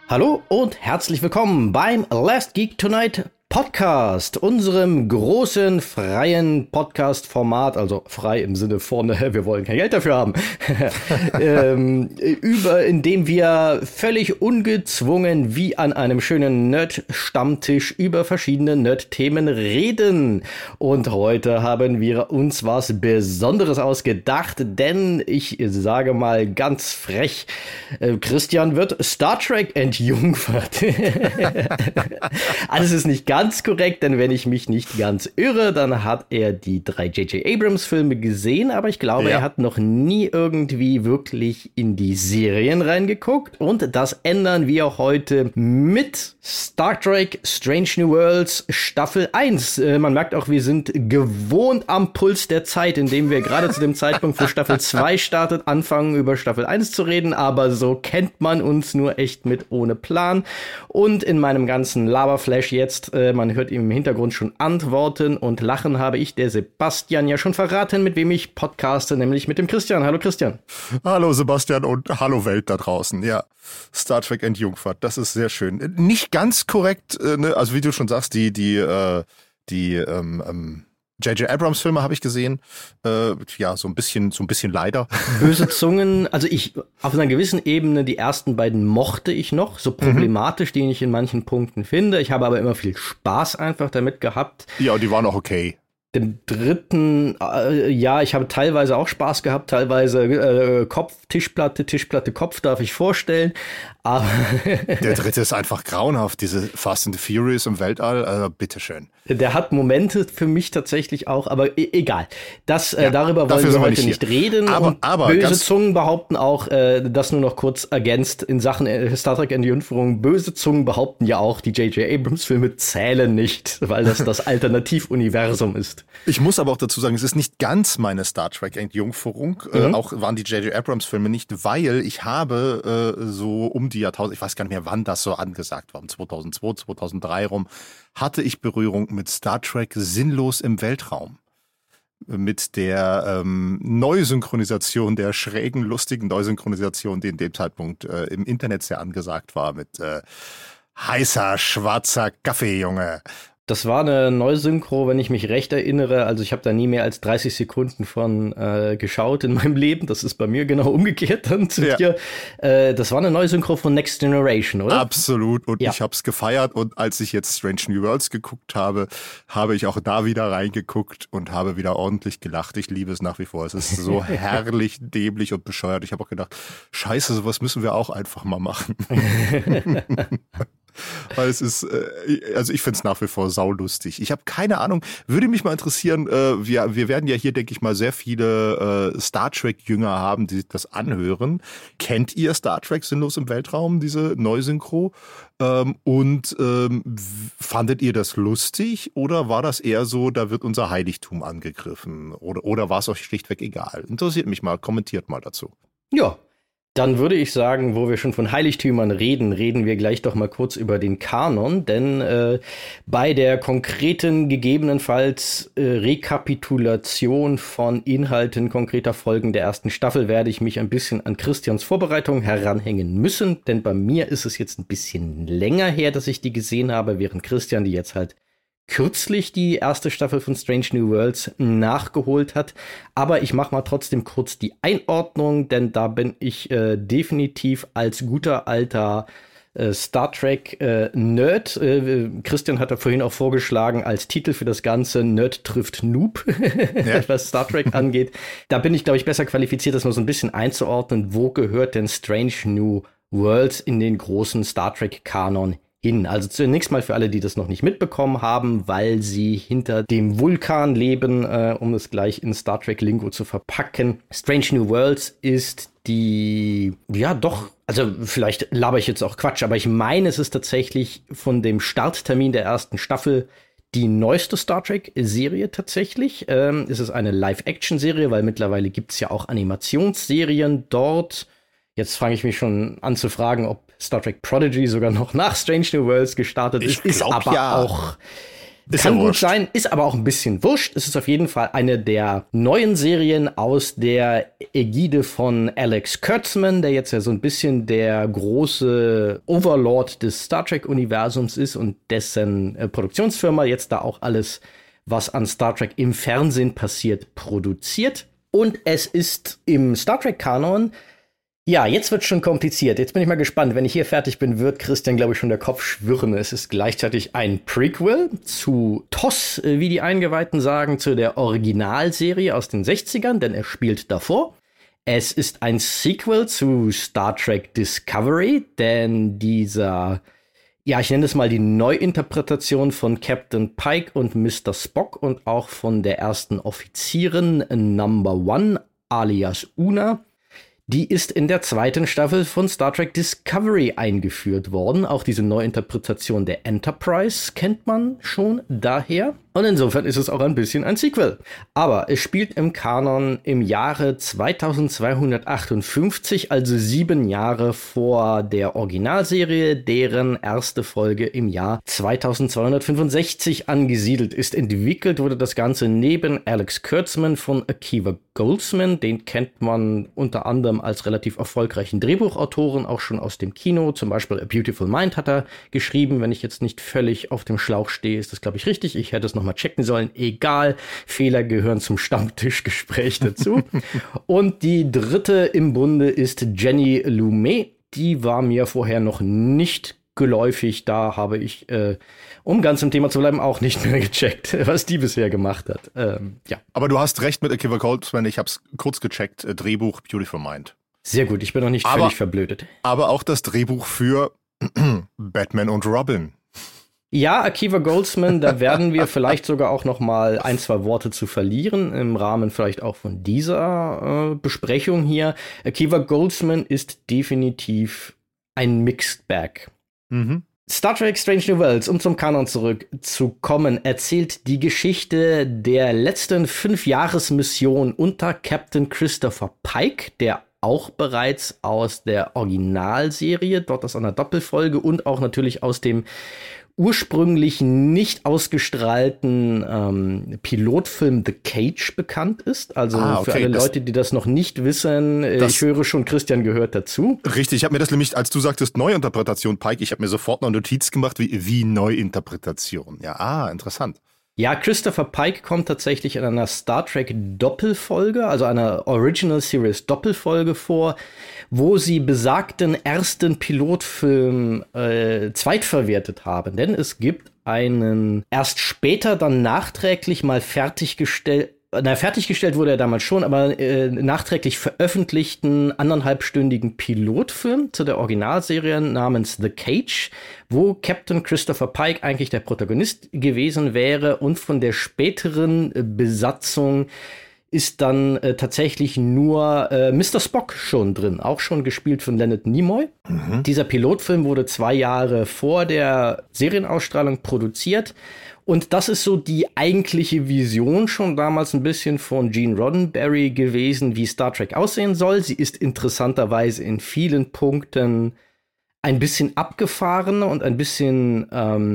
Hallo und herzlich willkommen beim Last Geek Tonight Podcast, unserem großen freien Podcast-Format, also frei im Sinne von, wir wollen kein Geld dafür haben, in dem wir völlig ungezwungen wie an einem schönen Nerd-Stammtisch über verschiedene Nerd-Themen reden. Und heute haben wir uns was Besonderes ausgedacht, denn ich sage mal ganz frech, Christian wird Star Trek entjungfert. Alles ist nicht ganz korrekt, denn wenn ich mich nicht ganz irre, dann hat er die 3 J.J. Abrams Filme gesehen, aber ich glaube, er hat noch nie irgendwie wirklich in die Serien reingeguckt, und das ändern wir heute mit Star Trek Strange New Worlds Staffel 1. Man merkt auch, wir sind gewohnt am Puls der Zeit, indem wir gerade zu dem Zeitpunkt, wo Staffel 2 startet, anfangen über Staffel 1 zu reden, aber so kennt man uns nur echt mit ohne Plan. Und in meinem ganzen Laberflash jetzt, man hört ihm im Hintergrund schon antworten und lachen, habe ich, der Sebastian, ja schon verraten, mit wem ich podcaste, nämlich mit dem Christian. Hallo Christian. Hallo Sebastian und hallo Welt da draußen. Ja, Star Trek entjungfert, das ist sehr schön. Nicht ganz korrekt, ne? Also wie du schon sagst, die J.J. Abrams Filme habe ich gesehen. Ja, so ein bisschen leider. Böse Zungen, also ich, auf einer gewissen Ebene, die ersten beiden mochte ich noch, so problematisch, die ich in manchen Punkten finde. Ich habe aber immer viel Spaß einfach damit gehabt. Ja, und die waren auch okay. Den dritten, ja, ich habe teilweise auch Spaß gehabt, teilweise Kopf, Tischplatte, Kopf, darf ich vorstellen. Aber der dritte ist einfach grauenhaft, diese Fast and the Furious im Weltall, also bitteschön. Der hat Momente für mich tatsächlich auch, aber egal. Darüber wollen wir heute nicht reden. Aber böse Zungen behaupten auch, das nur noch kurz ergänzt, in Sachen Star Trek Entjungferung, böse Zungen behaupten ja auch, die J.J. Abrams Filme zählen nicht, weil das Alternativuniversum ist. Ich muss aber auch dazu sagen, es ist nicht ganz meine Star Trek Entjungferung, auch waren die J.J. Abrams Filme nicht, weil ich habe so um die Jahrtausend, ich weiß gar nicht mehr, wann das so angesagt war, um 2002, 2003 rum, hatte ich Berührung mit Star Trek Sinnlos im Weltraum. Mit der Neusynchronisation, der schrägen, lustigen Neusynchronisation, die in dem Zeitpunkt im Internet sehr angesagt war, mit heißer, schwarzer Kaffee, Junge. Das war eine Neusynchro, wenn ich mich recht erinnere. Also ich habe da nie mehr als 30 Sekunden von geschaut in meinem Leben. Das ist bei mir genau umgekehrt dann zu dir. Das war eine Neusynchro von Next Generation, oder? Absolut. Und ich habe es gefeiert. Und als ich jetzt Strange New Worlds geguckt habe, habe ich auch da wieder reingeguckt und habe wieder ordentlich gelacht. Ich liebe es nach wie vor. Es ist so herrlich, dämlich und bescheuert. Ich habe auch gedacht, scheiße, sowas müssen wir auch einfach mal machen. Weil es ist, also ich finde es nach wie vor saulustig. Ich habe keine Ahnung, würde mich mal interessieren, wir werden ja hier, denke ich mal, sehr viele Star Trek-Jünger haben, die das anhören. Kennt ihr Star Trek Sinnlos im Weltraum, diese Neusynchro? Und fandet ihr das lustig oder war das eher so, da wird unser Heiligtum angegriffen? Oder war es euch schlichtweg egal? Interessiert mich mal, kommentiert mal dazu. Ja. Dann würde ich sagen, wo wir schon von Heiligtümern reden wir gleich doch mal kurz über den Kanon, denn bei der konkreten, gegebenenfalls Rekapitulation von Inhalten konkreter Folgen der ersten Staffel werde ich mich ein bisschen an Christians Vorbereitung heranhängen müssen, denn bei mir ist es jetzt ein bisschen länger her, dass ich die gesehen habe, während Christian die jetzt halt kürzlich die erste Staffel von Strange New Worlds nachgeholt hat. Aber ich mache mal trotzdem kurz die Einordnung, denn da bin ich definitiv als guter alter Star Trek Nerd. Christian hat da vorhin auch vorgeschlagen als Titel für das Ganze Nerd trifft Noob, was Star Trek angeht. Da bin ich, glaube ich, besser qualifiziert, das mal so ein bisschen einzuordnen. Wo gehört denn Strange New Worlds in den großen Star Trek Kanon hin? Also zunächst mal für alle, die das noch nicht mitbekommen haben, weil sie hinter dem Vulkan leben, um es gleich in Star Trek Lingo zu verpacken. Strange New Worlds ist die, ja doch, also vielleicht laber ich jetzt auch Quatsch, aber ich meine, es ist tatsächlich von dem Starttermin der ersten Staffel die neueste Star Trek-Serie tatsächlich. Es ist eine Live-Action-Serie, weil mittlerweile gibt's ja auch Animationsserien dort. Jetzt fange ich mich schon an zu fragen, ob Star Trek Prodigy sogar noch nach Strange New Worlds gestartet ist. Ist aber auch Kann gut sein, ist aber auch ein bisschen wurscht. Es ist auf jeden Fall eine der neuen Serien aus der Ägide von Alex Kurtzman, der jetzt ja so ein bisschen der große Overlord des Star Trek-Universums ist und dessen Produktionsfirma jetzt da auch alles, was an Star Trek im Fernsehen passiert, produziert. Und es ist im Star Trek-Kanon. Ja, jetzt wird schon kompliziert. Jetzt bin ich mal gespannt. Wenn ich hier fertig bin, wird Christian, glaube ich, schon der Kopf schwirren. Es ist gleichzeitig ein Prequel zu TOS, wie die Eingeweihten sagen, zu der Originalserie aus den 60ern, denn er spielt davor. Es ist ein Sequel zu Star Trek Discovery, denn dieser, ja, ich nenne es mal die Neuinterpretation von Captain Pike und Mr. Spock und auch von der ersten Offizierin Number One, alias Una. Die ist in der zweiten Staffel von Star Trek Discovery eingeführt worden. Auch diese Neuinterpretation der Enterprise kennt man schon daher. Und insofern ist es auch ein bisschen ein Sequel. Aber es spielt im Kanon im Jahre 2258, also 7 Jahre vor der Originalserie, deren erste Folge im Jahr 2265 angesiedelt ist. Entwickelt wurde das Ganze neben Alex Kurtzman von Akiva Goldsman. Den kennt man unter anderem als relativ erfolgreichen Drehbuchautoren, auch schon aus dem Kino. Zum Beispiel A Beautiful Mind hat er geschrieben. Wenn ich jetzt nicht völlig auf dem Schlauch stehe, ist das, glaube ich, richtig. Ich hätte es noch mal checken sollen. Egal, Fehler gehören zum Stammtischgespräch dazu. Und die dritte im Bunde ist Jenny Lumet. Die war mir vorher noch nicht geläufig. Da habe ich, um ganz im Thema zu bleiben, auch nicht mehr gecheckt, was die bisher gemacht hat. Ja. Aber du hast recht mit Akiva Goldsman. Ich habe es kurz gecheckt. Drehbuch Beautiful Mind. Sehr gut, ich bin noch nicht völlig verblödet. Aber auch das Drehbuch für Batman und Robin. Ja, Akiva Goldsman, da werden wir vielleicht sogar auch noch mal 1-2 Worte zu verlieren, im Rahmen vielleicht auch von dieser Besprechung hier. Akiva Goldsman ist definitiv ein Mixed Bag. Mhm. Star Trek Strange New Worlds, um zum Kanon zurückzukommen, erzählt die Geschichte der letzten 5-Jahres-Mission unter Captain Christopher Pike, der auch bereits aus der Originalserie, dort aus einer Doppelfolge und auch natürlich aus dem ursprünglich nicht ausgestrahlten Pilotfilm The Cage bekannt ist. Also okay, für alle Leute, die das noch nicht wissen, ich höre schon, Christian gehört dazu. Richtig, ich habe mir das nämlich, als du sagtest Neuinterpretation, Pike, ich habe mir sofort noch eine Notiz gemacht, wie Neuinterpretation. Ja, interessant. Ja, Christopher Pike kommt tatsächlich in einer Star Trek Doppelfolge, also einer Original Series Doppelfolge vor, wo sie besagten ersten Pilotfilm zweitverwertet haben. Denn es gibt einen erst später dann nachträglich mal fertiggestellt wurde er damals schon, aber nachträglich veröffentlichten 1,5-stündigen Pilotfilm zu der Originalserie namens The Cage, wo Captain Christopher Pike eigentlich der Protagonist gewesen wäre und von der späteren Besatzung ist dann tatsächlich nur Mr. Spock schon drin, auch schon gespielt von Leonard Nimoy. Mhm. Dieser Pilotfilm wurde 2 Jahre vor der Serienausstrahlung produziert. Und das ist so die eigentliche Vision schon damals ein bisschen von Gene Roddenberry gewesen, wie Star Trek aussehen soll. Sie ist interessanterweise in vielen Punkten ein bisschen abgefahren und ein bisschen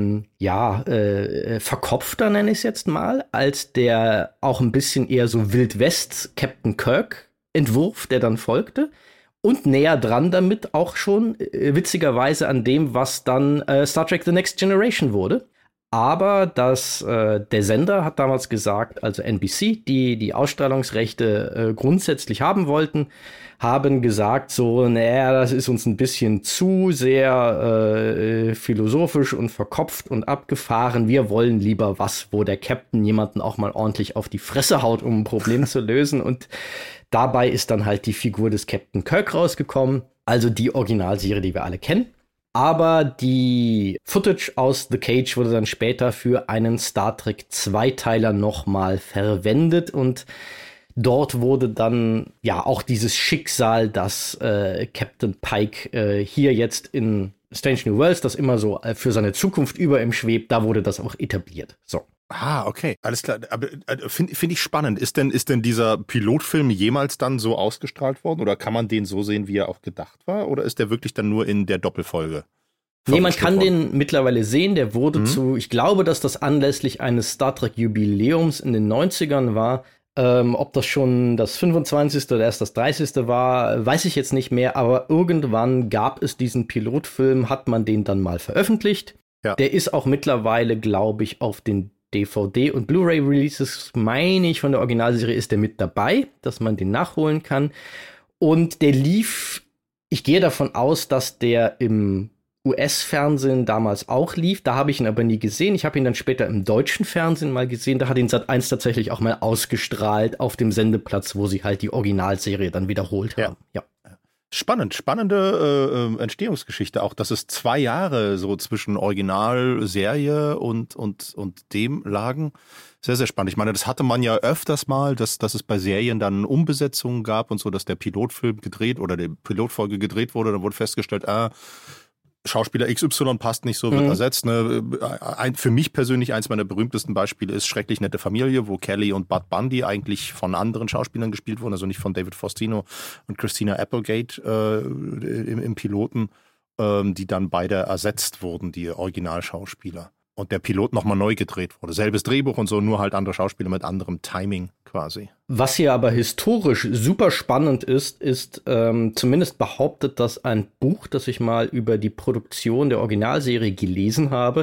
verkopfter, nenne ich es jetzt mal, als der auch ein bisschen eher so Wild West Captain Kirk Entwurf, der dann folgte. Und näher dran damit auch schon witzigerweise an dem, was dann Star Trek The Next Generation wurde. Aber der Sender hat damals gesagt, also NBC, die Ausstrahlungsrechte grundsätzlich haben wollten, haben gesagt so, naja, das ist uns ein bisschen zu sehr philosophisch und verkopft und abgefahren. Wir wollen lieber was, wo der Captain jemanden auch mal ordentlich auf die Fresse haut, um ein Problem zu lösen. Und dabei ist dann halt die Figur des Captain Kirk rausgekommen, also die Originalserie, die wir alle kennen. Aber die Footage aus The Cage wurde dann später für einen Star Trek Zweiteiler nochmal verwendet und dort wurde dann ja auch dieses Schicksal, dass Captain Pike hier jetzt in Strange New Worlds, das immer so für seine Zukunft über ihm schwebt, da wurde das auch etabliert. So. Ah, okay, alles klar. Aber finde ich spannend. Ist denn dieser Pilotfilm jemals dann so ausgestrahlt worden oder kann man den so sehen, wie er auch gedacht war? Oder ist der wirklich dann nur in der Doppelfolge Nee, man kann den mittlerweile sehen. Der wurde ich glaube, dass das anlässlich eines Star Trek Jubiläums in den 90ern war. Ob das schon das 25. oder erst das 30. war, weiß ich jetzt nicht mehr. Aber irgendwann gab es diesen Pilotfilm, hat man den dann mal veröffentlicht. Ja. Der ist auch mittlerweile, glaube ich, auf den DVD- und Blu-ray-Releases, meine ich, von der Originalserie ist der mit dabei, dass man den nachholen kann. Und der lief, ich gehe davon aus, dass der im US-Fernsehen damals auch lief. Da habe ich ihn aber nie gesehen. Ich habe ihn dann später im deutschen Fernsehen mal gesehen. Da hat ihn Sat.1 tatsächlich auch mal ausgestrahlt auf dem Sendeplatz, wo sie halt die Originalserie dann wiederholt haben. Ja. Spannende Entstehungsgeschichte auch, dass es 2 Jahre so zwischen Originalserie und dem lagen. Sehr, sehr spannend. Ich meine, das hatte man ja öfters mal, dass es bei Serien dann Umbesetzungen gab und so, dass der Pilotfilm gedreht oder die Pilotfolge gedreht wurde. Dann wurde festgestellt, Schauspieler XY passt nicht, so wird ersetzt. Ne? Für mich persönlich eins meiner berühmtesten Beispiele ist Schrecklich nette Familie, wo Kelly und Bud Bundy eigentlich von anderen Schauspielern gespielt wurden, also nicht von David Faustino und Christina Applegate im Piloten, die dann beide ersetzt wurden, die Originalschauspieler. Und der Pilot nochmal neu gedreht wurde. Selbes Drehbuch und so, nur halt andere Schauspieler mit anderem Timing quasi. Was hier aber historisch super spannend ist zumindest behauptet, dass ein Buch, das ich mal über die Produktion der Originalserie gelesen habe,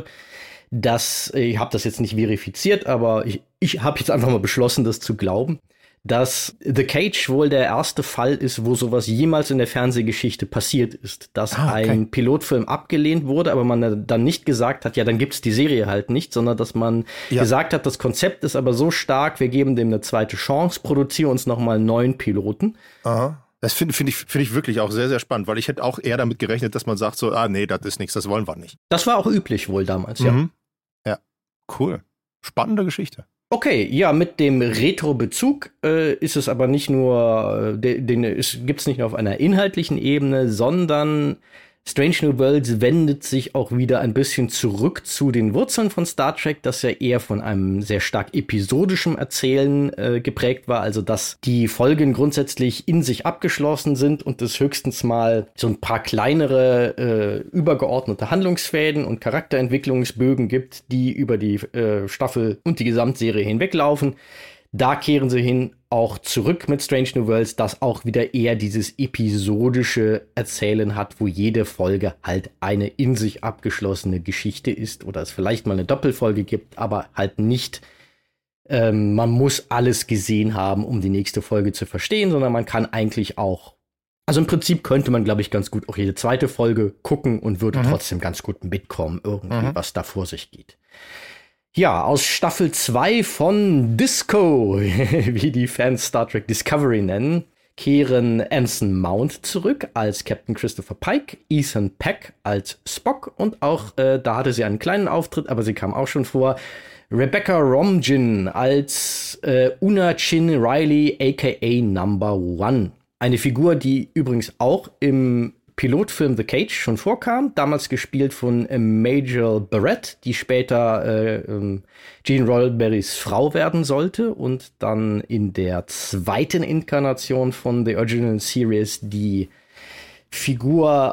ich habe das jetzt nicht verifiziert, aber ich habe jetzt einfach mal beschlossen, das zu glauben, dass The Cage wohl der erste Fall ist, wo sowas jemals in der Fernsehgeschichte passiert ist. Dass ein Pilotfilm abgelehnt wurde, aber man dann nicht gesagt hat, ja, dann gibt's die Serie halt nicht, sondern dass man gesagt hat, das Konzept ist aber so stark, wir geben dem eine zweite Chance, produzieren uns nochmal einen neuen Piloten. Aha. Das finde ich wirklich auch sehr, sehr spannend, weil ich hätte auch eher damit gerechnet, dass man sagt so, nee, das ist nichts, das wollen wir nicht. Das war auch üblich wohl damals, ja. Ja, cool. Spannende Geschichte. Okay, ja, mit dem Retro-Bezug ist es aber nicht nur, gibt's nicht nur auf einer inhaltlichen Ebene, sondern Strange New Worlds wendet sich auch wieder ein bisschen zurück zu den Wurzeln von Star Trek, das ja eher von einem sehr stark episodischen Erzählen geprägt war, also dass die Folgen grundsätzlich in sich abgeschlossen sind und es höchstens mal so ein paar kleinere übergeordnete Handlungsfäden und Charakterentwicklungsbögen gibt, die über die Staffel und die Gesamtserie hinweglaufen. Da kehren sie hin, auch zurück mit Strange New Worlds, das auch wieder eher dieses episodische Erzählen hat, wo jede Folge halt eine in sich abgeschlossene Geschichte ist oder es vielleicht mal eine Doppelfolge gibt, aber halt nicht, man muss alles gesehen haben, um die nächste Folge zu verstehen, sondern man kann eigentlich auch, also im Prinzip könnte man, glaube ich, ganz gut auch jede zweite Folge gucken und würde trotzdem ganz gut mitkommen, irgendwie, was da vor sich geht. Ja, aus Staffel 2 von Disco, wie die Fans Star Trek Discovery nennen, kehren Anson Mount zurück als Captain Christopher Pike, Ethan Peck als Spock und auch, da hatte sie einen kleinen Auftritt, aber sie kam auch schon vor, Rebecca Romijn als Una Chin Riley, aka Number One. Eine Figur, die übrigens auch im Pilotfilm The Cage schon vorkam, damals gespielt von Majel Barrett, die später Gene Roddenberrys Frau werden sollte und dann in der zweiten Inkarnation von The Original Series die Figur,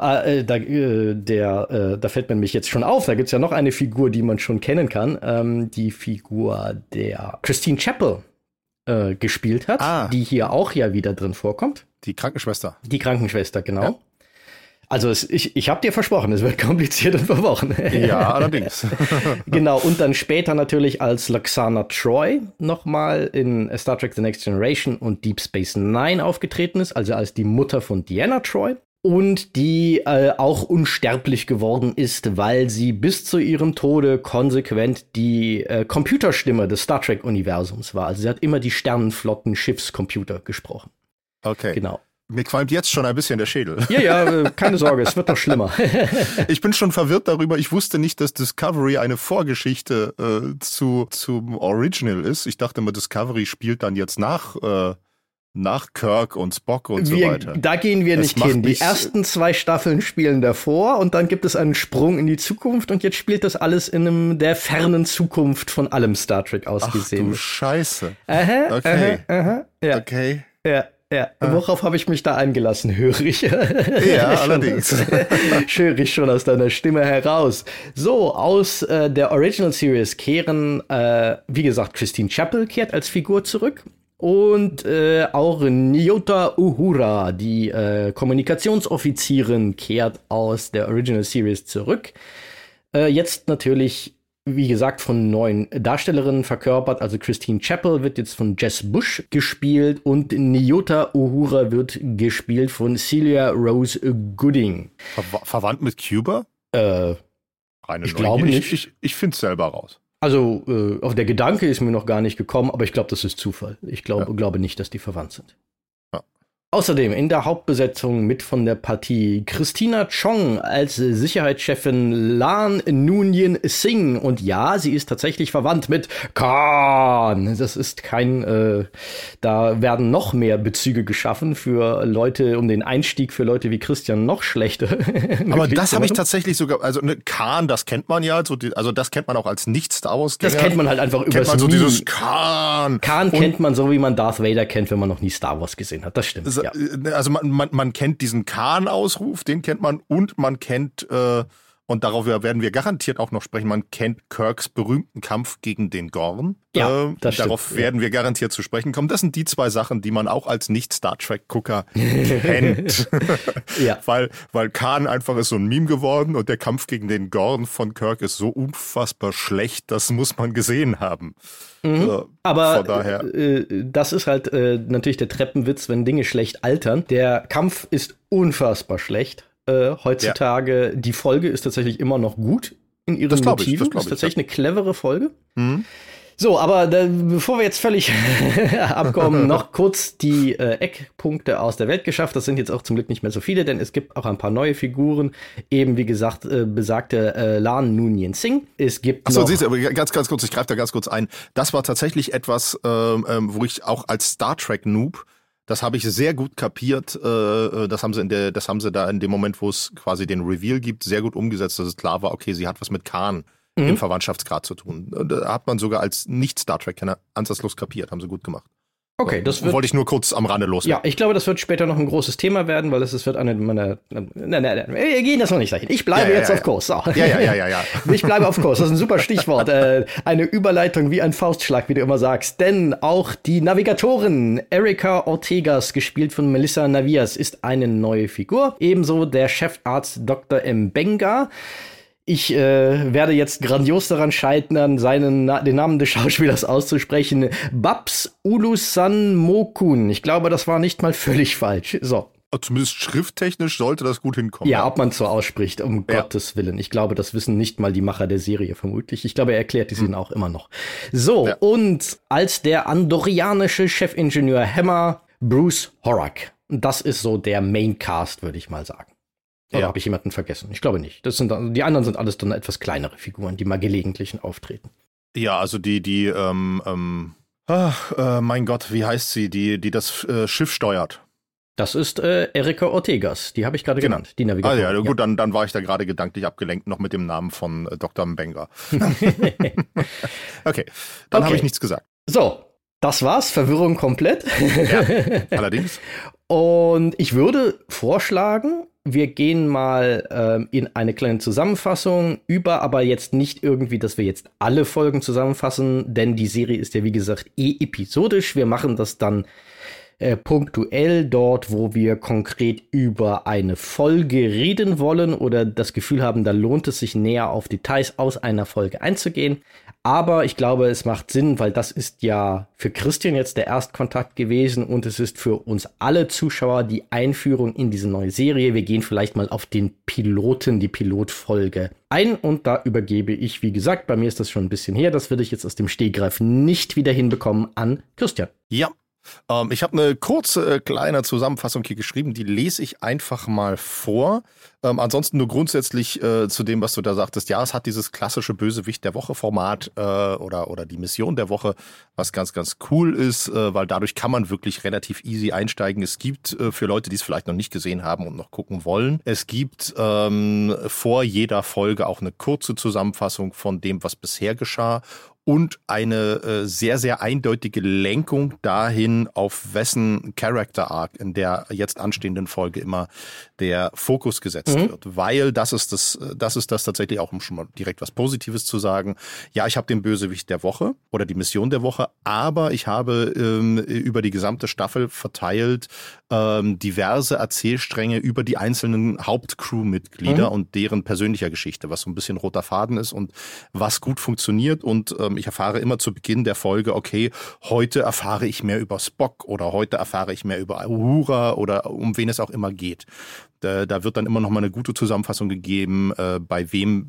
da fällt man mich jetzt schon auf, da gibt's ja noch eine Figur, die man schon kennen kann, die Figur der Christine Chappell gespielt hat, die hier auch ja wieder drin vorkommt. Die Krankenschwester. Die Krankenschwester, genau. Ja. Also ich habe dir versprochen, es wird kompliziert und verworren. Ja, allerdings. Genau, und dann später natürlich als Lwaxana Troi nochmal in Star Trek The Next Generation und Deep Space Nine aufgetreten ist, also als die Mutter von Deanna Troi. Und die auch unsterblich geworden ist, weil sie bis zu ihrem Tode konsequent die Computerstimme des Star Trek-Universums war. Also sie hat immer die Sternenflotten-Schiffscomputer gesprochen. Okay. Genau. Mir qualmt jetzt schon ein bisschen der Schädel. Ja, keine Sorge, es wird noch schlimmer. Ich bin schon verwirrt darüber. Ich wusste nicht, dass Discovery eine Vorgeschichte zum Original ist. Ich dachte immer, Discovery spielt dann jetzt nach Kirk und Spock und so weiter. Da gehen wir nicht hin. Die ersten 2 Staffeln spielen davor und dann gibt es einen Sprung in die Zukunft und jetzt spielt das alles in der fernen Zukunft von allem Star Trek aus gesehen. Ach du Scheiße. Aha, okay. aha, ja. Okay. Ja. Ja. Worauf habe ich mich da eingelassen, höre ich. Ja, allerdings. Höre ich schon aus deiner Stimme heraus. So, aus der Original Series kehren, wie gesagt, Christine Chappell kehrt als Figur zurück. Und auch Nyota Uhura, die Kommunikationsoffizierin, kehrt aus der Original Series zurück. Jetzt natürlich, wie gesagt, von neuen Darstellerinnen verkörpert. Also Christine Chappell wird jetzt von Jess Bush gespielt und Nyota Uhura wird gespielt von Celia Rose Gooding. Verwandt mit Cuba? Ich glaube nicht. Ich finde es selber raus. Also, auf der Gedanke ist mir noch gar nicht gekommen, aber ich glaube, das ist Zufall. Ich glaube nicht, dass die verwandt sind. Ja. Außerdem in der Hauptbesetzung mit von der Partie Christina Chong als Sicherheitschefin Lan Noonien Singh. Und ja, sie ist tatsächlich verwandt mit Khan. Das ist kein, da werden noch mehr Bezüge geschaffen für Leute, um den Einstieg für Leute wie Christian noch schlechter. Aber das habe ich tatsächlich sogar, also Khan, das kennt man ja, also das kennt man auch als Nicht-Star Wars-Gänger. Das kennt man halt einfach über so dieses Khan. Khan kennt man so, wie man Darth Vader kennt, wenn man noch nie Star Wars gesehen hat. Das stimmt. Ja. Also man kennt diesen Khan-Ausruf, den kennt man, und man kennt, und darauf werden wir garantiert auch noch sprechen, man kennt Kirks berühmten Kampf gegen den Gorn. Ja, das stimmt. Darauf werden wir garantiert zu sprechen kommen. Das sind die zwei Sachen, die man auch als Nicht-Star Trek-Gucker kennt. Ja. Weil Khan einfach ist so ein Meme geworden und der Kampf gegen den Gorn von Kirk ist so unfassbar schlecht, das muss man gesehen haben. Aber von daher. Das ist halt natürlich der Treppenwitz, wenn Dinge schlecht altern. Der Kampf ist unfassbar schlecht. Heutzutage, die Folge ist tatsächlich immer noch gut in ihren Motiven. Das ist tatsächlich eine clevere Folge. Mhm. So, aber bevor wir jetzt völlig abkommen, noch kurz die Eckpunkte aus der Welt geschafft. Das sind jetzt auch zum Glück nicht mehr so viele, denn es gibt auch ein paar neue Figuren. Eben, wie gesagt, besagte Lan Noonien Singh. Es gibt Achso, siehst du, aber ganz kurz, ich greife da ganz kurz ein. Das war tatsächlich etwas, wo ich auch als Star Trek-Noob, das habe ich sehr gut kapiert. Das haben sie da in dem Moment, wo es quasi den Reveal gibt, sehr gut umgesetzt, dass es klar war, okay, sie hat was mit Khan im Verwandtschaftsgrad zu tun. Da hat man sogar als Nicht-Star Trek-Kenner ansatzlos kapiert, haben sie gut gemacht. Okay, das wollte ich nur kurz am Rande loswerden. Ja, ich glaube, das wird später noch ein großes Thema werden, weil es wird eine meiner. Nein, wir gehen das noch nicht dahin. Ich bleibe jetzt auf Kurs. So. Ja. Ich bleibe auf Kurs. Das ist ein super Stichwort. Eine Überleitung wie ein Faustschlag, wie du immer sagst. Denn auch die Navigatorin Erika Ortegas, gespielt von Melissa Navias, ist eine neue Figur. Ebenso der Chefarzt Dr. Mbenga. Ich werde jetzt grandios daran scheitern, den Namen des Schauspielers auszusprechen. Babs Ulusanmokun. Ich glaube, das war nicht mal völlig falsch. So. Zumindest schrifttechnisch sollte das gut hinkommen. Ja, ob man es so ausspricht, um Gottes Willen. Ich glaube, das wissen nicht mal die Macher der Serie vermutlich. Ich glaube, er erklärt es ihnen auch immer noch. So, und als der andorianische Chefingenieur Hammer Bruce Horak. Das ist so der Maincast, würde ich mal sagen. Oder habe ich jemanden vergessen? Ich glaube nicht. Die anderen sind alles dann etwas kleinere Figuren, die mal gelegentlich auftreten. Ja, also mein Gott, wie heißt sie, die das Schiff steuert? Das ist Erika Ortegas, die habe ich gerade genannt, die Navigatorin. Ja, gut, dann war ich da gerade gedanklich abgelenkt, noch mit dem Namen von Dr. Mbenga. Okay, dann habe ich nichts gesagt. So, das war's, Verwirrung komplett. Ja, allerdings. Und ich würde vorschlagen, wir gehen mal in eine kleine Zusammenfassung über, aber jetzt nicht irgendwie, dass wir jetzt alle Folgen zusammenfassen, denn die Serie ist ja, wie gesagt, episodisch. Wir machen das dann punktuell dort, wo wir konkret über eine Folge reden wollen oder das Gefühl haben, da lohnt es sich näher auf Details aus einer Folge einzugehen. Aber ich glaube, es macht Sinn, weil das ist ja für Christian jetzt der Erstkontakt gewesen und es ist für uns alle Zuschauer die Einführung in diese neue Serie. Wir gehen vielleicht mal auf den Piloten, die Pilotfolge ein und da übergebe ich, wie gesagt, bei mir ist das schon ein bisschen her, das würde ich jetzt aus dem Stegreif nicht wieder hinbekommen, an Christian. Ja. Ich habe eine kurze, kleine Zusammenfassung hier geschrieben, die lese ich einfach mal vor. Ansonsten nur grundsätzlich zu dem, was du da sagtest. Ja, es hat dieses klassische Bösewicht der Woche-Format oder die Mission der Woche, was ganz, ganz cool ist, weil dadurch kann man wirklich relativ easy einsteigen. Es gibt für Leute, die es vielleicht noch nicht gesehen haben und noch gucken wollen, es gibt vor jeder Folge auch eine kurze Zusammenfassung von dem, was bisher geschah. und eine sehr, sehr eindeutige Lenkung dahin, auf wessen Character Arc in der jetzt anstehenden Folge immer der Fokus gesetzt wird. Weil das ist das tatsächlich auch, um schon mal direkt was Positives zu sagen. Ja, ich habe den Bösewicht der Woche oder die Mission der Woche, aber ich habe über die gesamte Staffel verteilt diverse Erzählstränge über die einzelnen Hauptcrew-Mitglieder und deren persönlicher Geschichte, was so ein bisschen roter Faden ist und was gut funktioniert. Und ich erfahre immer zu Beginn der Folge, okay, heute erfahre ich mehr über Spock oder heute erfahre ich mehr über Uhura oder um wen es auch immer geht. Da wird dann immer noch mal eine gute Zusammenfassung gegeben, bei wem,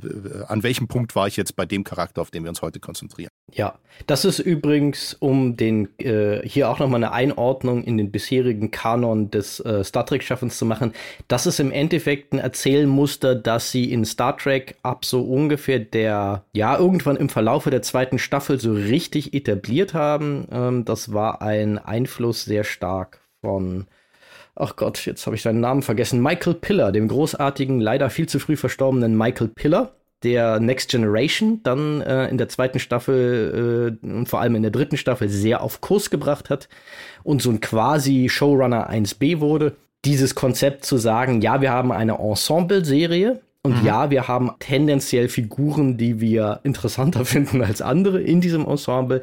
an welchem Punkt war ich jetzt bei dem Charakter, auf den wir uns heute konzentrieren. Ja, das ist übrigens, um den hier auch noch mal eine Einordnung in den bisherigen Kanon des Star Trek-Schaffens zu machen. Das ist im Endeffekt ein Erzählmuster, das sie in Star Trek ab so ungefähr irgendwann im Verlaufe der zweiten Staffel so richtig etabliert haben. Das war ein Einfluss sehr stark von ach Gott, jetzt habe ich seinen Namen vergessen. Michael Piller, dem großartigen, leider viel zu früh verstorbenen Michael Piller, der Next Generation dann in der zweiten Staffel und vor allem in der dritten Staffel sehr auf Kurs gebracht hat und so ein quasi Showrunner 1b wurde. Dieses Konzept zu sagen, ja, wir haben eine Ensemble-Serie und ja, wir haben tendenziell Figuren, die wir interessanter finden als andere in diesem Ensemble,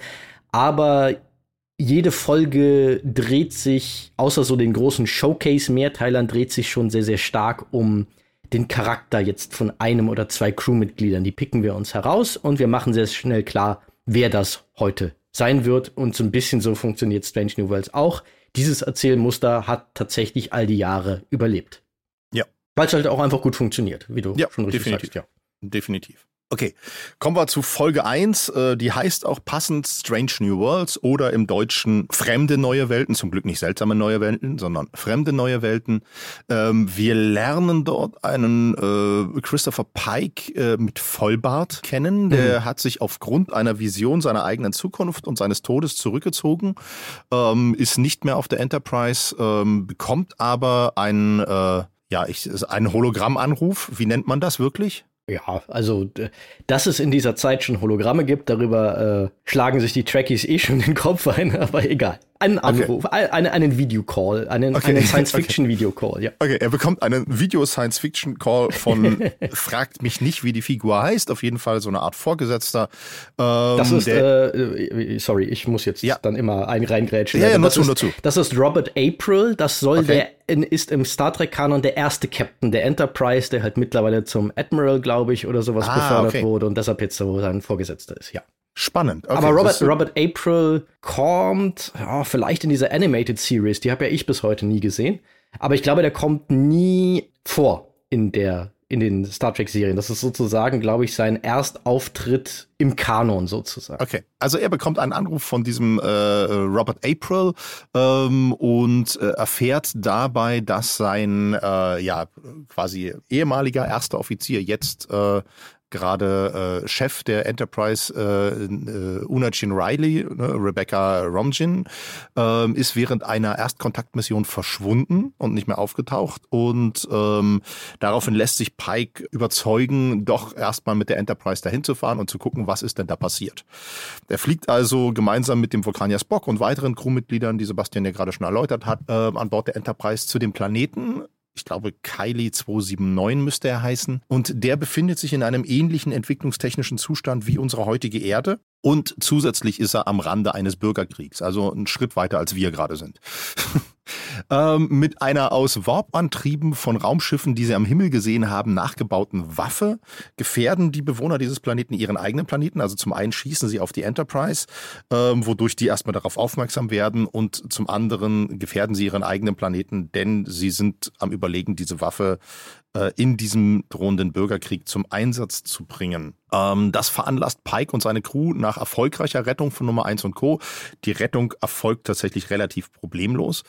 aber jede Folge dreht sich, außer so den großen Showcase-Mehrteilern, dreht sich schon sehr, sehr stark um den Charakter jetzt von einem oder zwei Crewmitgliedern. Die picken wir uns heraus und wir machen sehr schnell klar, wer das heute sein wird. Und so ein bisschen so funktioniert Strange New Worlds auch. Dieses Erzählmuster hat tatsächlich all die Jahre überlebt. Ja. Weil es halt auch einfach gut funktioniert, wie du schon richtig sagst. Ja, definitiv. Okay, kommen wir zu Folge 1. Die heißt auch passend Strange New Worlds oder im Deutschen Fremde neue Welten. Zum Glück nicht seltsame neue Welten, sondern fremde neue Welten. Wir lernen dort einen Christopher Pike mit Vollbart kennen. Der hat sich aufgrund einer Vision seiner eigenen Zukunft und seines Todes zurückgezogen, ist nicht mehr auf der Enterprise, bekommt aber einen Hologrammanruf. Wie nennt man das wirklich? Ja, also, dass es in dieser Zeit schon Hologramme gibt, darüber schlagen sich die Trekkies schon den Kopf ein, aber egal. Einen Anruf, einen Videocall, einen Science-Fiction-Videocall, ja. Okay, er bekommt einen Video-Science-Fiction-Call von, fragt mich nicht, wie die Figur heißt, auf jeden Fall so eine Art Vorgesetzter. Das ist, sorry, ich muss jetzt dann immer reingrätschen. Ja, nur zu. Das ist Robert April, das soll ist im Star Trek-Kanon der erste Captain der Enterprise, der halt mittlerweile zum Admiral, glaube ich, oder sowas befördert wurde und deshalb jetzt so sein Vorgesetzter ist, ja. Spannend. Okay, aber Robert April kommt vielleicht in dieser Animated Series, die habe ja ich bis heute nie gesehen, aber ich glaube, der kommt nie vor in den Star Trek Serien. Das ist sozusagen, glaube ich, sein Erstauftritt im Kanon sozusagen. Okay, also er bekommt einen Anruf von diesem Robert April und erfährt dabei, dass sein quasi ehemaliger erster Offizier jetzt gerade Chef der Enterprise, Una Jin Riley, Rebecca Romijn, ist während einer Erstkontaktmission verschwunden und nicht mehr aufgetaucht. Und daraufhin lässt sich Pike überzeugen, doch erstmal mit der Enterprise dahin zu fahren und zu gucken, was ist denn da passiert. Er fliegt also gemeinsam mit dem Vulkanier Spock und weiteren Crewmitgliedern, die Sebastian ja gerade schon erläutert hat, an Bord der Enterprise zu dem Planeten. Ich glaube, Kylie 279 müsste er heißen. Und der befindet sich in einem ähnlichen entwicklungstechnischen Zustand wie unsere heutige Erde. Und zusätzlich ist er am Rande eines Bürgerkriegs, also einen Schritt weiter, als wir gerade sind. Mit einer aus Warp-Antrieben von Raumschiffen, die sie am Himmel gesehen haben, nachgebauten Waffe gefährden die Bewohner dieses Planeten ihren eigenen Planeten. Also zum einen schießen sie auf die Enterprise, wodurch die erstmal darauf aufmerksam werden, und zum anderen gefährden sie ihren eigenen Planeten, denn sie sind am Überlegen, diese Waffe in diesem drohenden Bürgerkrieg zum Einsatz zu bringen. Das veranlasst Pike und seine Crew nach erfolgreicher Rettung von Nummer 1 und Co. Die Rettung erfolgt tatsächlich relativ problemlos.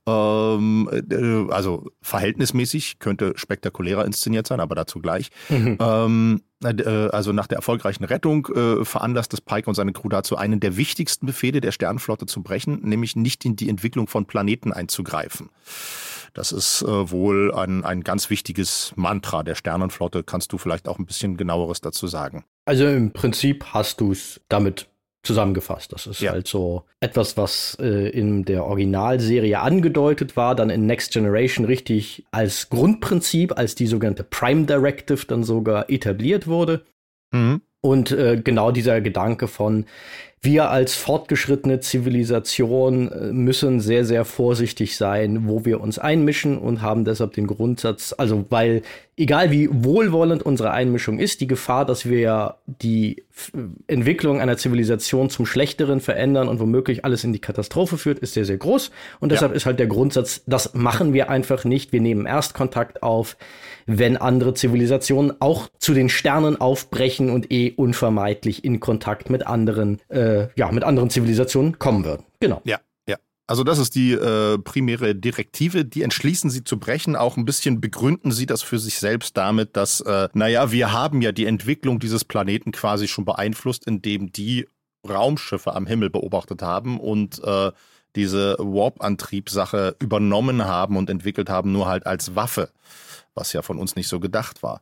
Also verhältnismäßig, könnte spektakulärer inszeniert sein, aber dazu gleich. Also nach der erfolgreichen Rettung veranlasst es Pike und seine Crew dazu, einen der wichtigsten Befehle der Sternenflotte zu brechen, nämlich nicht in die Entwicklung von Planeten einzugreifen. Das ist wohl ein ganz wichtiges Mantra der Sternenflotte. Kannst du vielleicht auch ein bisschen genaueres dazu sagen? Also im Prinzip hast du es damit zusammengefasst. Das ist halt so etwas, was in der Originalserie angedeutet war, dann in Next Generation richtig als Grundprinzip, als die sogenannte Prime Directive dann sogar etabliert wurde. Mhm. Und genau dieser Gedanke von, wir als fortgeschrittene Zivilisation müssen sehr, sehr vorsichtig sein, wo wir uns einmischen und haben deshalb den Grundsatz, also weil egal wie wohlwollend unsere Einmischung ist, die Gefahr, dass wir die Entwicklung einer Zivilisation zum Schlechteren verändern und womöglich alles in die Katastrophe führt, ist sehr, sehr groß. Und deshalb ist halt der Grundsatz, das machen wir einfach nicht. Wir nehmen erst Kontakt auf, wenn andere Zivilisationen auch zu den Sternen aufbrechen und unvermeidlich in Kontakt mit anderen Zivilisationen kommen würden. Genau. Ja. Also das ist die primäre Direktive, die entschließen sie zu brechen. Auch ein bisschen begründen sie das für sich selbst damit, dass, wir haben ja die Entwicklung dieses Planeten quasi schon beeinflusst, indem die Raumschiffe am Himmel beobachtet haben und diese Warp-Antriebssache übernommen haben und entwickelt haben, nur halt als Waffe, was ja von uns nicht so gedacht war.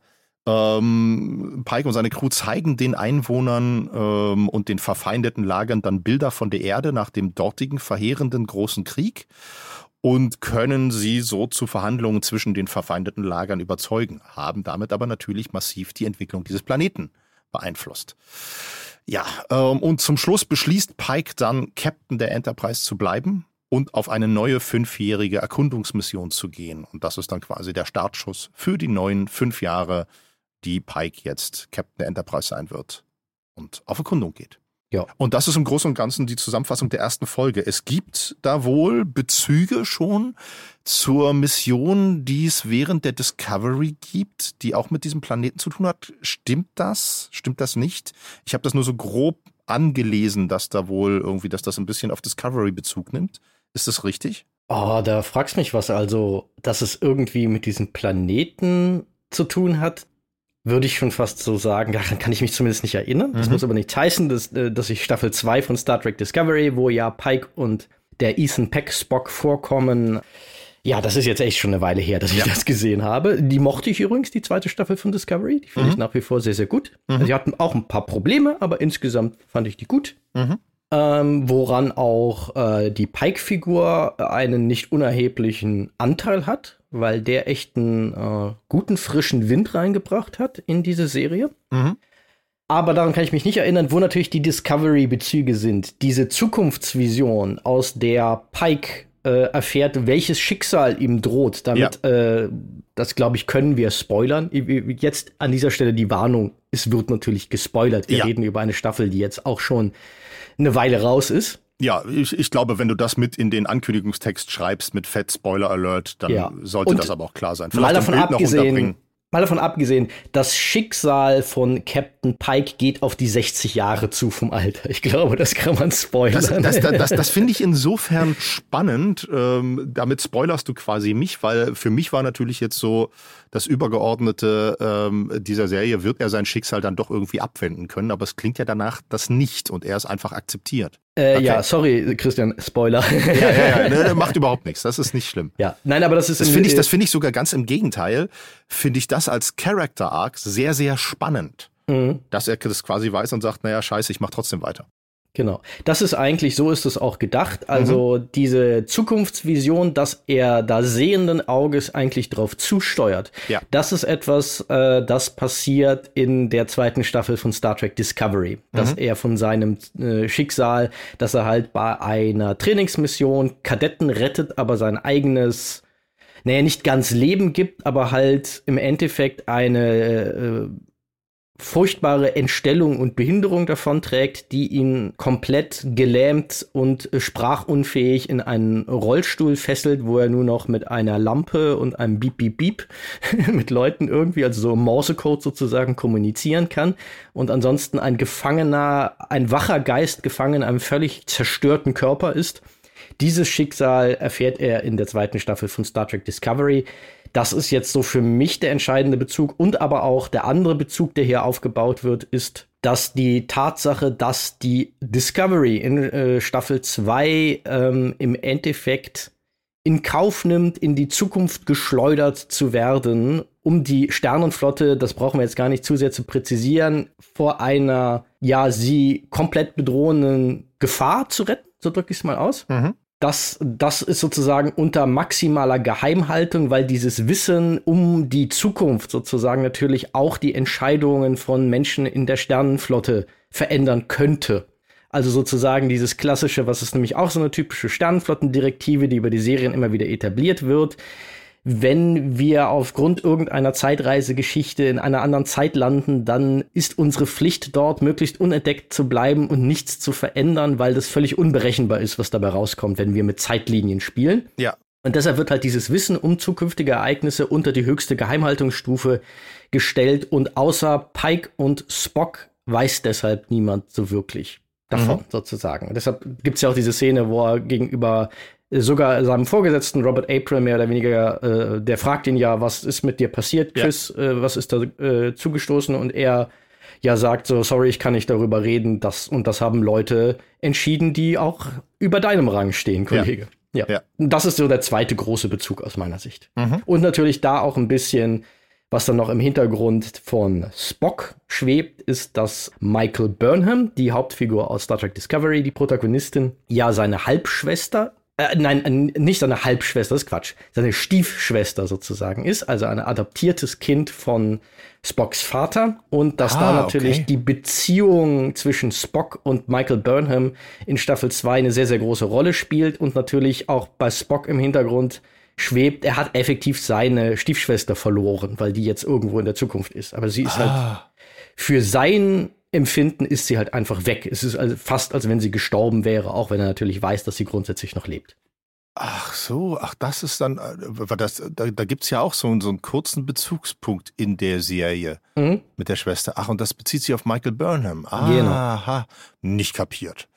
Pike und seine Crew zeigen den Einwohnern und den verfeindeten Lagern dann Bilder von der Erde nach dem dortigen verheerenden großen Krieg und können sie so zu Verhandlungen zwischen den verfeindeten Lagern überzeugen, haben damit aber natürlich massiv die Entwicklung dieses Planeten beeinflusst. Ja, und zum Schluss beschließt Pike dann, Captain der Enterprise zu bleiben und auf eine neue 5-jährige Erkundungsmission zu gehen. Und das ist dann quasi der Startschuss für die neuen 5 Jahre, die Pike jetzt Captain der Enterprise sein wird und auf Erkundung geht. Ja. Und das ist im Großen und Ganzen die Zusammenfassung der ersten Folge. Es gibt da wohl Bezüge schon zur Mission, die es während der Discovery gibt, die auch mit diesem Planeten zu tun hat. Stimmt das? Stimmt das nicht? Ich habe das nur so grob angelesen, dass da wohl irgendwie, dass das ein bisschen auf Discovery Bezug nimmt. Ist das richtig? Oh, da fragst mich was. Also, dass es irgendwie mit diesem Planeten zu tun hat, würde ich schon fast so sagen, daran kann ich mich zumindest nicht erinnern. Das muss aber nicht heißen, dass ich Staffel 2 von Star Trek Discovery, wo ja Pike und der Ethan Peck Spock vorkommen, ja, das ist jetzt echt schon eine Weile her, dass ich das gesehen habe. Die mochte ich übrigens, die zweite Staffel von Discovery. Die finde ich nach wie vor sehr, sehr gut. Sie hatten auch ein paar Probleme, aber insgesamt fand ich die gut. Woran auch die Pike-Figur einen nicht unerheblichen Anteil hat, weil der echt einen guten, frischen Wind reingebracht hat in diese Serie. Aber daran kann ich mich nicht erinnern, wo natürlich die Discovery-Bezüge sind. Diese Zukunftsvision, aus der Pike erfährt, welches Schicksal ihm droht. Damit, das glaube ich, können wir spoilern. Jetzt an dieser Stelle die Warnung, es wird natürlich gespoilert. Wir reden über eine Staffel, die jetzt auch schon eine Weile raus ist. Ja, ich glaube, wenn du das mit in den Ankündigungstext schreibst mit Fett Spoiler Alert, dann sollte das aber auch klar sein. Vielleicht mal davon abgesehen, das Schicksal von Captain Pike geht auf die 60 Jahre zu vom Alter. Ich glaube, das kann man spoilern. Das finde ich insofern spannend. Damit spoilerst du quasi mich, weil für mich war natürlich jetzt so das Übergeordnete dieser Serie, wird er sein Schicksal dann doch irgendwie abwenden können. Aber es klingt ja danach das nicht und er ist einfach akzeptiert. Okay. Ja, sorry, Christian, Spoiler. Ja, macht überhaupt nichts. Das ist nicht schlimm. Ja, nein, aber das finde ich sogar ganz im Gegenteil. Finde ich das als Character Arc sehr, sehr spannend. Dass er das quasi weiß und sagt, naja, scheiße, ich mach trotzdem weiter. Genau. Das ist eigentlich, so ist es auch gedacht. Also diese Zukunftsvision, dass er da sehenden Auges eigentlich drauf zusteuert. Ja. Das ist etwas, das passiert in der zweiten Staffel von Star Trek Discovery. Dass er von seinem Schicksal, dass er halt bei einer Trainingsmission Kadetten rettet, aber sein eigenes, nicht ganz Leben gibt, aber halt im Endeffekt eine furchtbare Entstellung und Behinderung davonträgt, die ihn komplett gelähmt und sprachunfähig in einen Rollstuhl fesselt, wo er nur noch mit einer Lampe und einem Beep, Beep, Beep mit Leuten irgendwie, also so Morsecode sozusagen, kommunizieren kann und ansonsten ein wacher Geist gefangen in einem völlig zerstörten Körper ist. Dieses Schicksal erfährt er in der zweiten Staffel von Star Trek Discovery. Das ist jetzt so für mich der entscheidende Bezug und aber auch der andere Bezug, der hier aufgebaut wird, ist, dass die Tatsache, dass die Discovery in Staffel 2 im Endeffekt in Kauf nimmt, in die Zukunft geschleudert zu werden, um die Sternenflotte, das brauchen wir jetzt gar nicht zu sehr zu präzisieren, vor einer, ja, sie komplett bedrohenden Gefahr zu retten, so drücke ich es mal aus. Mhm. Das ist sozusagen unter maximaler Geheimhaltung, weil dieses Wissen um die Zukunft sozusagen natürlich auch die Entscheidungen von Menschen in der Sternenflotte verändern könnte. Also sozusagen dieses klassische, was ist nämlich auch so eine typische Sternenflottendirektive, die über die Serien immer wieder etabliert wird. Wenn wir aufgrund irgendeiner Zeitreisegeschichte in einer anderen Zeit landen, dann ist unsere Pflicht dort, möglichst unentdeckt zu bleiben und nichts zu verändern, weil das völlig unberechenbar ist, was dabei rauskommt, wenn wir mit Zeitlinien spielen. Ja. Und deshalb wird halt dieses Wissen um zukünftige Ereignisse unter die höchste Geheimhaltungsstufe gestellt und außer Pike und Spock weiß deshalb niemand so wirklich davon, sozusagen. Und deshalb gibt's ja auch diese Szene, wo er gegenüber sogar seinem Vorgesetzten Robert April mehr oder weniger, der fragt ihn ja, was ist mit dir passiert, Chris, was ist da zugestoßen? Und er ja sagt so, sorry, ich kann nicht darüber reden, das haben Leute entschieden, die auch über deinem Rang stehen, Kollege. Ja. Das ist so der zweite große Bezug aus meiner Sicht. Und natürlich da auch ein bisschen, was dann noch im Hintergrund von Spock schwebt, ist, dass Michael Burnham, die Hauptfigur aus Star Trek Discovery, die Protagonistin, ja seine Halbschwester nicht seine Halbschwester, das ist Quatsch, seine Stiefschwester sozusagen ist, also ein adoptiertes Kind von Spocks Vater und dass da natürlich die Beziehung zwischen Spock und Michael Burnham in Staffel 2 eine sehr, sehr große Rolle spielt und natürlich auch bei Spock im Hintergrund schwebt, er hat effektiv seine Stiefschwester verloren, weil die jetzt irgendwo in der Zukunft ist, aber sie ist halt für sein Empfinden ist sie halt einfach weg. Es ist also fast, als wenn sie gestorben wäre, auch wenn er natürlich weiß, dass sie grundsätzlich noch lebt. Ach so, das ist dann, da gibt's ja auch so einen kurzen Bezugspunkt in der Serie mit der Schwester. Ach, und das bezieht sich auf Michael Burnham. Aha, nicht kapiert.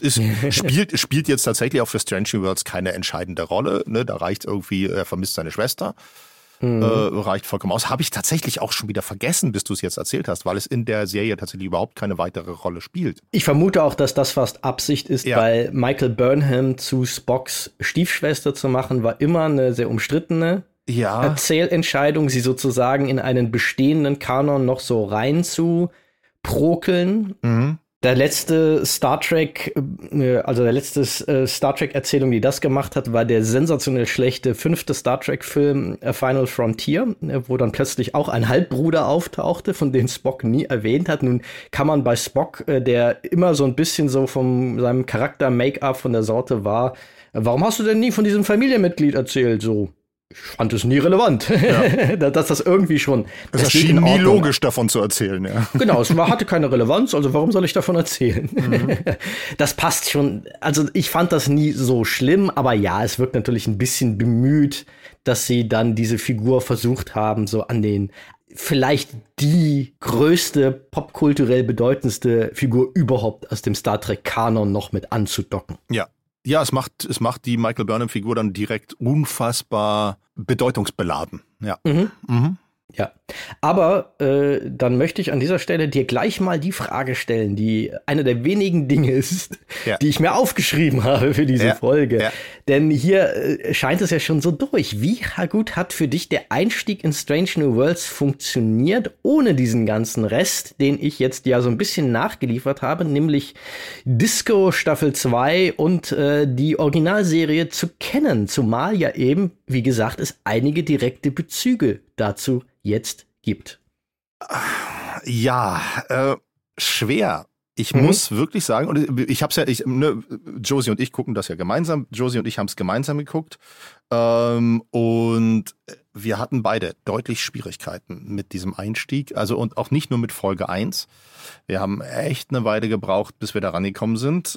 Spielt jetzt tatsächlich auch für Strange New Worlds keine entscheidende Rolle. Ne? Da reicht irgendwie, er vermisst seine Schwester. Reicht vollkommen aus. Habe ich tatsächlich auch schon wieder vergessen, bis du es jetzt erzählt hast, weil es in der Serie tatsächlich überhaupt keine weitere Rolle spielt. Ich vermute auch, dass das fast Absicht ist, weil Michael Burnham zu Spocks Stiefschwester zu machen, war immer eine sehr umstrittene Erzählentscheidung, sie sozusagen in einen bestehenden Kanon noch so rein zu prokeln. Der letzte Star Trek, Star Trek-Erzählung, die das gemacht hat, war der sensationell schlechte 5. Star Trek-Film Final Frontier, wo dann plötzlich auch ein Halbbruder auftauchte, von dem Spock nie erwähnt hat. Nun kann man bei Spock, der immer so ein bisschen so von seinem Charakter-Make-up von der Sorte war, warum hast du denn nie von diesem Familienmitglied erzählt? So. Ich fand es nie relevant, dass das irgendwie schon. Es schien nie logisch, davon zu erzählen, ja. Genau, es hatte keine Relevanz, also warum soll ich davon erzählen? Das passt schon. Also ich fand das nie so schlimm, aber ja, es wirkt natürlich ein bisschen bemüht, dass sie dann diese Figur versucht haben, so an den vielleicht die größte, popkulturell bedeutendste Figur überhaupt aus dem Star Trek-Kanon noch mit anzudocken. Ja, es macht die Michael Burnham-Figur dann direkt unfassbar bedeutungsbeladen. Ja. Ja, aber dann möchte ich an dieser Stelle dir gleich mal die Frage stellen, die eine der wenigen Dinge ist, die ich mir aufgeschrieben habe für diese Folge. Ja. Denn hier scheint es ja schon so durch. Wie gut hat für dich der Einstieg in Strange New Worlds funktioniert, ohne diesen ganzen Rest, den ich jetzt ja so ein bisschen nachgeliefert habe, nämlich Disco Staffel 2 und die Originalserie zu kennen, zumal ja eben, wie gesagt, es einige direkte Bezüge dazu jetzt gibt. Ja, schwer. Ich muss wirklich sagen, und ich hab's Josie und ich gucken das ja gemeinsam. Josie und ich haben es gemeinsam geguckt. Und wir hatten beide deutlich Schwierigkeiten mit diesem Einstieg. Also und auch nicht nur mit Folge 1. Wir haben echt eine Weile gebraucht, bis wir da rangekommen sind.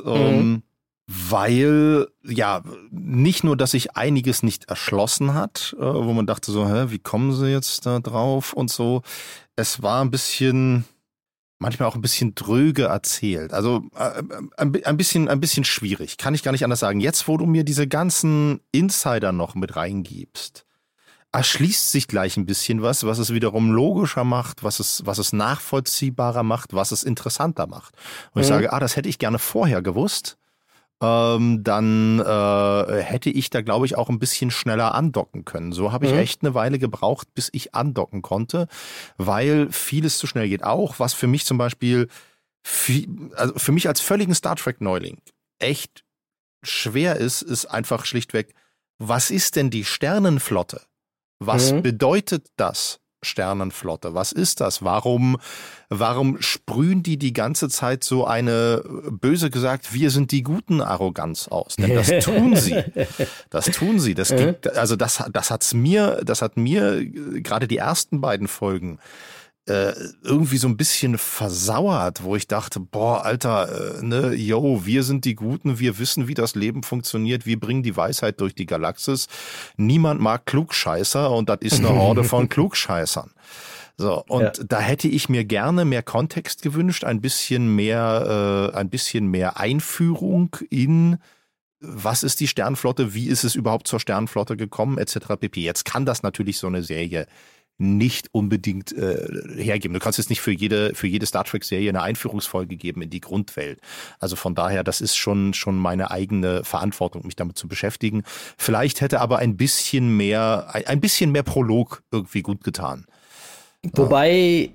Weil, ja, nicht nur, dass sich einiges nicht erschlossen hat, wo man dachte so, wie kommen sie jetzt da drauf und so. Es war manchmal auch ein bisschen dröge erzählt. Also ein bisschen schwierig, kann ich gar nicht anders sagen. Jetzt, wo du mir diese ganzen Insider noch mit reingibst, erschließt sich gleich ein bisschen was es wiederum logischer macht, was es nachvollziehbarer macht, was es interessanter macht. Und ich sage, das hätte ich gerne vorher gewusst. dann hätte ich da, glaube ich, auch ein bisschen schneller andocken können. So habe ich echt eine Weile gebraucht, bis ich andocken konnte, weil vieles zu schnell geht. Auch was für mich zum Beispiel, also für mich als völligen Star Trek-Neuling echt schwer ist einfach schlichtweg, was ist denn die Sternenflotte? Was bedeutet das? Sternenflotte. Was ist das? Warum sprühen die ganze Zeit so eine, böse gesagt, wir sind die guten Arroganz aus? Denn das tun sie. Das tun sie. Das hat mir gerade die ersten beiden Folgen irgendwie so ein bisschen versauert, wo ich dachte, boah, Alter, wir sind die Guten, wir wissen, wie das Leben funktioniert, wir bringen die Weisheit durch die Galaxis. Niemand mag Klugscheißer und das ist eine Horde von Klugscheißern. So, und da hätte ich mir gerne mehr Kontext gewünscht, ein bisschen mehr Einführung in was ist die Sternenflotte, wie ist es überhaupt zur Sternenflotte gekommen, etc. pp. Jetzt kann das natürlich so eine Serie nicht unbedingt hergeben. Du kannst jetzt nicht für jede Star Trek-Serie eine Einführungsfolge geben in die Grundwelt. Also von daher, das ist schon meine eigene Verantwortung, mich damit zu beschäftigen. Vielleicht hätte aber ein bisschen mehr Prolog irgendwie gut getan. Wobei,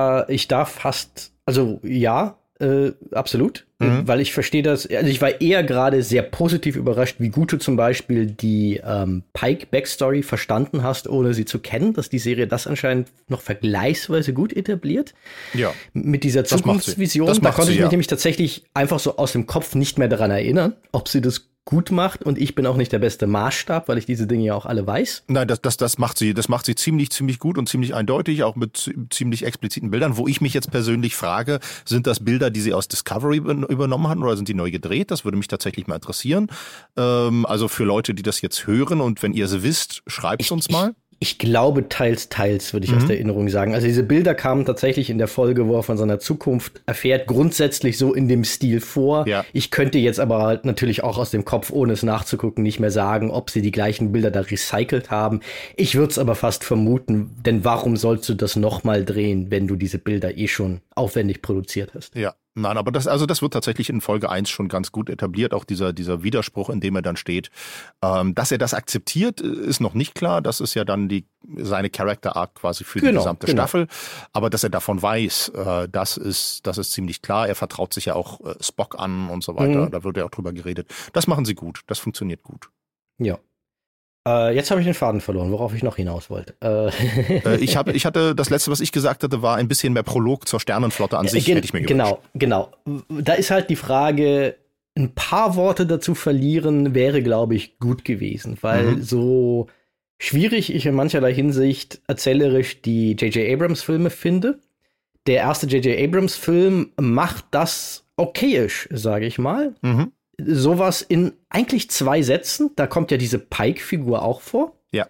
absolut, weil ich verstehe das, also ich war eher gerade sehr positiv überrascht, wie gut du zum Beispiel die Pike-Backstory verstanden hast, ohne sie zu kennen, dass die Serie das anscheinend noch vergleichsweise gut etabliert. Ja. Mit dieser Zukunftsvision, da konnte ich mich nämlich tatsächlich einfach so aus dem Kopf nicht mehr daran erinnern, ob sie das gut macht, und ich bin auch nicht der beste Maßstab, weil ich diese Dinge ja auch alle weiß. Nein, das macht sie ziemlich gut und ziemlich eindeutig, auch mit ziemlich expliziten Bildern, wo ich mich jetzt persönlich frage, sind das Bilder, die sie aus Discovery übernommen hatten, oder sind die neu gedreht? Das würde mich tatsächlich mal interessieren. Also für Leute, die das jetzt hören, und wenn ihr es wisst, schreibt es uns mal. Ich glaube, teils, würde ich aus der Erinnerung sagen. Also diese Bilder kamen tatsächlich in der Folge, wo er von seiner Zukunft erfährt, grundsätzlich so in dem Stil vor. Ja. Ich könnte jetzt aber halt natürlich auch aus dem Kopf, ohne es nachzugucken, nicht mehr sagen, ob sie die gleichen Bilder da recycelt haben. Ich würde es aber fast vermuten, denn warum sollst du das nochmal drehen, wenn du diese Bilder eh schon aufwendig produziert hast? Ja. Nein, aber das wird tatsächlich in Folge 1 schon ganz gut etabliert, auch dieser Widerspruch, in dem er dann steht. Dass er das akzeptiert, ist noch nicht klar. Das ist ja dann seine Character Arc quasi für die gesamte Staffel. Aber dass er davon weiß, das ist ziemlich klar. Er vertraut sich ja auch Spock an und so weiter. Da wird ja auch drüber geredet. Das machen sie gut. Das funktioniert gut. Ja. Jetzt habe ich den Faden verloren, worauf ich noch hinaus wollte. Ich hatte, das letzte, was ich gesagt hatte, war ein bisschen mehr Prolog zur Sternenflotte an sich, hätte ich mir gewünscht. Genau. Da ist halt die Frage, ein paar Worte dazu verlieren wäre, glaube ich, gut gewesen, weil so schwierig ich in mancherlei Hinsicht erzählerisch die J.J. Abrams-Filme finde, der erste J.J. Abrams-Film macht das okayisch, sage ich mal. Sowas in eigentlich 2 Sätzen. Da kommt ja diese Pike-Figur auch vor. Ja.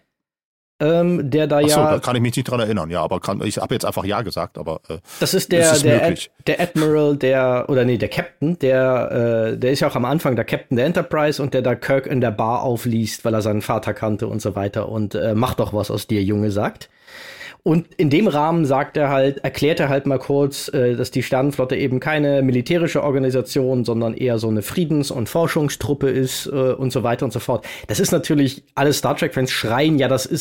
Der da da kann ich mich nicht dran erinnern. Ja, aber ich habe jetzt einfach Ja gesagt, aber das ist der Admiral, der Captain, der ist ja auch am Anfang der Captain der Enterprise und der da Kirk in der Bar aufliest, weil er seinen Vater kannte und so weiter und mach doch was aus dir, Junge, sagt. Und in dem Rahmen erklärt er halt mal kurz, dass die Sternenflotte eben keine militärische Organisation, sondern eher so eine Friedens- und Forschungstruppe ist und so weiter und so fort. Das ist natürlich, alle Star Trek-Fans schreien, ja, das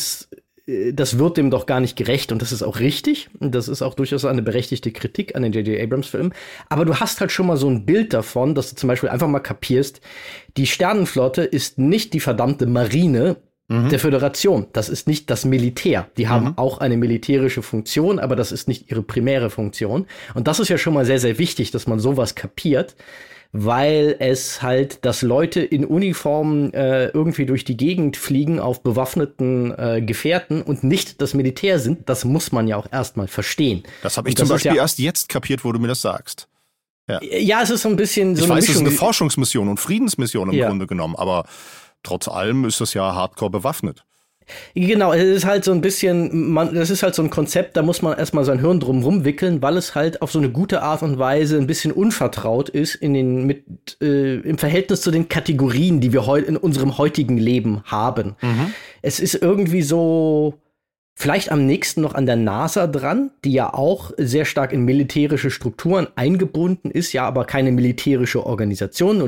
wird dem doch gar nicht gerecht, und das ist auch richtig. Und das ist auch durchaus eine berechtigte Kritik an den J.J. Abrams-Filmen. Aber du hast halt schon mal so ein Bild davon, dass du zum Beispiel einfach mal kapierst, die Sternenflotte ist nicht die verdammte Marine der Föderation. Das ist nicht das Militär. Die haben auch eine militärische Funktion, aber das ist nicht ihre primäre Funktion. Und das ist ja schon mal sehr, sehr wichtig, dass man sowas kapiert, weil es halt, dass Leute in Uniformen irgendwie durch die Gegend fliegen auf bewaffneten Gefährten und nicht das Militär sind, das muss man ja auch erstmal verstehen. Das habe ich zum Beispiel erst jetzt kapiert, wo du mir das sagst. Ja, es ist so ein bisschen so eine Mischung. Es ist eine Forschungsmission und Friedensmission im Grunde genommen, aber trotz allem ist das ja hardcore bewaffnet. Genau, es ist halt so ein bisschen, das ist halt so ein Konzept, da muss man erstmal sein Hirn drum rumwickeln, weil es halt auf so eine gute Art und Weise ein bisschen unvertraut ist im Verhältnis zu den Kategorien, die wir in unserem heutigen Leben haben. Es ist irgendwie so vielleicht am nächsten noch an der NASA dran, die ja auch sehr stark in militärische Strukturen eingebunden ist, ja, aber keine militärische Organisation. Und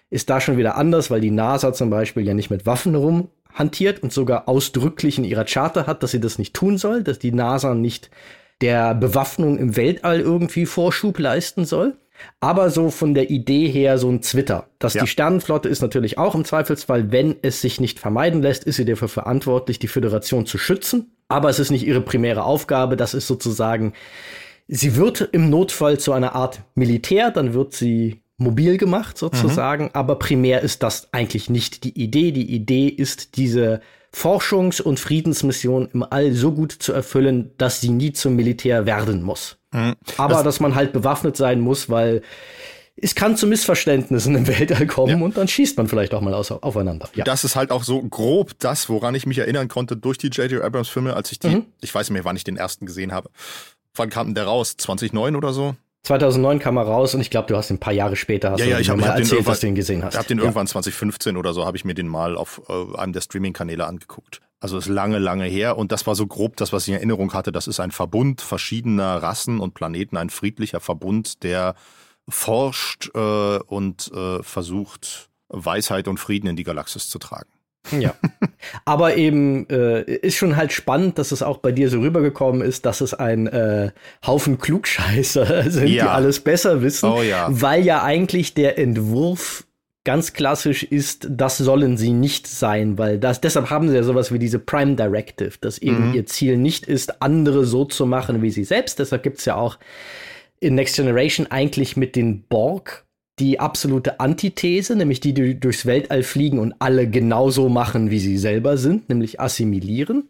ist da schon wieder anders, weil die NASA zum Beispiel ja nicht mit Waffen rumhantiert und sogar ausdrücklich in ihrer Charta hat, dass sie das nicht tun soll, dass die NASA nicht der Bewaffnung im Weltall irgendwie Vorschub leisten soll. Aber so von der Idee her so ein Zwitter. Dass die Sternenflotte ist natürlich auch im Zweifelsfall, wenn es sich nicht vermeiden lässt, ist sie dafür verantwortlich, die Föderation zu schützen. Aber es ist nicht ihre primäre Aufgabe. Das ist sozusagen, sie wird im Notfall zu einer Art Militär, dann wird sie mobil gemacht sozusagen. Aber primär ist das eigentlich nicht die Idee. Die Idee ist, diese Forschungs- und Friedensmission im All so gut zu erfüllen, dass sie nie zum Militär werden muss. Aber dass man halt bewaffnet sein muss, weil es kann zu Missverständnissen im Weltall kommen und dann schießt man vielleicht auch mal aufeinander. Ja. Das ist halt auch so grob das, woran ich mich erinnern konnte durch die J.J. Abrams Filme, als ich ich weiß nicht mehr, wann ich den ersten gesehen habe. Wann kam denn der raus? 2009 oder so? 2009 kam er raus und ich glaube, du hast ihn ein paar Jahre später ich hab mal erzählt, dass du ihn gesehen hast. Ich habe den irgendwann 2015 oder so, habe ich mir den mal auf einem der Streaming-Kanäle angeguckt. Also ist lange, lange her und das war so grob das, was ich in Erinnerung hatte. Das ist ein Verbund verschiedener Rassen und Planeten, ein friedlicher Verbund, der forscht und versucht, Weisheit und Frieden in die Galaxis zu tragen. Ja, aber eben ist schon halt spannend, dass es auch bei dir so rübergekommen ist, dass es ein Haufen Klugscheißer sind, die alles besser wissen, weil ja eigentlich der Entwurf ganz klassisch ist, das sollen sie nicht sein, weil deshalb haben sie ja sowas wie diese Prime Directive, dass eben ihr Ziel nicht ist, andere so zu machen wie sie selbst. Deshalb gibt's ja auch in Next Generation eigentlich mit den Borg die absolute Antithese, nämlich die durchs Weltall fliegen und alle genauso machen, wie sie selber sind, nämlich assimilieren.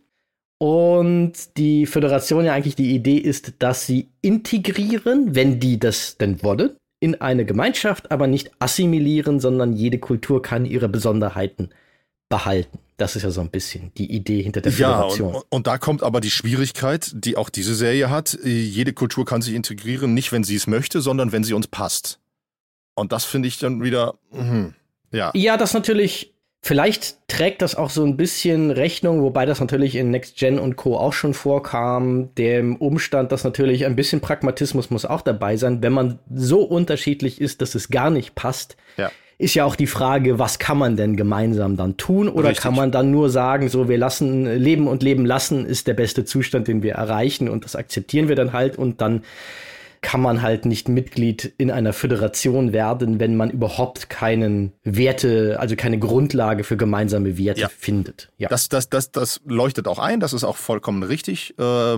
Und die Föderation ja eigentlich die Idee ist, dass sie integrieren, wenn die das denn wollen, in eine Gemeinschaft, aber nicht assimilieren, sondern jede Kultur kann ihre Besonderheiten behalten. Das ist ja so ein bisschen die Idee hinter der Föderation. Ja, und da kommt aber die Schwierigkeit, die auch diese Serie hat. Jede Kultur kann sich integrieren, nicht wenn sie es möchte, sondern wenn sie uns passt. Und das finde ich dann wieder, ja. Ja, das natürlich, vielleicht trägt das auch so ein bisschen Rechnung, wobei das natürlich in Next Gen und Co. auch schon vorkam, dem Umstand, dass natürlich ein bisschen Pragmatismus muss auch dabei sein, wenn man so unterschiedlich ist, dass es gar nicht passt. Ja. Ist ja auch die Frage, was kann man denn gemeinsam dann tun? Oder Richtig. kann man dann nur sagen, so wir lassen leben und leben lassen ist der beste Zustand, den wir erreichen und das akzeptieren wir dann halt und dann kann man halt nicht Mitglied in einer Föderation werden, wenn man überhaupt keinen Werte, also keine Grundlage für gemeinsame Werte findet. Ja. Das leuchtet auch ein, das ist auch vollkommen richtig,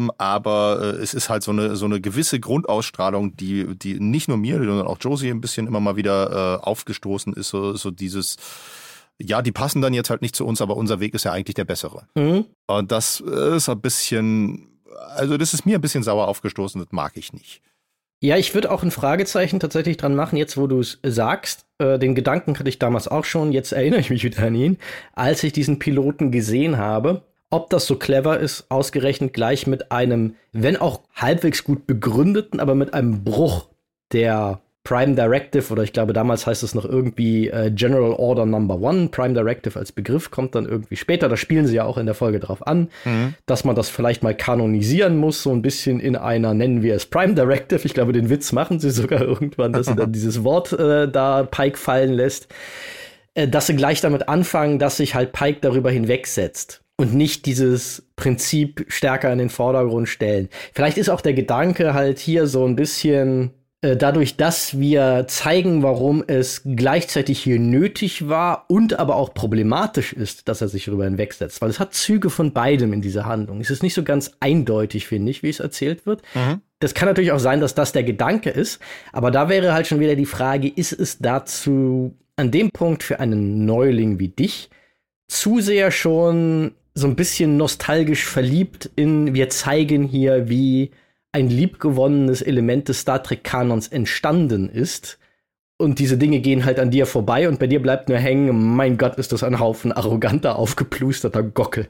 aber es ist halt so eine gewisse Grundausstrahlung, die nicht nur mir, sondern auch Josie ein bisschen immer mal wieder aufgestoßen ist, so dieses, ja, die passen dann jetzt halt nicht zu uns, aber unser Weg ist ja eigentlich der bessere. Und das ist ein bisschen, also das ist mir ein bisschen sauer aufgestoßen, das mag ich nicht. Ja, ich würde auch ein Fragezeichen tatsächlich dran machen, jetzt wo du es sagst. Den Gedanken hatte ich damals auch schon, jetzt erinnere ich mich wieder an ihn, als ich diesen Piloten gesehen habe, ob das so clever ist, ausgerechnet gleich mit einem, wenn auch halbwegs gut begründeten, aber mit einem Bruch der Prime Directive, oder ich glaube damals heißt es noch irgendwie General Order Number 1, Prime Directive als Begriff kommt dann irgendwie später, da spielen sie ja auch in der Folge drauf an, dass man das vielleicht mal kanonisieren muss, so ein bisschen in einer, nennen wir es Prime Directive, ich glaube den Witz machen sie sogar irgendwann, dass sie dann dieses Wort da Pike fallen lässt, dass sie gleich damit anfangen, dass sich halt Pike darüber hinwegsetzt und nicht dieses Prinzip stärker in den Vordergrund stellen. Vielleicht ist auch der Gedanke halt hier so ein bisschen dadurch, dass wir zeigen, warum es gleichzeitig hier nötig war und aber auch problematisch ist, dass er sich darüber hinwegsetzt. Weil es hat Züge von beidem in dieser Handlung. Es ist nicht so ganz eindeutig, finde ich, wie es erzählt wird. Das kann natürlich auch sein, dass das der Gedanke ist. Aber da wäre halt schon wieder die Frage, ist es dazu an dem Punkt für einen Neuling wie dich zu sehr schon so ein bisschen nostalgisch verliebt in, wir zeigen hier, wie ein liebgewonnenes Element des Star Trek-Kanons entstanden ist. Und diese Dinge gehen halt an dir vorbei und bei dir bleibt nur hängen, mein Gott, ist das ein Haufen arroganter, aufgeplusterter Gockel.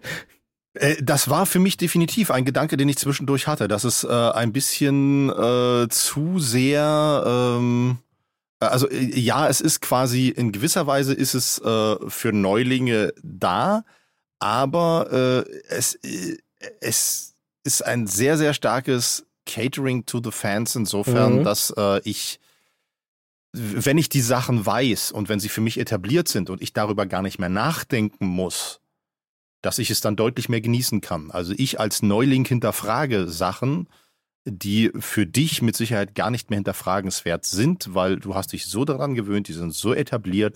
Das war für mich definitiv ein Gedanke, den ich zwischendurch hatte, dass es ein bisschen zu sehr, also ja, es ist quasi, in gewisser Weise ist es für Neulinge da, aber es ist ein sehr, sehr starkes Catering to the Fans insofern, dass ich wenn ich die Sachen weiß und wenn sie für mich etabliert sind und ich darüber gar nicht mehr nachdenken muss, dass ich es dann deutlich mehr genießen kann. Also ich als Neuling hinterfrage Sachen, die für dich mit Sicherheit gar nicht mehr hinterfragenswert sind, weil du hast dich so daran gewöhnt, die sind so etabliert.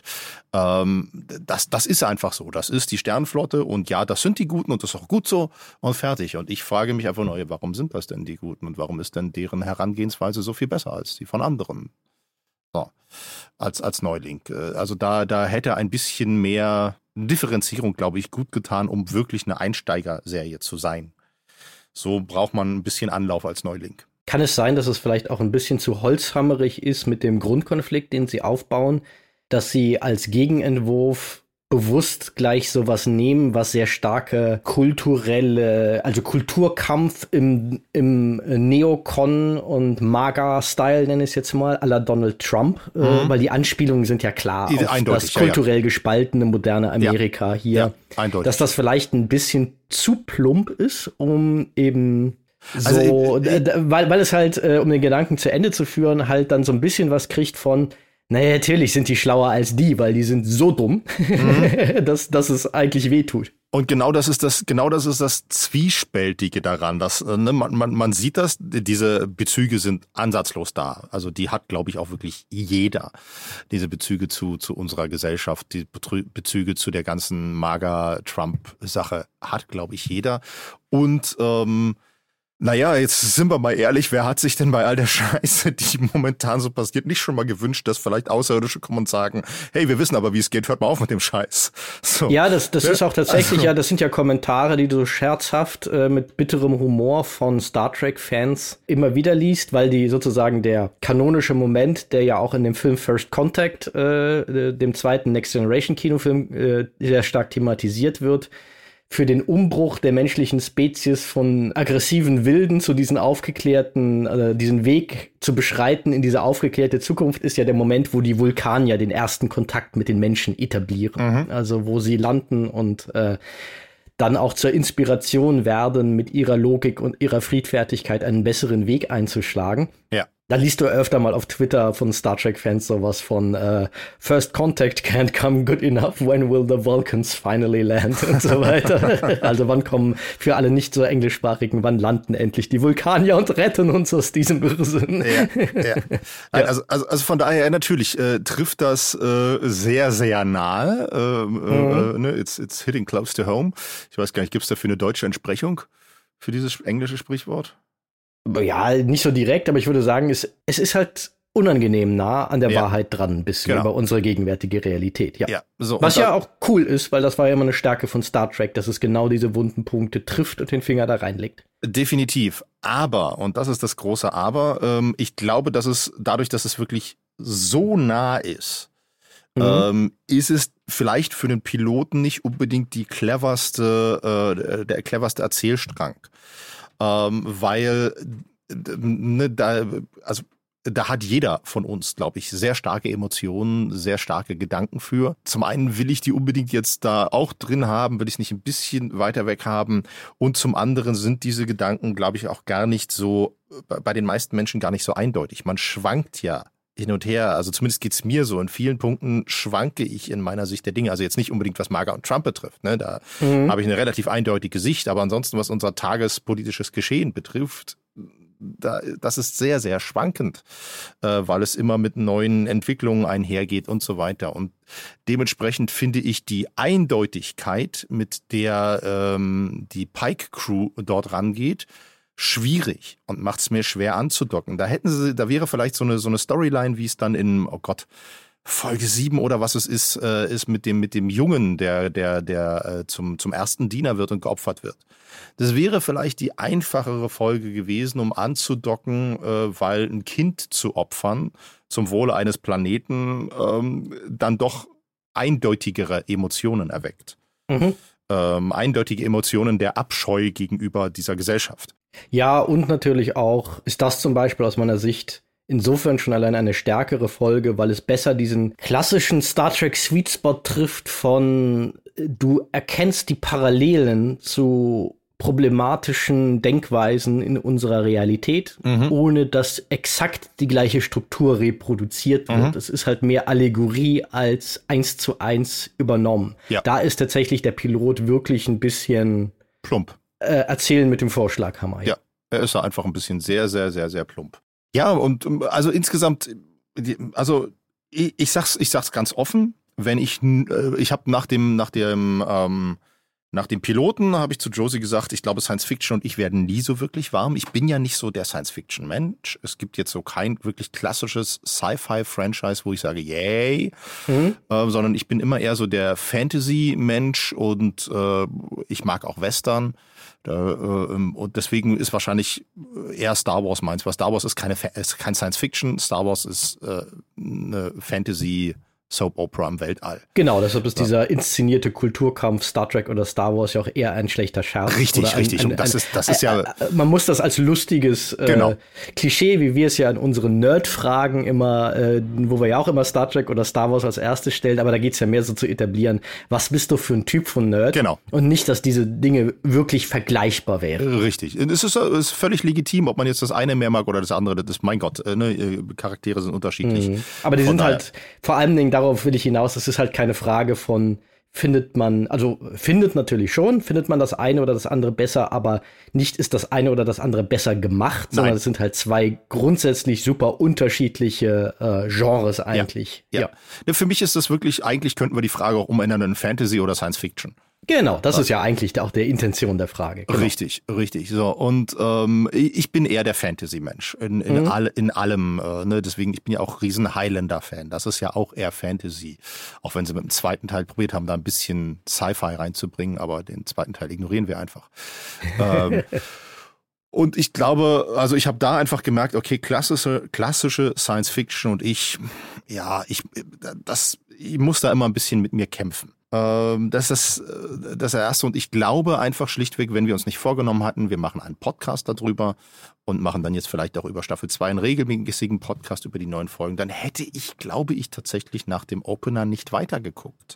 Das ist einfach so. Das ist die Sternenflotte und ja, das sind die Guten und das ist auch gut so und fertig. Und ich frage mich einfach neu, warum sind das denn die Guten und warum ist denn deren Herangehensweise so viel besser als die von anderen? So, als Neuling. Also da hätte ein bisschen mehr Differenzierung, glaube ich, gut getan, um wirklich eine Einsteigerserie zu sein. So braucht man ein bisschen Anlauf als Neuling. Kann es sein, dass es vielleicht auch ein bisschen zu holzhammerig ist mit dem Grundkonflikt, den sie aufbauen, dass sie als Gegenentwurf bewusst gleich sowas nehmen, was sehr starke also Kulturkampf im Neokon- und MAGA-Style, nenne ich es jetzt mal, à la Donald Trump, weil die Anspielungen sind ja klar auf das kulturell gespaltene moderne Amerika hier. Ja, dass das vielleicht ein bisschen zu plump ist, um eben so, weil es halt, um den Gedanken zu Ende zu führen, halt dann so ein bisschen was kriegt von, naja, natürlich sind die schlauer als die, weil die sind so dumm, dass es eigentlich wehtut. Und genau das ist das Zwiespältige daran, dass man sieht das, diese Bezüge sind ansatzlos da. Also die hat, glaube ich, auch wirklich jeder. Diese Bezüge zu unserer Gesellschaft, die Bezüge zu der ganzen MAGA-Trump-Sache hat, glaube ich, jeder. Und naja, jetzt sind wir mal ehrlich, wer hat sich denn bei all der Scheiße, die momentan so passiert, nicht schon mal gewünscht, dass vielleicht Außerirdische kommen und sagen, hey, wir wissen aber, wie es geht, hört mal auf mit dem Scheiß. So. Ja, das ist auch tatsächlich, das sind ja Kommentare, die du so scherzhaft mit bitterem Humor von Star Trek-Fans immer wieder liest, weil die sozusagen der kanonische Moment, der ja auch in dem Film First Contact, dem zweiten Next Generation Kinofilm, sehr stark thematisiert wird, für den Umbruch der menschlichen Spezies von aggressiven Wilden zu diesen aufgeklärten, diesen Weg zu beschreiten in diese aufgeklärte Zukunft ist ja der Moment, wo die Vulkanier den ersten Kontakt mit den Menschen etablieren. Also wo sie landen und dann auch zur Inspiration werden, mit ihrer Logik und ihrer Friedfertigkeit einen besseren Weg einzuschlagen. Ja. Da liest du öfter mal auf Twitter von Star Trek-Fans sowas von First Contact can't come good enough, when will the Vulcans finally land und so weiter. Also wann kommen für alle nicht so englischsprachigen, wann landen endlich die Vulkanier und retten uns aus diesem Irrsinn. Ja. Also von daher natürlich trifft das sehr, sehr nahe. It's hitting close to home. Ich weiß gar nicht, gibt es dafür eine deutsche Entsprechung für dieses englische Sprichwort? Ja, nicht so direkt, aber ich würde sagen, es ist halt unangenehm nah an der Wahrheit dran, ein bisschen über unsere gegenwärtige Realität. Ja. So, was ja auch cool ist, weil das war ja immer eine Stärke von Star Trek, dass es genau diese wunden Punkte trifft und den Finger da reinlegt. Definitiv. Aber, und das ist das große Aber, ich glaube, dass es dadurch, dass es wirklich so nah ist, ist es vielleicht für den Piloten nicht unbedingt der cleverste Erzählstrang. Weil da hat jeder von uns, glaube ich, sehr starke Emotionen, sehr starke Gedanken für. Zum einen will ich die unbedingt jetzt da auch drin haben, will ich es nicht ein bisschen weiter weg haben. Und zum anderen sind diese Gedanken, glaube ich, auch gar nicht so, bei den meisten Menschen gar nicht so eindeutig. Man schwankt ja hin und her, also zumindest geht's mir so. In vielen Punkten schwanke ich in meiner Sicht der Dinge. Also jetzt nicht unbedingt, was MAGA und Trump betrifft. Ne? Da habe ich eine relativ eindeutige Sicht. Aber ansonsten, was unser tagespolitisches Geschehen betrifft, das ist sehr, sehr schwankend, weil es immer mit neuen Entwicklungen einhergeht und so weiter. Und dementsprechend finde ich die Eindeutigkeit, mit der die Pike-Crew dort rangeht, schwierig und macht es mir schwer anzudocken. Da wäre vielleicht so eine Storyline, wie es dann in, Folge 7 oder was es ist mit dem Jungen, der zum ersten Diener wird und geopfert wird. Das wäre vielleicht die einfachere Folge gewesen, um anzudocken, weil ein Kind zu opfern zum Wohle eines Planeten dann doch eindeutigere Emotionen erweckt. Eindeutige Emotionen der Abscheu gegenüber dieser Gesellschaft. Ja, und natürlich auch ist das zum Beispiel aus meiner Sicht insofern schon allein eine stärkere Folge, weil es besser diesen klassischen Star Trek Sweet Spot trifft von, du erkennst die Parallelen zu problematischen Denkweisen in unserer Realität, ohne dass exakt die gleiche Struktur reproduziert wird. Es ist halt mehr Allegorie als 1:1 übernommen. Ja. Da ist tatsächlich der Pilot wirklich ein bisschen plump. Erzählen mit dem Vorschlaghammer. Ja, er ist da einfach ein bisschen sehr, sehr, sehr, sehr plump. Ja, und also insgesamt, also ich sag's ganz offen, wenn ich habe nach dem Piloten habe ich zu Josie gesagt, ich glaube Science Fiction und ich werden nie so wirklich warm. Ich bin ja nicht so der Science Fiction Mensch. Es gibt jetzt so kein wirklich klassisches Sci-Fi Franchise, wo ich sage, yay, sondern ich bin immer eher so der Fantasy Mensch und ich mag auch Western. Und deswegen ist wahrscheinlich eher Star Wars meins, weil Star Wars ist kein Science Fiction, Star Wars ist eine Fantasy Soap Opera im Weltall. Genau, deshalb ist dieser inszenierte Kulturkampf Star Trek oder Star Wars ja auch eher ein schlechter Scherz. Richtig. Und das ist ja. Man muss das als lustiges Klischee, wie wir es ja in unseren Nerd-Fragen immer, wo wir ja auch immer Star Trek oder Star Wars als erstes stellen, aber da geht's ja mehr so zu etablieren, was bist du für ein Typ von Nerd? Genau. Und nicht, dass diese Dinge wirklich vergleichbar wären. Richtig. Es ist völlig legitim, ob man jetzt das eine mehr mag oder das andere. Das ist, mein Gott, Charaktere sind unterschiedlich. Aber die sind halt vor allen Dingen, darauf will ich hinaus, es ist halt keine Frage von, findet man das eine oder das andere besser, aber nicht ist das eine oder das andere besser gemacht, sondern es sind halt zwei grundsätzlich super unterschiedliche Genres eigentlich. Ja. Für mich ist das wirklich, eigentlich könnten wir die Frage auch umändern in Fantasy oder Science Fiction. Genau, das ist ja eigentlich auch der Intention der Frage. Genau. Richtig. So, und ich bin eher der Fantasy-Mensch in allem. Deswegen, ich bin ja auch riesen Highlander-Fan. Das ist ja auch eher Fantasy. Auch wenn sie mit dem zweiten Teil probiert haben, da ein bisschen Sci-Fi reinzubringen, aber den zweiten Teil ignorieren wir einfach. Und ich glaube, also ich habe da einfach gemerkt, okay, klassische Science-Fiction und ich muss da immer ein bisschen mit mir kämpfen. Das ist das Erste. Und ich glaube einfach schlichtweg, wenn wir uns nicht vorgenommen hatten, wir machen einen Podcast darüber und machen dann jetzt vielleicht auch über Staffel 2 einen regelmäßigen Podcast über die neuen Folgen, dann hätte ich, glaube ich, tatsächlich nach dem Opener nicht weitergeguckt.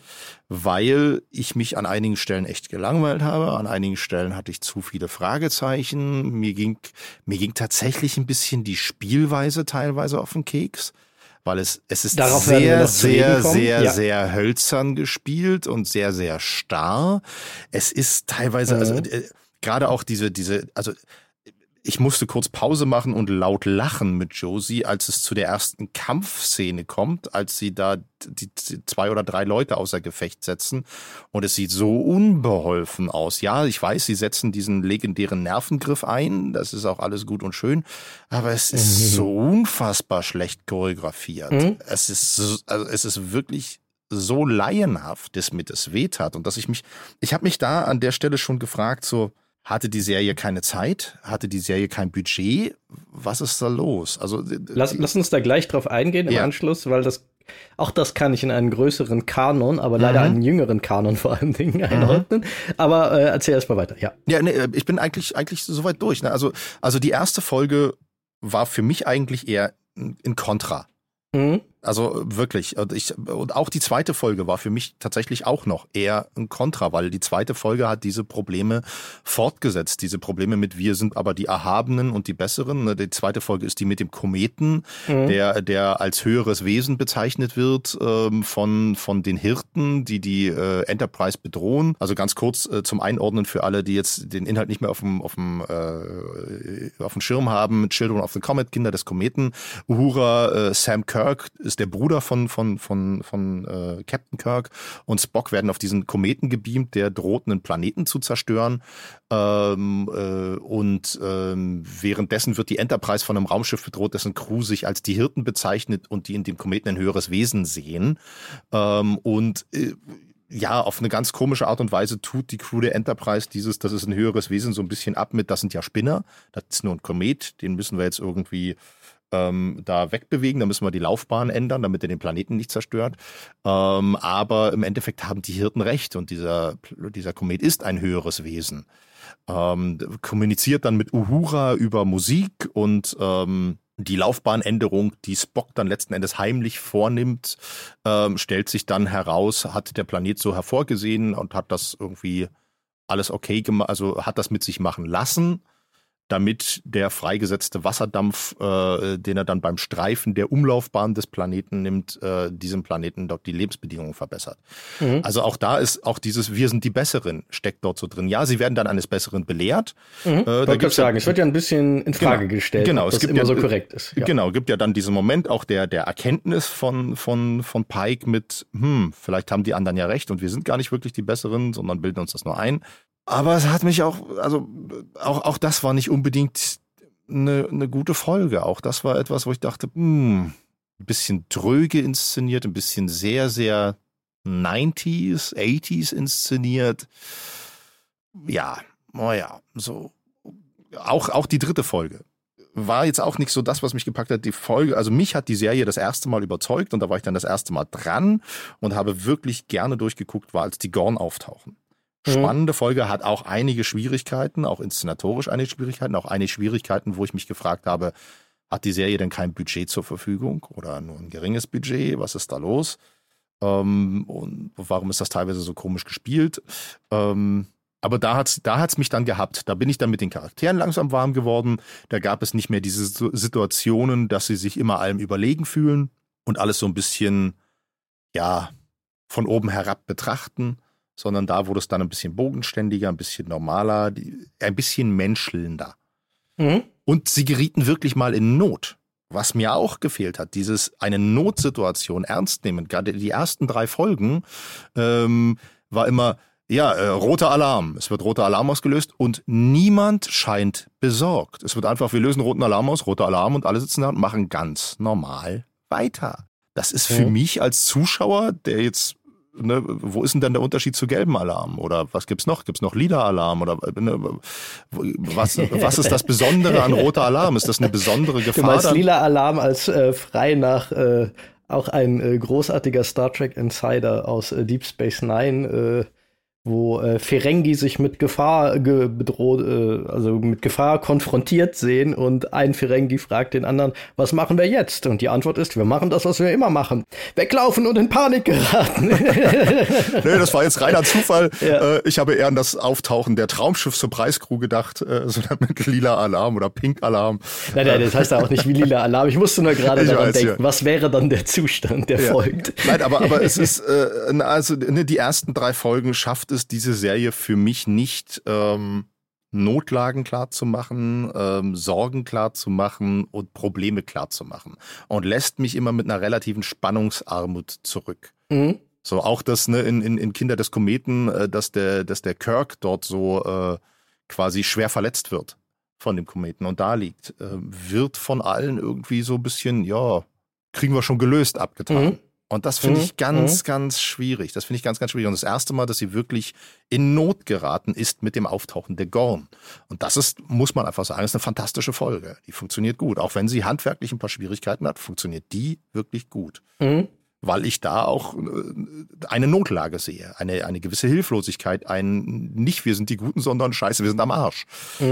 Weil ich mich an einigen Stellen echt gelangweilt habe. An einigen Stellen hatte ich zu viele Fragezeichen. Mir ging tatsächlich ein bisschen die Spielweise teilweise auf den Keks. Weil es ist Darauf sehr hölzern gespielt und sehr, sehr starr. Es ist teilweise, gerade auch also ich musste kurz Pause machen und laut lachen mit Josie, als es zu der ersten Kampfszene kommt, als sie da die 2 oder 3 Leute außer Gefecht setzen. Und es sieht so unbeholfen aus. Ja, ich weiß, sie setzen diesen legendären Nervengriff ein. Das ist auch alles gut und schön. Aber es ist so unfassbar schlecht choreografiert. Es ist wirklich so laienhaft, dass mir das wehtat. Und ich habe mich da an der Stelle schon gefragt, so, hatte die Serie keine Zeit? Hatte die Serie kein Budget? Was ist da los? Also lass uns da gleich drauf eingehen im Anschluss, weil das kann ich in einen größeren Kanon, aber leider einen jüngeren Kanon vor allen Dingen einordnen. Aber erzähl erst mal weiter, ja. Ja, nee, ich bin eigentlich soweit durch. Ne? Also die erste Folge war für mich eigentlich eher in Kontra. Also wirklich. Und auch die zweite Folge war für mich tatsächlich auch noch eher ein Kontra, weil die zweite Folge hat diese Probleme fortgesetzt. Diese Probleme mit wir sind aber die Erhabenen und die Besseren. Die zweite Folge ist die mit dem Kometen, der als höheres Wesen bezeichnet wird von den Hirten, die Enterprise bedrohen. Also ganz kurz zum Einordnen für alle, die jetzt den Inhalt nicht mehr auf dem Schirm haben. Children of the Comet, Kinder des Kometen. Uhura, Sam Kirk ist der Bruder von Captain Kirk und Spock werden auf diesen Kometen gebeamt, der droht, einen Planeten zu zerstören. Währenddessen wird die Enterprise von einem Raumschiff bedroht, dessen Crew sich als die Hirten bezeichnet und die in dem Kometen ein höheres Wesen sehen. Auf eine ganz komische Art und Weise tut die Crew der Enterprise das ist ein höheres Wesen, so ein bisschen ab mit, das sind ja Spinner, das ist nur ein Komet, den müssen wir jetzt irgendwie da wegbewegen, da müssen wir die Laufbahn ändern, damit er den Planeten nicht zerstört. Aber im Endeffekt haben die Hirten recht und dieser Komet ist ein höheres Wesen. Kommuniziert dann mit Uhura über Musik und die Laufbahnänderung, die Spock dann letzten Endes heimlich vornimmt, stellt sich dann heraus, hat der Planet so hervorgesehen und hat das irgendwie alles okay gemacht, also hat das mit sich machen lassen, damit der freigesetzte Wasserdampf, den er dann beim Streifen der Umlaufbahn des Planeten nimmt, diesem Planeten dort die Lebensbedingungen verbessert. Also auch da ist auch dieses Wir sind die Besseren steckt dort so drin. Ja, sie werden dann eines Besseren belehrt. Da gibt's sagen, es wird ja ein bisschen in Frage gestellt, ob das immer so korrekt ist. Ja. Genau, gibt ja dann diesen Moment auch der Erkenntnis von Pike mit, vielleicht haben die anderen ja recht und wir sind gar nicht wirklich die Besseren, sondern bilden uns das nur ein. Aber es hat mich auch das war nicht unbedingt eine gute Folge. Auch das war etwas, wo ich dachte, ein bisschen dröge inszeniert, ein bisschen sehr, sehr 90s, 80s inszeniert. Ja, so. Auch die dritte Folge war jetzt auch nicht so das, was mich gepackt hat. Die Folge, also mich hat die Serie das erste Mal überzeugt und da war ich dann das erste Mal dran und habe wirklich gerne durchgeguckt, als die Gorn auftauchen. Spannende Folge, hat auch einige Schwierigkeiten, auch inszenatorisch einige Schwierigkeiten, wo ich mich gefragt habe, hat die Serie denn kein Budget zur Verfügung oder nur ein geringes Budget? Was ist da los? Und warum ist das teilweise so komisch gespielt? Aber da hat's mich dann gehabt. Da bin ich dann mit den Charakteren langsam warm geworden. Da gab es nicht mehr diese Situationen, dass sie sich immer allem überlegen fühlen und alles so ein bisschen, von oben herab betrachten, sondern da wurde es dann ein bisschen bodenständiger, ein bisschen normaler, ein bisschen menschelnder. Und sie gerieten wirklich mal in Not. Was mir auch gefehlt hat, eine Notsituation ernst nehmen. Gerade die ersten 3 Folgen war immer, roter Alarm. Es wird roter Alarm ausgelöst und niemand scheint besorgt. Es wird einfach, wir lösen roten Alarm aus, roter Alarm und alle sitzen da und machen ganz normal weiter. Das ist für mich als Zuschauer, der jetzt wo ist denn dann der Unterschied zu gelbem Alarm? Oder was gibt's noch? Gibt's noch lila Alarm? Oder was ist das Besondere an roter Alarm? Ist das eine besondere Gefahr? Du meinst lila Alarm als frei nach auch ein großartiger Star Trek Insider aus Deep Space Nine, wo Ferengi sich mit Gefahr mit Gefahr konfrontiert sehen und ein Ferengi fragt den anderen, was machen wir jetzt? Und die Antwort ist, wir machen das, was wir immer machen. Weglaufen und in Panik geraten. Nee, das war jetzt reiner Zufall. Ja. Ich habe eher an das Auftauchen der Traumschiff-Surprise-Crew gedacht, sondern mit lila Alarm oder Pink Alarm. Nein, das heißt ja auch nicht wie lila Alarm. Ich musste nur gerade daran denken, was wäre dann der Zustand, der folgt. Nein, aber es ist, die ersten 3 Folgen schafft es diese Serie für mich nicht, Notlagen klar zu machen, Sorgen klar zu machen und Probleme klar zu machen. Und lässt mich immer mit einer relativen Spannungsarmut zurück. So auch das in Kinder des Kometen, dass der Kirk dort so quasi schwer verletzt wird von dem Kometen und da liegt, wird von allen irgendwie so ein bisschen, kriegen wir schon gelöst abgetan. Und das finde ich ganz, ganz schwierig. Das finde ich ganz, ganz schwierig. Und das erste Mal, dass sie wirklich in Not geraten, ist mit dem Auftauchen der Gorn. Und das ist, muss man einfach sagen, ist eine fantastische Folge. Die funktioniert gut. Auch wenn sie handwerklich ein paar Schwierigkeiten hat, funktioniert die wirklich gut. Weil ich da auch eine Notlage sehe. Eine gewisse Hilflosigkeit. Nicht wir sind die Guten, sondern Scheiße, wir sind am Arsch.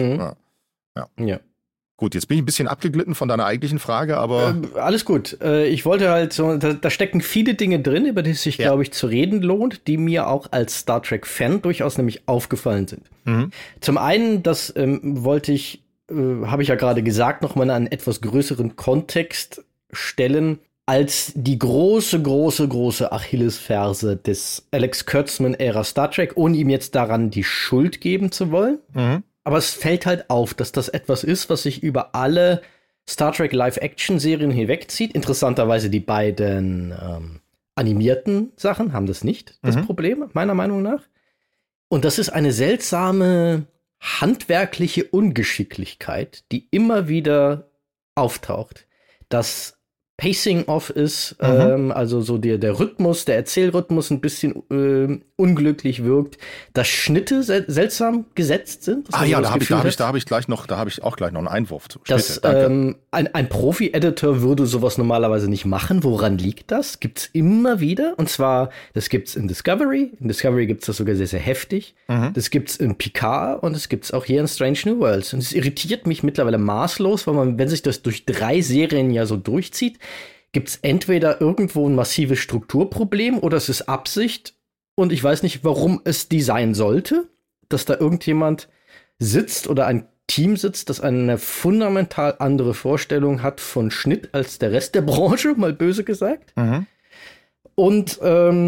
Ja. Gut, jetzt bin ich ein bisschen abgeglitten von deiner eigentlichen Frage, aber... alles gut. Ich wollte halt so, da stecken viele Dinge drin, über die es sich, glaube ich, zu reden lohnt, die mir auch als Star Trek-Fan durchaus nämlich aufgefallen sind. Zum einen, das habe ich ja gerade gesagt, nochmal in einen etwas größeren Kontext stellen, als die große Achillesferse des Alex Kurtzman-Ära Star Trek, ohne ihm jetzt daran die Schuld geben zu wollen. Aber es fällt halt auf, dass das etwas ist, was sich über alle Star Trek Live-Action-Serien hinwegzieht. Interessanterweise die beiden animierten Sachen haben das nicht, das Problem, meiner Meinung nach. Und das ist eine seltsame handwerkliche Ungeschicklichkeit, die immer wieder auftaucht. Das Pacing off ist, also so der Rhythmus, der Erzählrhythmus ein bisschen unglücklich wirkt, dass Schnitte seltsam gesetzt sind. Da habe ich auch gleich noch einen Einwurf zu. Schnitte, ein Profi-Editor würde sowas normalerweise nicht machen. Woran liegt das? Gibt's immer wieder. Und zwar, das gibt's in Discovery. In Discovery gibt's das sogar sehr, sehr heftig. Das gibt's in Picard und es gibt's auch hier in Strange New Worlds. Und es irritiert mich mittlerweile maßlos, weil wenn sich das durch 3 Serien ja so durchzieht, gibt's entweder irgendwo ein massives Strukturproblem oder es ist Absicht und ich weiß nicht, warum es die sein sollte. dass da irgendjemand sitzt oder ein Team sitzt, das eine fundamental andere Vorstellung hat von Schnitt als der Rest der Branche, mal böse gesagt. Mhm. Und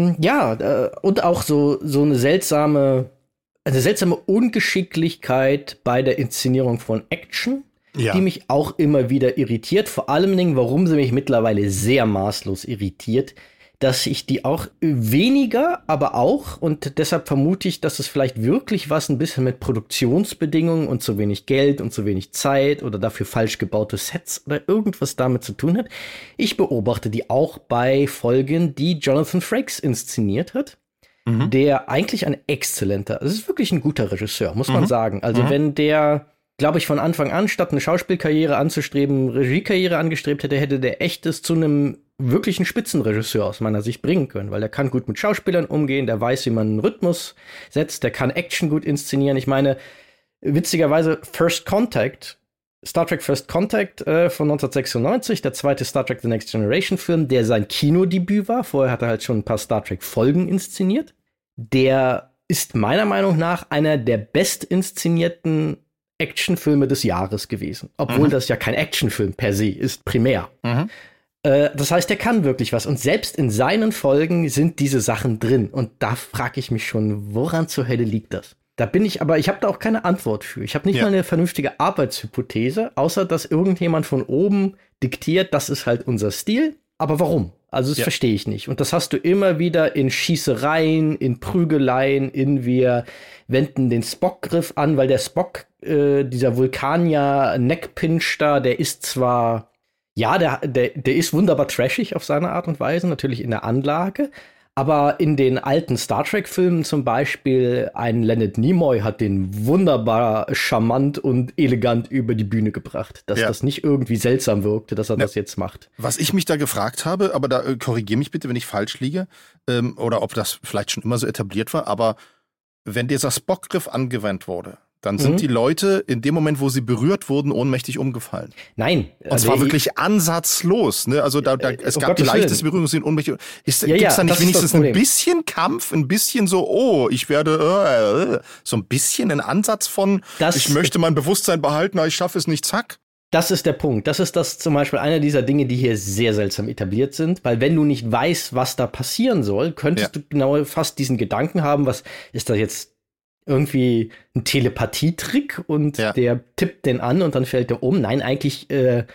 und auch so eine seltsame Ungeschicklichkeit bei der Inszenierung von Action, die mich auch immer wieder irritiert. Vor allen Dingen, warum sie mich mittlerweile sehr maßlos irritiert, dass ich die auch weniger, aber auch, und deshalb vermute ich, dass es vielleicht wirklich was ein bisschen mit Produktionsbedingungen und zu wenig Geld und zu wenig Zeit oder dafür falsch gebaute Sets oder irgendwas damit zu tun hat. Ich beobachte die auch bei Folgen, die Jonathan Frakes inszeniert hat, der eigentlich ein exzellenter, es ist wirklich ein guter Regisseur, muss man sagen. Also wenn der, glaube ich, von Anfang an, statt eine Schauspielkarriere anzustreben, Regiekarriere angestrebt hätte, hätte der echtes zu einem wirklichen Spitzenregisseur aus meiner Sicht bringen können, weil der kann gut mit Schauspielern umgehen, der weiß, wie man einen Rhythmus setzt, der kann Action gut inszenieren. Ich meine, witzigerweise Star Trek First Contact von 1996, der zweite Star Trek The Next Generation Film, der sein Kinodebüt war. Vorher hat er halt schon ein paar Star Trek Folgen inszeniert. Der ist meiner Meinung nach einer der bestinszenierten Actionfilme des Jahres gewesen. Obwohl das ja kein Actionfilm per se ist, primär. Das heißt, der kann wirklich was. Und selbst in seinen Folgen sind diese Sachen drin. Und da frage ich mich schon, woran zur Hölle liegt das? Ich habe da auch keine Antwort für. Ich habe nicht mal eine vernünftige Arbeitshypothese, außer dass irgendjemand von oben diktiert, das ist halt unser Stil. Aber warum? Also das verstehe ich nicht. Und das hast du immer wieder in Schießereien, in Prügeleien, wir wenden den Spock-Griff an, weil der Spock, dieser Vulkanier-Neckpinch da, der ist zwar, der ist wunderbar trashig auf seine Art und Weise, natürlich in der Anlage, aber in den alten Star Trek-Filmen zum Beispiel, ein Leonard Nimoy hat den wunderbar charmant und elegant über die Bühne gebracht, dass das nicht irgendwie seltsam wirkte, dass er das jetzt macht. Was ich mich da gefragt habe, aber da korrigiere mich bitte, wenn ich falsch liege, oder ob das vielleicht schon immer so etabliert war, aber wenn dieser Spock-Griff angewandt wurde, dann sind die Leute in dem Moment, wo sie berührt wurden, ohnmächtig umgefallen. Nein. Und zwar wirklich ansatzlos. Ne? Also es gab die leichteste Berührung, sie sind ohnmächtig. Gibt's da nicht wenigstens ein bisschen Kampf, ein bisschen so, ich werde so ein bisschen ein Ansatz von, ich möchte mein Bewusstsein behalten, aber ich schaffe es nicht, zack? Das ist der Punkt. Das ist zum Beispiel einer dieser Dinge, die hier sehr seltsam etabliert sind, weil wenn du nicht weißt, was da passieren soll, könntest du genau fast diesen Gedanken haben, was ist da jetzt irgendwie ein Telepathietrick und der tippt den an und dann fällt der um. Nein, eigentlich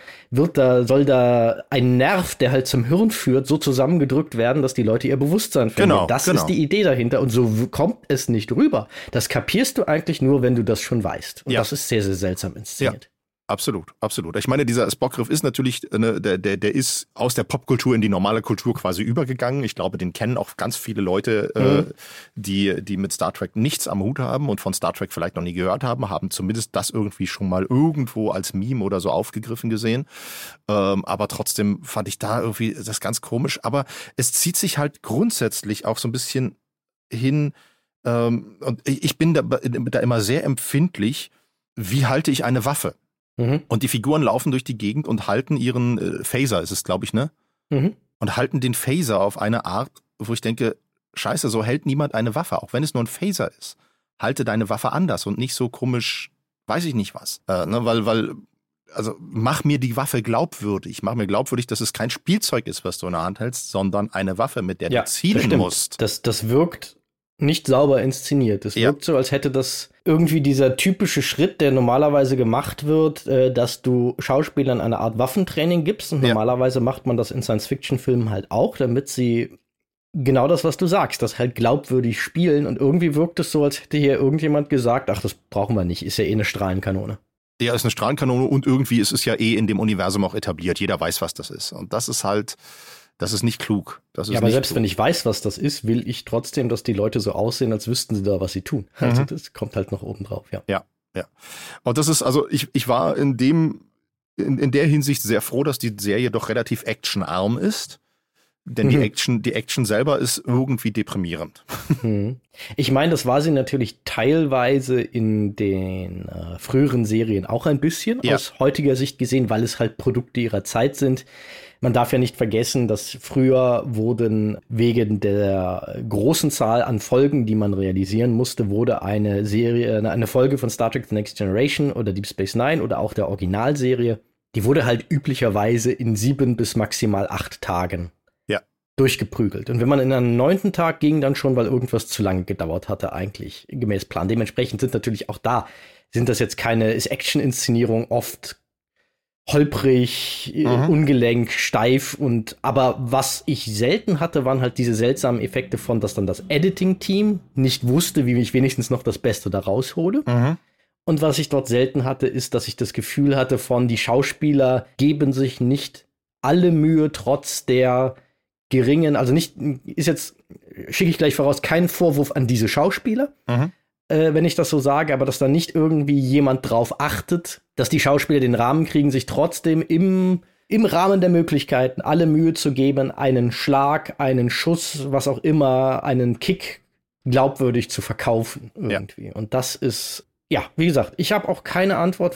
soll da ein Nerv, der halt zum Hirn führt, so zusammengedrückt werden, dass die Leute ihr Bewusstsein verlieren. Das ist die Idee dahinter und so kommt es nicht rüber. Das kapierst du eigentlich nur, wenn du das schon weißt. Und das ist sehr, sehr seltsam inszeniert. Ja. Absolut, absolut. Ich meine, dieser Spock-Griff ist natürlich, der ist aus der Popkultur in die normale Kultur quasi übergegangen. Ich glaube, den kennen auch ganz viele Leute, die mit Star Trek nichts am Hut haben und von Star Trek vielleicht noch nie gehört haben zumindest das irgendwie schon mal irgendwo als Meme oder so aufgegriffen gesehen. Aber trotzdem fand ich da irgendwie das ganz komisch. Aber es zieht sich halt grundsätzlich auch so ein bisschen hin, und ich bin da immer sehr empfindlich, wie halte ich eine Waffe? Und die Figuren laufen durch die Gegend und halten ihren Phaser, ist es, glaube ich, ne? Und halten den Phaser auf eine Art, wo ich denke, scheiße, so hält niemand eine Waffe, auch wenn es nur ein Phaser ist. Halte deine Waffe anders und nicht so komisch, weiß ich nicht was. Also mach mir die Waffe glaubwürdig. Mach mir glaubwürdig, dass es kein Spielzeug ist, was du in der Hand hältst, sondern eine Waffe, mit der du zielen musst. Das wirkt nicht sauber inszeniert. Es wirkt so, als hätte das irgendwie dieser typische Schritt, der normalerweise gemacht wird, dass du Schauspielern eine Art Waffentraining gibst. Und normalerweise macht man das in Science-Fiction-Filmen halt auch, damit sie genau das, was du sagst, das halt glaubwürdig spielen. Und irgendwie wirkt es so, als hätte hier irgendjemand gesagt, ach, das brauchen wir nicht, ist ja eh eine Strahlenkanone. Ja, ist eine Strahlenkanone und irgendwie ist es ja eh in dem Universum auch etabliert. Jeder weiß, was das ist. Und das ist halt... Das ist nicht klug. Aber selbst wenn ich weiß, was das ist, will ich trotzdem, dass die Leute so aussehen, als wüssten sie da, was sie tun. Also das kommt halt noch oben drauf, Ja. Und das ist, also ich war in der Hinsicht sehr froh, dass die Serie doch relativ actionarm ist. Denn die Action selber ist irgendwie deprimierend. Ich meine, das war sie natürlich teilweise in den früheren Serien auch ein bisschen, aus heutiger Sicht gesehen, weil es halt Produkte ihrer Zeit sind. Man darf ja nicht vergessen, dass früher wurden wegen der großen Zahl an Folgen, die man realisieren musste, wurde eine Folge von Star Trek The Next Generation oder Deep Space Nine oder auch der Originalserie, die wurde halt üblicherweise in 7 bis maximal 8 Tagen durchgeprügelt. Und wenn man in einen 9. Tag ging, dann schon, weil irgendwas zu lange gedauert hatte, eigentlich gemäß Plan. Dementsprechend sind natürlich auch da, ist Action-Inszenierung oft holprig, ungelenk, steif aber was ich selten hatte, waren halt diese seltsamen Effekte von, dass dann das Editing-Team nicht wusste, wie ich wenigstens noch das Beste da raushole. Und was ich dort selten hatte, ist, dass ich das Gefühl hatte die Schauspieler geben sich nicht alle Mühe, trotz der geringen, also schicke ich gleich voraus, keinen Vorwurf an diese Schauspieler, wenn ich das so sage, aber dass da nicht irgendwie jemand drauf achtet, dass die Schauspieler den Rahmen kriegen, sich trotzdem im Rahmen der Möglichkeiten alle Mühe zu geben, einen Schlag, einen Schuss, was auch immer, einen Kick glaubwürdig zu verkaufen irgendwie. Und das ist, wie gesagt, ich habe auch keine Antwort,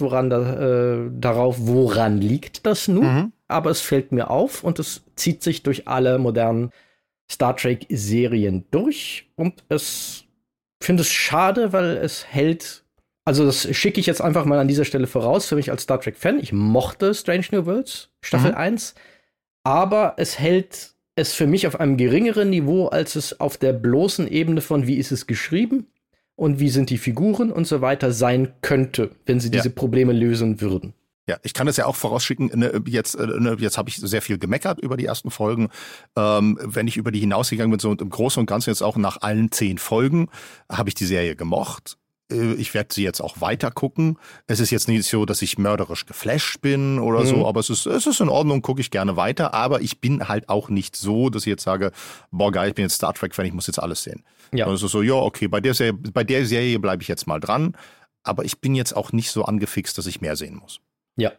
woran liegt das nun? Aber es fällt mir auf und es zieht sich durch alle modernen Star Trek-Serien durch. Und finde es schade, weil es hält, also das schicke ich jetzt einfach mal an dieser Stelle voraus, für mich als Star Trek-Fan. Ich mochte Strange New Worlds, Staffel 1, aber es hält es für mich auf einem geringeren Niveau, als es auf der bloßen Ebene von wie ist es geschrieben und wie sind die Figuren und so weiter sein könnte, wenn sie diese Probleme lösen würden. Ja, ich kann das ja auch vorausschicken, jetzt habe ich sehr viel gemeckert über die ersten Folgen. Wenn ich über die hinausgegangen bin, so und im Großen und Ganzen jetzt auch nach allen 10 Folgen, habe ich die Serie gemocht. Ich werde sie jetzt auch weiter gucken. Es ist jetzt nicht so, dass ich mörderisch geflasht bin oder so, aber es ist in Ordnung, gucke ich gerne weiter. Aber ich bin halt auch nicht so, dass ich jetzt sage, boah geil, ich bin jetzt Star Trek-Fan, ich muss jetzt alles sehen. Ja. Und es ist so, okay, bei der Serie bleibe ich jetzt mal dran. Aber ich bin jetzt auch nicht so angefixt, dass ich mehr sehen muss. Ja.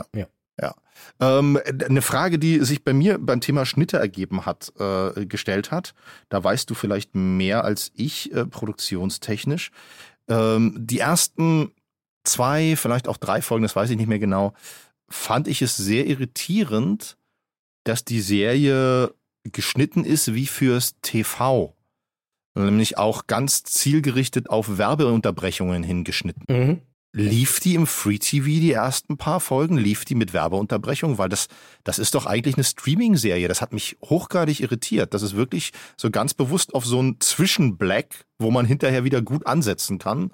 Eine Frage, die sich bei mir beim Thema Schnitte ergeben hat, gestellt hat, da weißt du vielleicht mehr als ich, produktionstechnisch. Die ersten 2, vielleicht auch 3 Folgen, das weiß ich nicht mehr genau, fand ich es sehr irritierend, dass die Serie geschnitten ist wie fürs TV. Nämlich auch ganz zielgerichtet auf Werbeunterbrechungen hingeschnitten. Lief die im Free TV die ersten paar Folgen? Lief die mit Werbeunterbrechung? Weil das ist doch eigentlich eine Streaming-Serie. Das hat mich hochgradig irritiert. Das ist wirklich so ganz bewusst auf so ein Zwischenblack, wo man hinterher wieder gut ansetzen kann.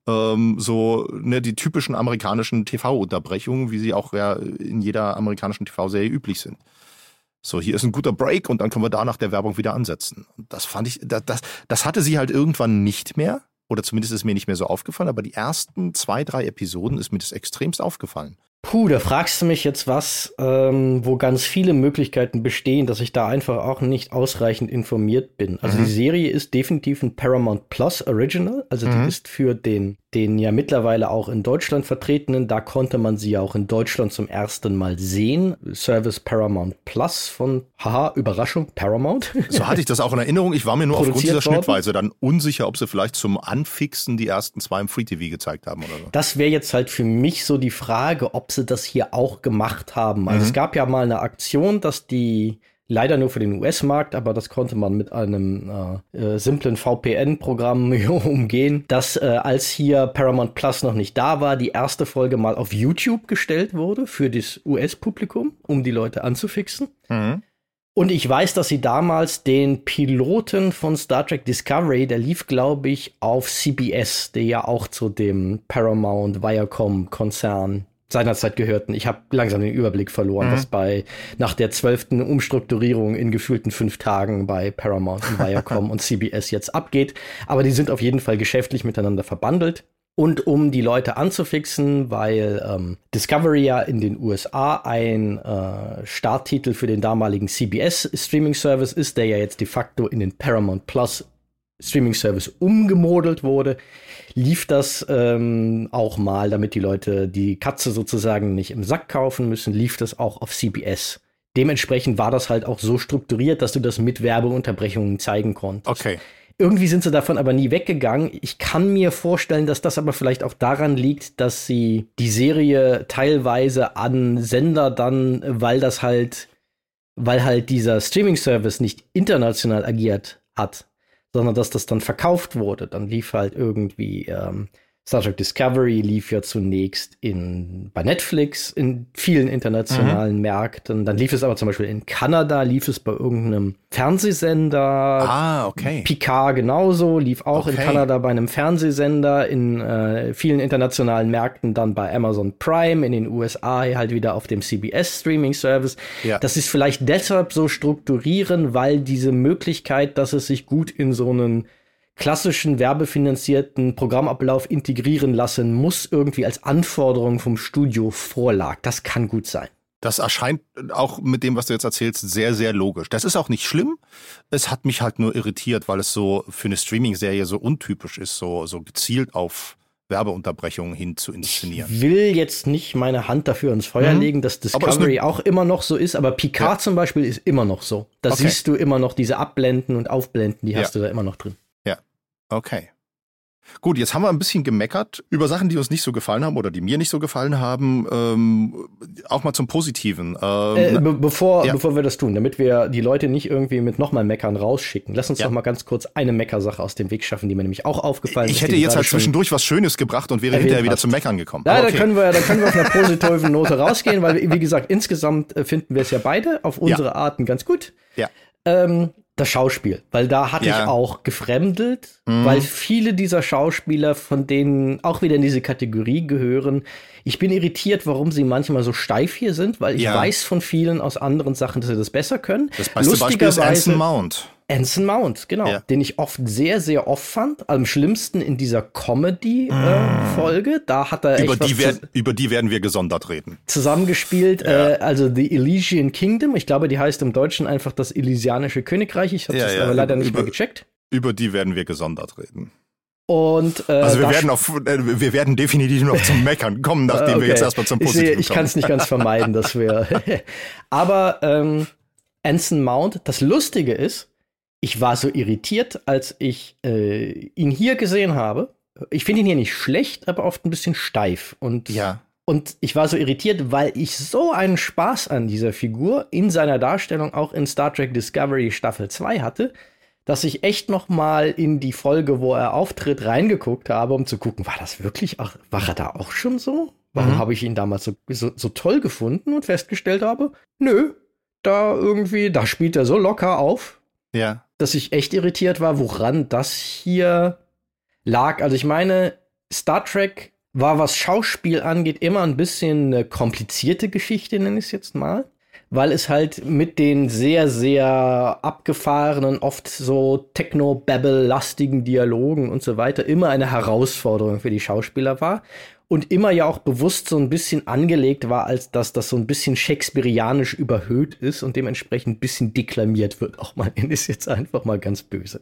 Die typischen amerikanischen TV-Unterbrechungen, wie sie auch in jeder amerikanischen TV-Serie üblich sind. So, hier ist ein guter Break und dann können wir da nach der Werbung wieder ansetzen. Und das fand ich, das hatte sie halt irgendwann nicht mehr. Oder zumindest ist mir nicht mehr so aufgefallen, aber die ersten 2, 3 Episoden ist mir das extremst aufgefallen. Da fragst du mich jetzt was, wo ganz viele Möglichkeiten bestehen, dass ich da einfach auch nicht ausreichend informiert bin. Also die Serie ist definitiv ein Paramount Plus Original, also die ist für den ja mittlerweile auch in Deutschland vertretenen, da konnte man sie ja auch in Deutschland zum ersten Mal sehen. Service Paramount Plus von, Überraschung, Paramount. So hatte ich das auch in Erinnerung. Ich war mir nur aufgrund dieser Schnittweise dann unsicher, ob sie vielleicht zum Anfixen die ersten 2 im Free TV gezeigt haben oder so. Das wäre jetzt halt für mich so die Frage, ob sie das hier auch gemacht haben. Also es gab ja mal eine Aktion, dass die leider nur für den US-Markt, aber das konnte man mit einem simplen VPN-Programm umgehen, dass als hier Paramount Plus noch nicht da war, die erste Folge mal auf YouTube gestellt wurde für das US-Publikum, um die Leute anzufixen. Und ich weiß, dass sie damals den Piloten von Star Trek Discovery, der lief, glaube ich, auf CBS, der ja auch zu dem Paramount Viacom-Konzern seinerzeit gehörten. Ich habe langsam den Überblick verloren, was nach der 12. Umstrukturierung in gefühlten 5 Tagen bei Paramount und Viacom und CBS jetzt abgeht. Aber die sind auf jeden Fall geschäftlich miteinander verbandelt. Und um die Leute anzufixen, weil Discovery ja in den USA ein Starttitel für den damaligen CBS Streaming Service ist, der ja jetzt de facto in den Paramount Plus Streaming Service umgemodelt wurde, lief das auch mal, damit die Leute die Katze sozusagen nicht im Sack kaufen müssen, lief das auch auf CBS dementsprechend war das halt auch so strukturiert, dass du das mit Werbeunterbrechungen zeigen konntest. Okay. Irgendwie sind sie davon aber nie weggegangen. Ich kann mir vorstellen, dass das aber vielleicht auch daran liegt, dass sie die Serie teilweise an Sender dann, weil halt dieser Streaming-Service nicht international agiert hat, sondern dass das dann verkauft wurde. Dann lief halt irgendwie Star Trek Discovery lief ja zunächst bei Netflix in vielen internationalen Märkten. Dann lief es aber zum Beispiel in Kanada, lief es bei irgendeinem Fernsehsender. Ah, okay. Picard genauso, lief auch in Kanada bei einem Fernsehsender, in vielen internationalen Märkten dann bei Amazon Prime, in den USA halt wieder auf dem CBS Streaming Service. Ja. Das ist vielleicht deshalb so strukturieren, weil diese Möglichkeit, dass es sich gut in so einen klassischen werbefinanzierten Programmablauf integrieren lassen muss, irgendwie als Anforderung vom Studio vorlag. Das kann gut sein. Das erscheint auch mit dem, was du jetzt erzählst, sehr, sehr logisch. Das ist auch nicht schlimm. Es hat mich halt nur irritiert, weil es so für eine Streaming-Serie so untypisch ist, so gezielt auf Werbeunterbrechungen hin zu inszenieren. Ich will jetzt nicht meine Hand dafür ins Feuer legen, dass Discovery auch immer noch so ist, aber Picard zum Beispiel ist immer noch so. Da siehst du immer noch diese Abblenden und Aufblenden, die hast du da immer noch drin. Okay. Gut, jetzt haben wir ein bisschen gemeckert über Sachen, die uns nicht so gefallen haben oder die mir nicht so gefallen haben. Auch mal zum Positiven. Bevor wir das tun, damit wir die Leute nicht irgendwie mit nochmal Meckern rausschicken, lass uns doch mal ganz kurz eine Meckersache aus dem Weg schaffen, die mir nämlich auch aufgefallen ist. Ich hätte jetzt halt zwischendurch was Schönes gebracht und wäre hinterher wieder zum Meckern gekommen. Ja, da können wir auf einer positiven Note rausgehen, weil, wie gesagt, insgesamt finden wir es ja beide auf unsere Arten ganz gut. Ja. Das Schauspiel, weil da hatte ich auch gefremdelt, weil viele dieser Schauspieler, von denen auch wieder in diese Kategorie gehören, ich bin irritiert, warum sie manchmal so steif hier sind, weil ich weiß von vielen aus anderen Sachen, dass sie das besser können. Das beste Beispiel ist Anson Mount. Anson Mount, genau, den ich oft sehr, sehr oft fand. Am schlimmsten in dieser Comedy-Folge. Da hat er über die werden wir gesondert reden. Zusammengespielt, also The Elysian Kingdom. Ich glaube, die heißt im Deutschen einfach das Elysianische Königreich. Ich habe das aber leider nicht mehr gecheckt. Über die werden wir gesondert reden. Und also wir werden definitiv noch zum Meckern kommen, nachdem wir jetzt erstmal zum Positiven kommen. Ich kann es nicht ganz vermeiden, dass wir. Aber Anson Mount, das Lustige ist, ich war so irritiert, als ich ihn hier gesehen habe. Ich finde ihn hier nicht schlecht, aber oft ein bisschen steif. Und ich war so irritiert, weil ich so einen Spaß an dieser Figur in seiner Darstellung auch in Star Trek Discovery Staffel 2 hatte, dass ich echt noch mal in die Folge, wo er auftritt, reingeguckt habe, um zu gucken, war er da auch schon so? Warum habe ich ihn damals so toll gefunden und festgestellt habe, nö, da spielt er so locker auf. Ja. Dass ich echt irritiert war, woran das hier lag. Also ich meine, Star Trek war, was Schauspiel angeht, immer ein bisschen eine komplizierte Geschichte, nenne ich es jetzt mal. Weil es halt mit den sehr, sehr abgefahrenen, oft so Techno-Babble-lastigen Dialogen und so weiter immer eine Herausforderung für die Schauspieler war. Und immer ja auch bewusst so ein bisschen angelegt war, als dass das so ein bisschen shakespearianisch überhöht ist und dementsprechend ein bisschen deklamiert wird. Auch mal, ist jetzt einfach mal ganz böse.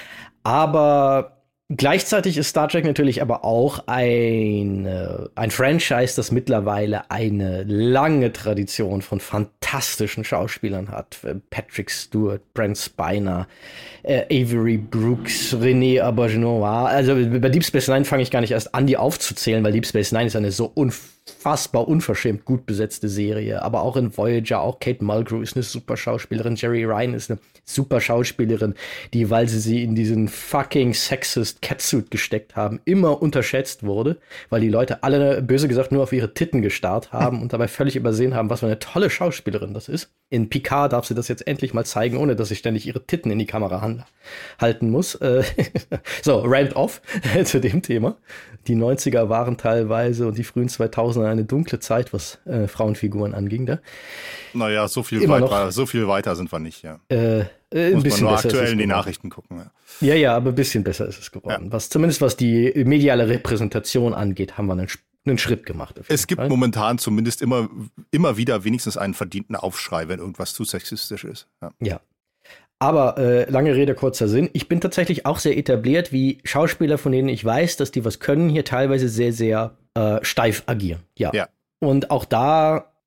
Aber gleichzeitig ist Star Trek natürlich aber auch ein Franchise, das mittlerweile eine lange Tradition von fantastischen Schauspielern hat. Patrick Stewart, Brent Spiner, Avery Brooks, René Auberjonois. Also bei Deep Space Nine fange ich gar nicht erst an, die aufzuzählen, weil Deep Space Nine ist eine so unfassbar unverschämt gut besetzte Serie. Aber auch in Voyager, auch Kate Mulgrew ist eine super Schauspielerin, Jerry Ryan ist eine super Schauspielerin, die, weil sie in diesen fucking sexist Catsuit gesteckt haben, immer unterschätzt wurde, weil die Leute alle, böse gesagt, nur auf ihre Titten gestarrt haben und dabei völlig übersehen haben, was für eine tolle Schauspielerin das ist. In Picard darf sie das jetzt endlich mal zeigen, ohne dass sie ständig ihre Titten in die Kamera halten muss. So, rant off zu dem Thema. Die 90er waren teilweise und die frühen 2000er eine dunkle Zeit, was Frauenfiguren anging. Da. Naja, so viel weiter sind wir nicht, ja. Muss man nur aktuell in die Nachrichten gucken. Ja. Ja, aber ein bisschen besser ist es geworden. Ja. Zumindest was die mediale Repräsentation angeht, haben wir einen Schritt gemacht. Es gibt momentan zumindest immer wieder wenigstens einen verdienten Aufschrei, wenn irgendwas zu sexistisch ist. Ja. Aber lange Rede, kurzer Sinn. Ich bin tatsächlich auch sehr etabliert, wie Schauspieler, von denen ich weiß, dass die was können, hier teilweise sehr, sehr steif agieren. Ja. Und auch da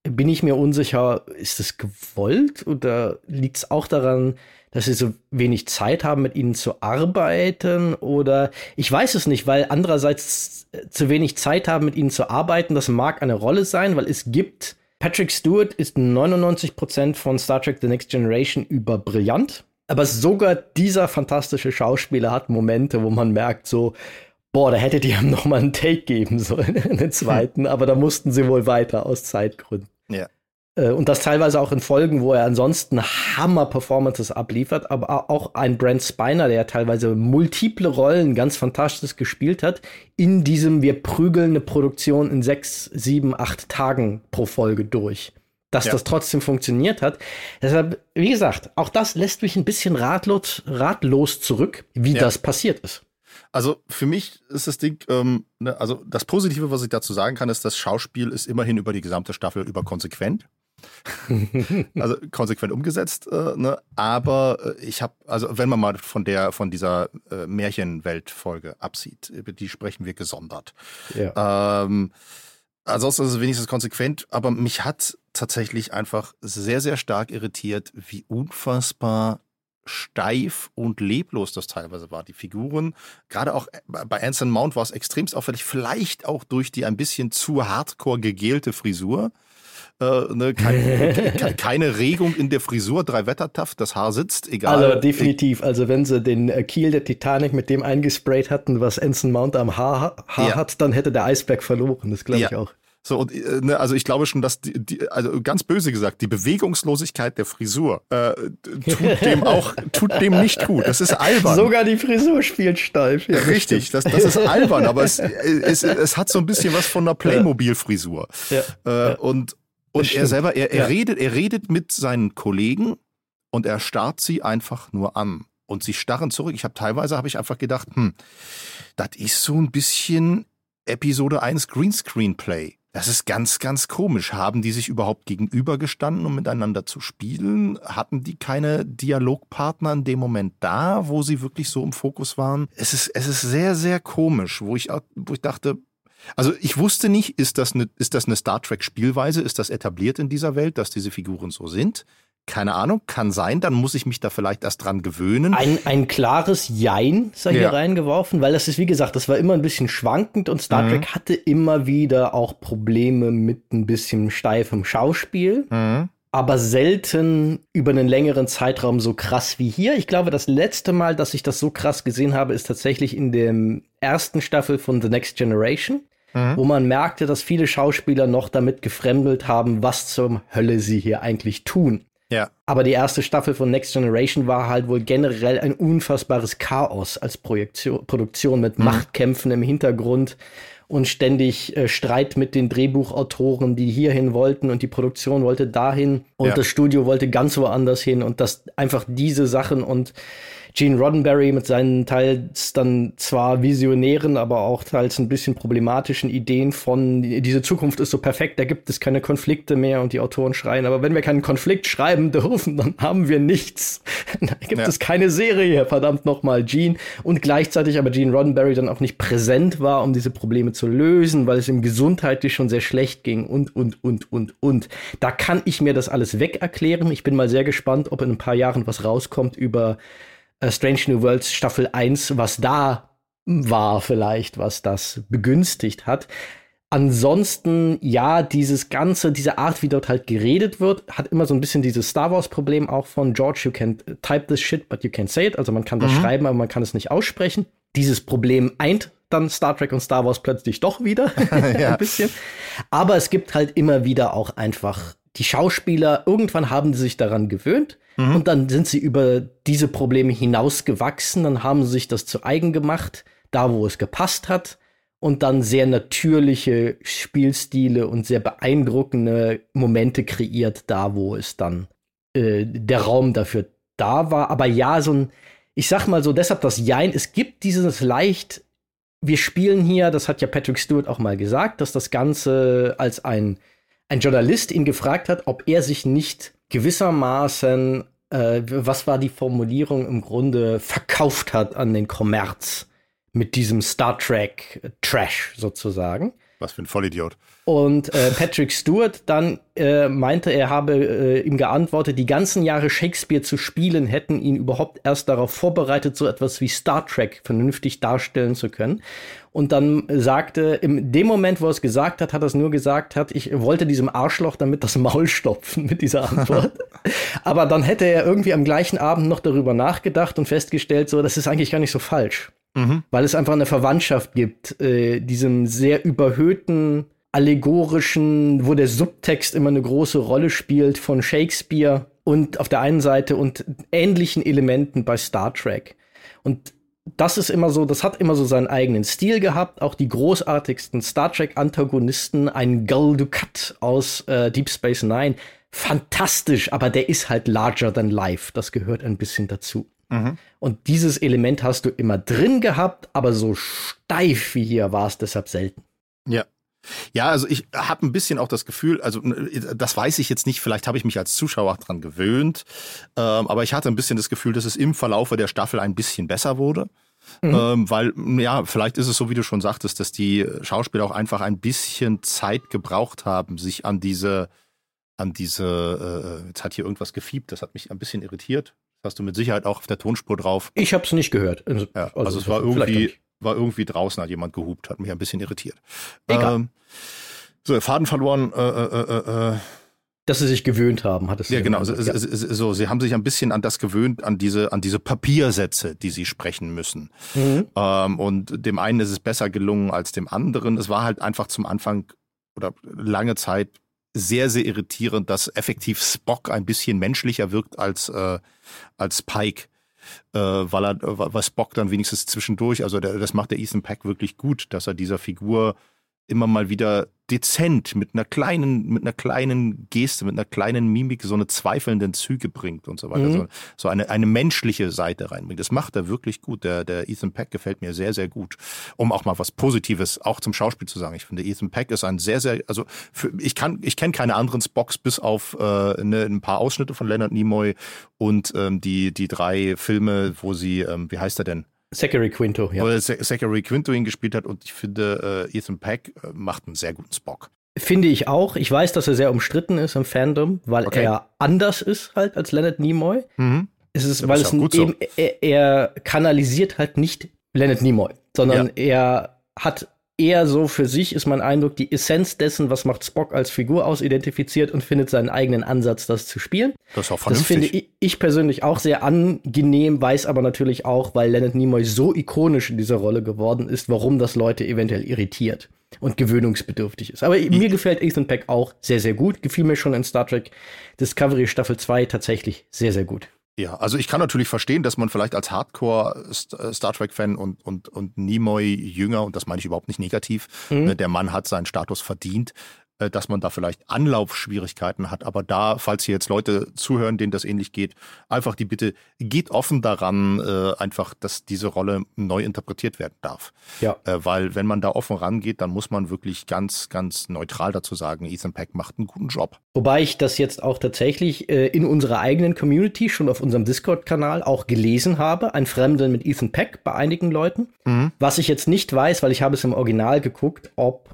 bin ich mir unsicher, ist es gewollt oder liegt es auch daran, dass sie so wenig Zeit haben, mit ihnen zu arbeiten? Oder ich weiß es nicht, weil andererseits zu wenig Zeit haben, mit ihnen zu arbeiten, das mag eine Rolle sein, weil es gibt, Patrick Stewart ist 99% von Star Trek The Next Generation über brillant, aber sogar dieser fantastische Schauspieler hat Momente, wo man merkt so, boah, da hättet ihr ihm noch mal einen Take geben sollen, einen zweiten, aber da mussten sie wohl weiter aus Zeitgründen. Ja. Und das teilweise auch in Folgen, wo er ansonsten Hammer-Performances abliefert, aber auch ein Brent Spiner, der teilweise multiple Rollen ganz fantastisch gespielt hat, in diesem wir prügeln eine Produktion in 6, 7, 8 Tagen pro Folge durch. Dass das trotzdem funktioniert hat. Deshalb, wie gesagt, auch das lässt mich ein bisschen ratlos zurück, wie das passiert ist. Also für mich ist das Ding, also das Positive, was ich dazu sagen kann, ist, das Schauspiel ist immerhin über die gesamte Staffel über konsequent. Also konsequent umgesetzt, ne? Aber ich habe, also wenn man mal von dieser Märchenwelt-Folge absieht, über die sprechen wir gesondert. Ja. Ansonsten ist es wenigstens konsequent, aber mich hat tatsächlich einfach sehr, sehr stark irritiert, wie unfassbar steif und leblos das teilweise war. Die Figuren, gerade auch bei Anson Mount war es extremst auffällig, vielleicht auch durch die ein bisschen zu hardcore gegelte Frisur. Keine Regung in der Frisur, 3 Wettertaft, das Haar sitzt, egal. Also definitiv, also wenn sie den Kiel der Titanic mit dem eingesprayt hatten, was Anson Mount am Haar hat, dann hätte der Eisberg verloren, das glaube ich auch. So, und also ich glaube schon, dass also ganz böse gesagt, die Bewegungslosigkeit der Frisur tut dem nicht gut. Das ist albern. Sogar die Frisur spielt steif. Ja, richtig, das ist albern, aber es hat so ein bisschen was von einer Playmobil-Frisur. Ja. Und er selber, er redet mit seinen Kollegen und er starrt sie einfach nur an. Und sie starren zurück. Teilweise habe ich einfach gedacht, das ist so ein bisschen Episode 1 Greenscreen-Play. Das ist ganz, ganz komisch. Haben die sich überhaupt gegenübergestanden, um miteinander zu spielen? Hatten die keine Dialogpartner in dem Moment da, wo sie wirklich so im Fokus waren? Es ist sehr, sehr komisch, wo ich dachte, also ich wusste nicht, ist das eine Star Trek Spielweise? Ist das etabliert in dieser Welt, dass diese Figuren so sind? Keine Ahnung, kann sein, dann muss ich mich da vielleicht erst dran gewöhnen. Ein klares Jein sei hier reingeworfen, weil das ist, wie gesagt, das war immer ein bisschen schwankend und Star Trek hatte immer wieder auch Probleme mit ein bisschen steifem Schauspiel, aber selten über einen längeren Zeitraum so krass wie hier. Ich glaube, das letzte Mal, dass ich das so krass gesehen habe, ist tatsächlich in der ersten Staffel von The Next Generation, wo man merkte, dass viele Schauspieler noch damit gefremdelt haben, was zur Hölle sie hier eigentlich tun. Ja. Aber die erste Staffel von Next Generation war halt wohl generell ein unfassbares Chaos als Produktion mit Machtkämpfen im Hintergrund und ständig Streit mit den Drehbuchautoren, die hierhin wollten und die Produktion wollte dahin und das Studio wollte ganz woanders hin und das einfach diese Sachen und Gene Roddenberry mit seinen teils dann zwar visionären, aber auch teils ein bisschen problematischen Ideen von, diese Zukunft ist so perfekt, da gibt es keine Konflikte mehr und die Autoren schreien, aber wenn wir keinen Konflikt schreiben dürfen, dann haben wir nichts. Da gibt es keine Serie, verdammt nochmal, Gene. Und gleichzeitig aber Gene Roddenberry dann auch nicht präsent war, um diese Probleme zu lösen, weil es ihm gesundheitlich schon sehr schlecht ging und. Da kann ich mir das alles weg erklären. Ich bin mal sehr gespannt, ob in ein paar Jahren was rauskommt über Strange New Worlds Staffel 1, was da war vielleicht, was das begünstigt hat. Ansonsten, ja, diese Art, wie dort halt geredet wird, hat immer so ein bisschen dieses Star Wars-Problem auch von George, you can type this shit, but you can't say it. Also man kann das schreiben, aber man kann es nicht aussprechen. Dieses Problem eint dann Star Trek und Star Wars plötzlich doch wieder ein bisschen. Aber es gibt halt immer wieder auch einfach die Schauspieler, irgendwann haben sie sich daran gewöhnt und dann sind sie über diese Probleme hinausgewachsen, dann haben sie sich das zu eigen gemacht, da wo es gepasst hat und dann sehr natürliche Spielstile und sehr beeindruckende Momente kreiert, da wo es dann der Raum dafür da war. Aber ja, ich sag mal so, deshalb das Jein, es gibt dieses leicht, wir spielen hier, das hat ja Patrick Stewart auch mal gesagt, dass das Ganze als ein Journalist ihn gefragt hat, ob er sich nicht gewissermaßen, was war die Formulierung, im Grunde verkauft hat an den Kommerz mit diesem Star Trek Trash sozusagen. Was für ein Vollidiot. Und Patrick Stewart dann meinte, er habe ihm geantwortet, die ganzen Jahre Shakespeare zu spielen, hätten ihn überhaupt erst darauf vorbereitet, so etwas wie Star Trek vernünftig darstellen zu können. Und dann sagte, in dem Moment, wo er es gesagt hat, hat er es nur gesagt, ich wollte diesem Arschloch damit das Maul stopfen mit dieser Antwort. Aber dann hätte er irgendwie am gleichen Abend noch darüber nachgedacht und festgestellt, so, das ist eigentlich gar nicht so falsch. Weil es einfach eine Verwandtschaft gibt, diesem sehr überhöhten, allegorischen, wo der Subtext immer eine große Rolle spielt von Shakespeare und auf der einen Seite und ähnlichen Elementen bei Star Trek. Und das ist immer so, das hat immer so seinen eigenen Stil gehabt. Auch die großartigsten Star Trek-Antagonisten, ein Gul Dukat aus Deep Space Nine, fantastisch, aber der ist halt larger than life. Das gehört ein bisschen dazu. Und dieses Element hast du immer drin gehabt, aber so steif wie hier war es deshalb selten. Ja. Ja, also ich habe ein bisschen auch das Gefühl, also das weiß ich jetzt nicht, vielleicht habe ich mich als Zuschauer dran gewöhnt, aber ich hatte ein bisschen das Gefühl, dass es im Verlaufe der Staffel ein bisschen besser wurde. Weil, ja, vielleicht ist es so, wie du schon sagtest, dass die Schauspieler auch einfach ein bisschen Zeit gebraucht haben, sich an diese, jetzt hat hier irgendwas gefiebt, das hat mich ein bisschen irritiert. Das hast du mit Sicherheit auch auf der Tonspur drauf. Ich habe es nicht gehört. Also es war irgendwie draußen, hat jemand gehupt, hat mich ein bisschen irritiert. Egal. So, Faden verloren. Dass sie sich gewöhnt haben, hat es. Ja, genau. So, sie haben sich ein bisschen an das gewöhnt, an diese Papiersätze, die sie sprechen müssen. Und dem einen ist es besser gelungen als dem anderen. Es war halt einfach zum Anfang oder lange Zeit sehr, sehr irritierend, dass effektiv Spock ein bisschen menschlicher wirkt als Pike. Weil Spock dann wenigstens zwischendurch, also das macht der Ethan Peck wirklich gut, dass er dieser Figur immer mal wieder dezent mit einer kleinen Geste, mit einer kleinen Mimik so eine zweifelnden Züge bringt und so weiter. So eine menschliche Seite reinbringt. Das macht er wirklich gut. Der Ethan Peck gefällt mir sehr, sehr gut. Um auch mal was Positives auch zum Schauspiel zu sagen. Ich finde, Ethan Peck ist ein sehr, sehr, also ich kenne keine anderen Spocks bis auf ein paar Ausschnitte von Leonard Nimoy und die 3 Filme, wo sie, wie heißt er denn? Zachary Quinto, ja. Wo Zachary Quinto ihn gespielt hat und ich finde, Ethan Peck macht einen sehr guten Spock. Finde ich auch. Ich weiß, dass er sehr umstritten ist im Fandom, weil er anders ist halt als Leonard Nimoy. Es ist, weil es eben, er kanalisiert halt nicht Leonard Nimoy, sondern er hat eher so für sich, ist mein Eindruck, die Essenz dessen, was macht Spock als Figur aus, identifiziert und findet seinen eigenen Ansatz, das zu spielen. Das ist auch vernünftig. Das finde ich persönlich auch sehr angenehm, weiß aber natürlich auch, weil Leonard Nimoy so ikonisch in dieser Rolle geworden ist, warum das Leute eventuell irritiert und gewöhnungsbedürftig ist. Aber mir gefällt Ethan Peck auch sehr, sehr gut. Gefiel mir schon in Star Trek Discovery Staffel 2 tatsächlich sehr, sehr gut. Ja, also ich kann natürlich verstehen, dass man vielleicht als Hardcore-Star Trek-Fan und Nimoy-Jünger, und das meine ich überhaupt nicht negativ, der Mann hat seinen Status verdient, dass man da vielleicht Anlaufschwierigkeiten hat. Aber da, falls hier jetzt Leute zuhören, denen das ähnlich geht, einfach die Bitte, geht offen daran, einfach, dass diese Rolle neu interpretiert werden darf. Ja. Weil wenn man da offen rangeht, dann muss man wirklich ganz, ganz neutral dazu sagen, Ethan Peck macht einen guten Job. Wobei ich das jetzt auch tatsächlich in unserer eigenen Community, schon auf unserem Discord-Kanal auch gelesen habe, ein Fremden mit Ethan Peck bei einigen Leuten. Was ich jetzt nicht weiß, weil ich habe es im Original geguckt, ob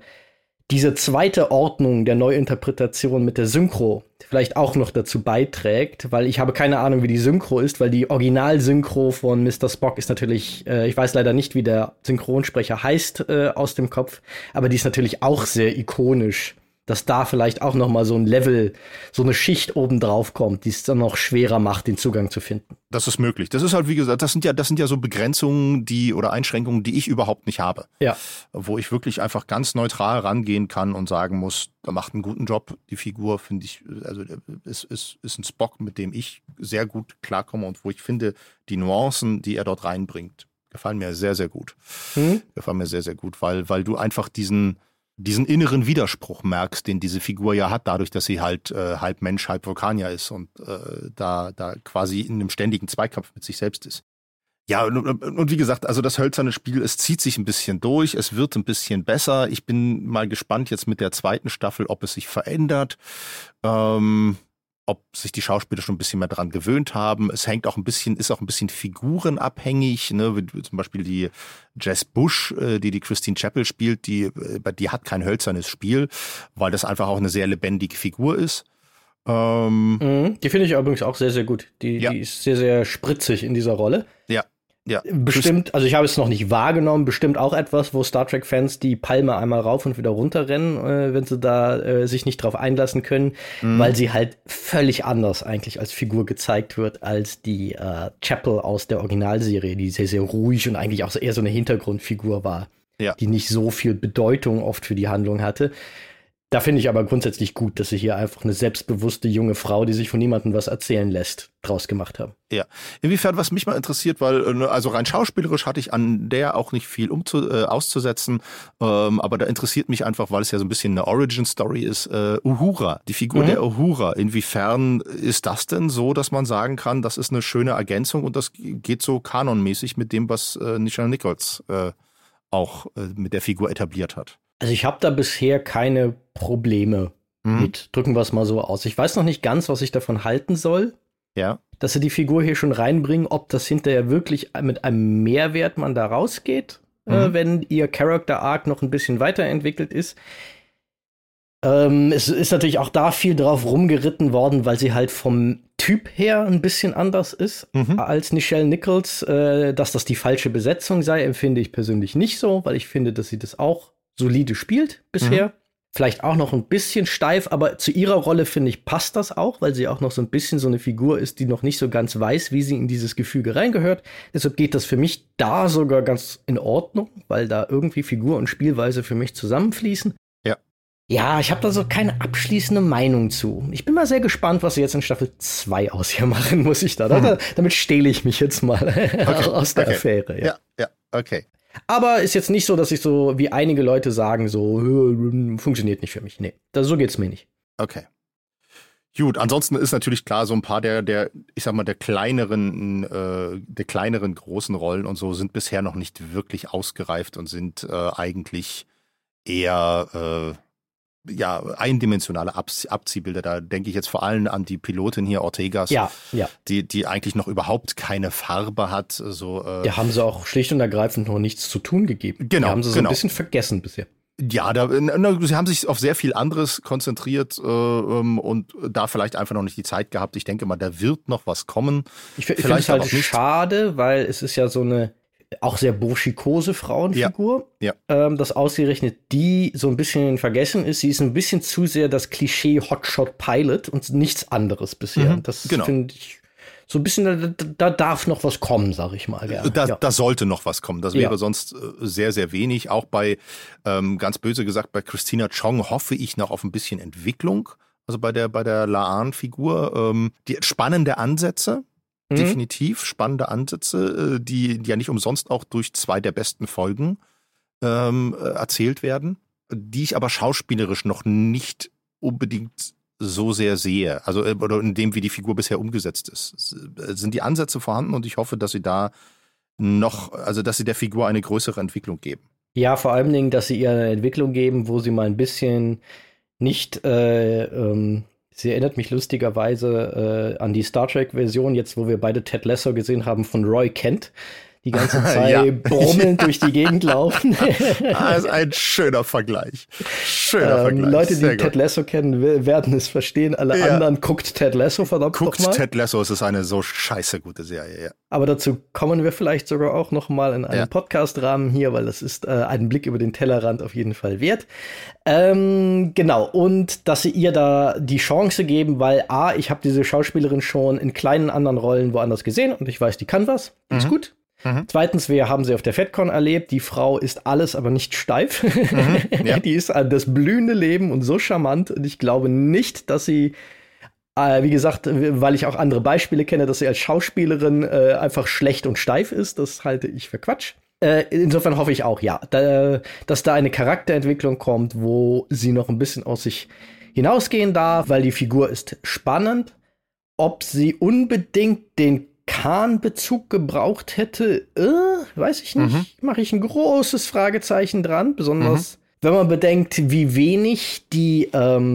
diese zweite Ordnung der Neuinterpretation mit der Synchro vielleicht auch noch dazu beiträgt, weil ich habe keine Ahnung, wie die Synchro ist, weil die Originalsynchro von Mr. Spock ist natürlich, ich weiß leider nicht, wie der Synchronsprecher heißt aus dem Kopf, aber die ist natürlich auch sehr ikonisch, dass da vielleicht auch noch mal so ein Level, so eine Schicht oben drauf kommt, die es dann noch schwerer macht, den Zugang zu finden. Das ist möglich. Das ist halt, wie gesagt, das sind ja so Begrenzungen, oder Einschränkungen, die ich überhaupt nicht habe. Ja. Wo ich wirklich einfach ganz neutral rangehen kann und sagen muss, er macht einen guten Job. Die Figur, finde ich, also ist ein Spock, mit dem ich sehr gut klarkomme und wo ich finde, die Nuancen, die er dort reinbringt, gefallen mir sehr, sehr gut. Gefallen mir sehr, sehr gut, weil du einfach diesen inneren Widerspruch merkst, den diese Figur ja hat, dadurch, dass sie halt halb Mensch, halb Vulkanier ist und da quasi in einem ständigen Zweikampf mit sich selbst ist. Ja, und wie gesagt, also das hölzerne Spiel, es zieht sich ein bisschen durch, es wird ein bisschen besser. Ich bin mal gespannt jetzt mit der zweiten Staffel, ob es sich verändert. ob sich die Schauspieler schon ein bisschen mehr daran gewöhnt haben. Es ist auch ein bisschen figurenabhängig, ne? Wie zum Beispiel die Jess Bush, die Christine Chappell spielt, die hat kein hölzernes Spiel, weil das einfach auch eine sehr lebendige Figur ist. Die finde ich übrigens auch sehr, sehr gut. Die ist sehr, sehr spritzig in dieser Rolle. Ja. Bestimmt, also ich habe es noch nicht wahrgenommen, bestimmt auch etwas, wo Star Trek-Fans die Palme einmal rauf und wieder runter rennen, wenn sie da sich nicht drauf einlassen können, weil sie halt völlig anders eigentlich als Figur gezeigt wird als die Chapel aus der Originalserie, die sehr, sehr ruhig und eigentlich auch eher so eine Hintergrundfigur war, die nicht so viel Bedeutung oft für die Handlung hatte. Da finde ich aber grundsätzlich gut, dass sie hier einfach eine selbstbewusste junge Frau, die sich von niemandem was erzählen lässt, draus gemacht haben. Ja, inwiefern, was mich mal interessiert, weil also rein schauspielerisch hatte ich an der auch nicht viel auszusetzen, aber da interessiert mich einfach, weil es ja so ein bisschen eine Origin-Story ist, Uhura, die Figur der Uhura. Inwiefern ist das denn so, dass man sagen kann, das ist eine schöne Ergänzung und das geht so kanonmäßig mit dem, was Nichelle Nichols auch mit der Figur etabliert hat? Also ich habe da bisher keine Probleme mit, drücken wir es mal so aus. Ich weiß noch nicht ganz, was ich davon halten soll, dass sie die Figur hier schon reinbringen, ob das hinterher wirklich mit einem Mehrwert man da rausgeht, wenn ihr Character Arc noch ein bisschen weiterentwickelt ist. Es ist natürlich auch da viel drauf rumgeritten worden, weil sie halt vom Typ her ein bisschen anders ist als Nichelle Nichols. Dass das die falsche Besetzung sei, empfinde ich persönlich nicht so, weil ich finde, dass sie das auch solide spielt bisher. Vielleicht auch noch ein bisschen steif, aber zu ihrer Rolle, finde ich, passt das auch, weil sie auch noch so ein bisschen so eine Figur ist, die noch nicht so ganz weiß, wie sie in dieses Gefüge reingehört. Deshalb geht das für mich da sogar ganz in Ordnung, weil da irgendwie Figur und Spielweise für mich zusammenfließen. Ja, ich habe da so keine abschließende Meinung zu. Ich bin mal sehr gespannt, was sie jetzt in Staffel 2 aus hier machen, muss ich da. Damit stehle ich mich jetzt mal aus der Affäre. Ja, okay. Aber ist jetzt nicht so, dass ich so, wie einige Leute sagen, so, funktioniert nicht für mich. Nee, so geht's mir nicht. Okay. Gut, ansonsten ist natürlich klar, so ein paar der kleineren großen Rollen und so sind bisher noch nicht wirklich ausgereift und sind eigentlich eher eindimensionale Abziehbilder. Da denke ich jetzt vor allem an die Pilotin hier, Ortegas, die eigentlich noch überhaupt keine Farbe hat. So, da haben sie auch schlicht und ergreifend noch nichts zu tun gegeben. Genau. Die haben sie so ein bisschen vergessen bisher. Ja, sie haben sich auf sehr viel anderes konzentriert und da vielleicht einfach noch nicht die Zeit gehabt. Ich denke mal, da wird noch was kommen. Ich finde es halt schade, weil es ist ja so eine auch sehr burschikose Frauenfigur, dass ausgerechnet die so ein bisschen vergessen ist. Sie ist ein bisschen zu sehr das Klischee Hotshot Pilot und nichts anderes bisher. Das finde ich so ein bisschen, da darf noch was kommen, sag ich mal. Da sollte noch was kommen. Das wäre sonst sehr, sehr wenig. Auch bei, ganz böse gesagt, bei Christina Chong hoffe ich noch auf ein bisschen Entwicklung. Also bei der La'an-Figur. Die spannende Ansätze. Definitiv spannende Ansätze, die ja nicht umsonst auch durch 2 der besten Folgen erzählt werden, die ich aber schauspielerisch noch nicht unbedingt so sehr sehe. Also oder in dem, wie die Figur bisher umgesetzt ist. Sind die Ansätze vorhanden und ich hoffe, dass sie da dass sie der Figur eine größere Entwicklung geben. Ja, vor allen Dingen, dass sie ihr eine Entwicklung geben, wo sie mal ein bisschen nicht sie erinnert mich lustigerweise an die Star Trek-Version, jetzt wo wir beide Ted Lasso gesehen haben, von Roy Kent. Die ganze Zeit brummelnd durch die Gegend laufen. Das ist ein schöner Vergleich. Vergleich. Leute, die Ted Lasso kennen, werden es verstehen. Alle anderen guckt Ted Lasso, verdammt nochmal. Guckt Ted Lasso, es ist eine so scheiße gute Serie, ja. Aber dazu kommen wir vielleicht sogar auch noch mal in einem Podcast-Rahmen hier, weil das ist einen Blick über den Tellerrand auf jeden Fall wert. Genau, und dass sie ihr da die Chance geben, weil ich habe diese Schauspielerin schon in kleinen anderen Rollen woanders gesehen und ich weiß, die kann was, die ist gut. Zweitens, wir haben sie auf der FedCon erlebt. Die Frau ist alles, aber nicht steif. Die ist das blühende Leben und so charmant. Und ich glaube nicht, dass sie, wie gesagt, weil ich auch andere Beispiele kenne, dass sie als Schauspielerin einfach schlecht und steif ist. Das halte ich für Quatsch. Insofern hoffe ich auch, dass da eine Charakterentwicklung kommt, wo sie noch ein bisschen aus sich hinausgehen darf, weil die Figur ist spannend. Ob sie unbedingt den Khan-Bezug gebraucht hätte, weiß ich nicht. Mache ich ein großes Fragezeichen dran, besonders wenn man bedenkt, wie wenig die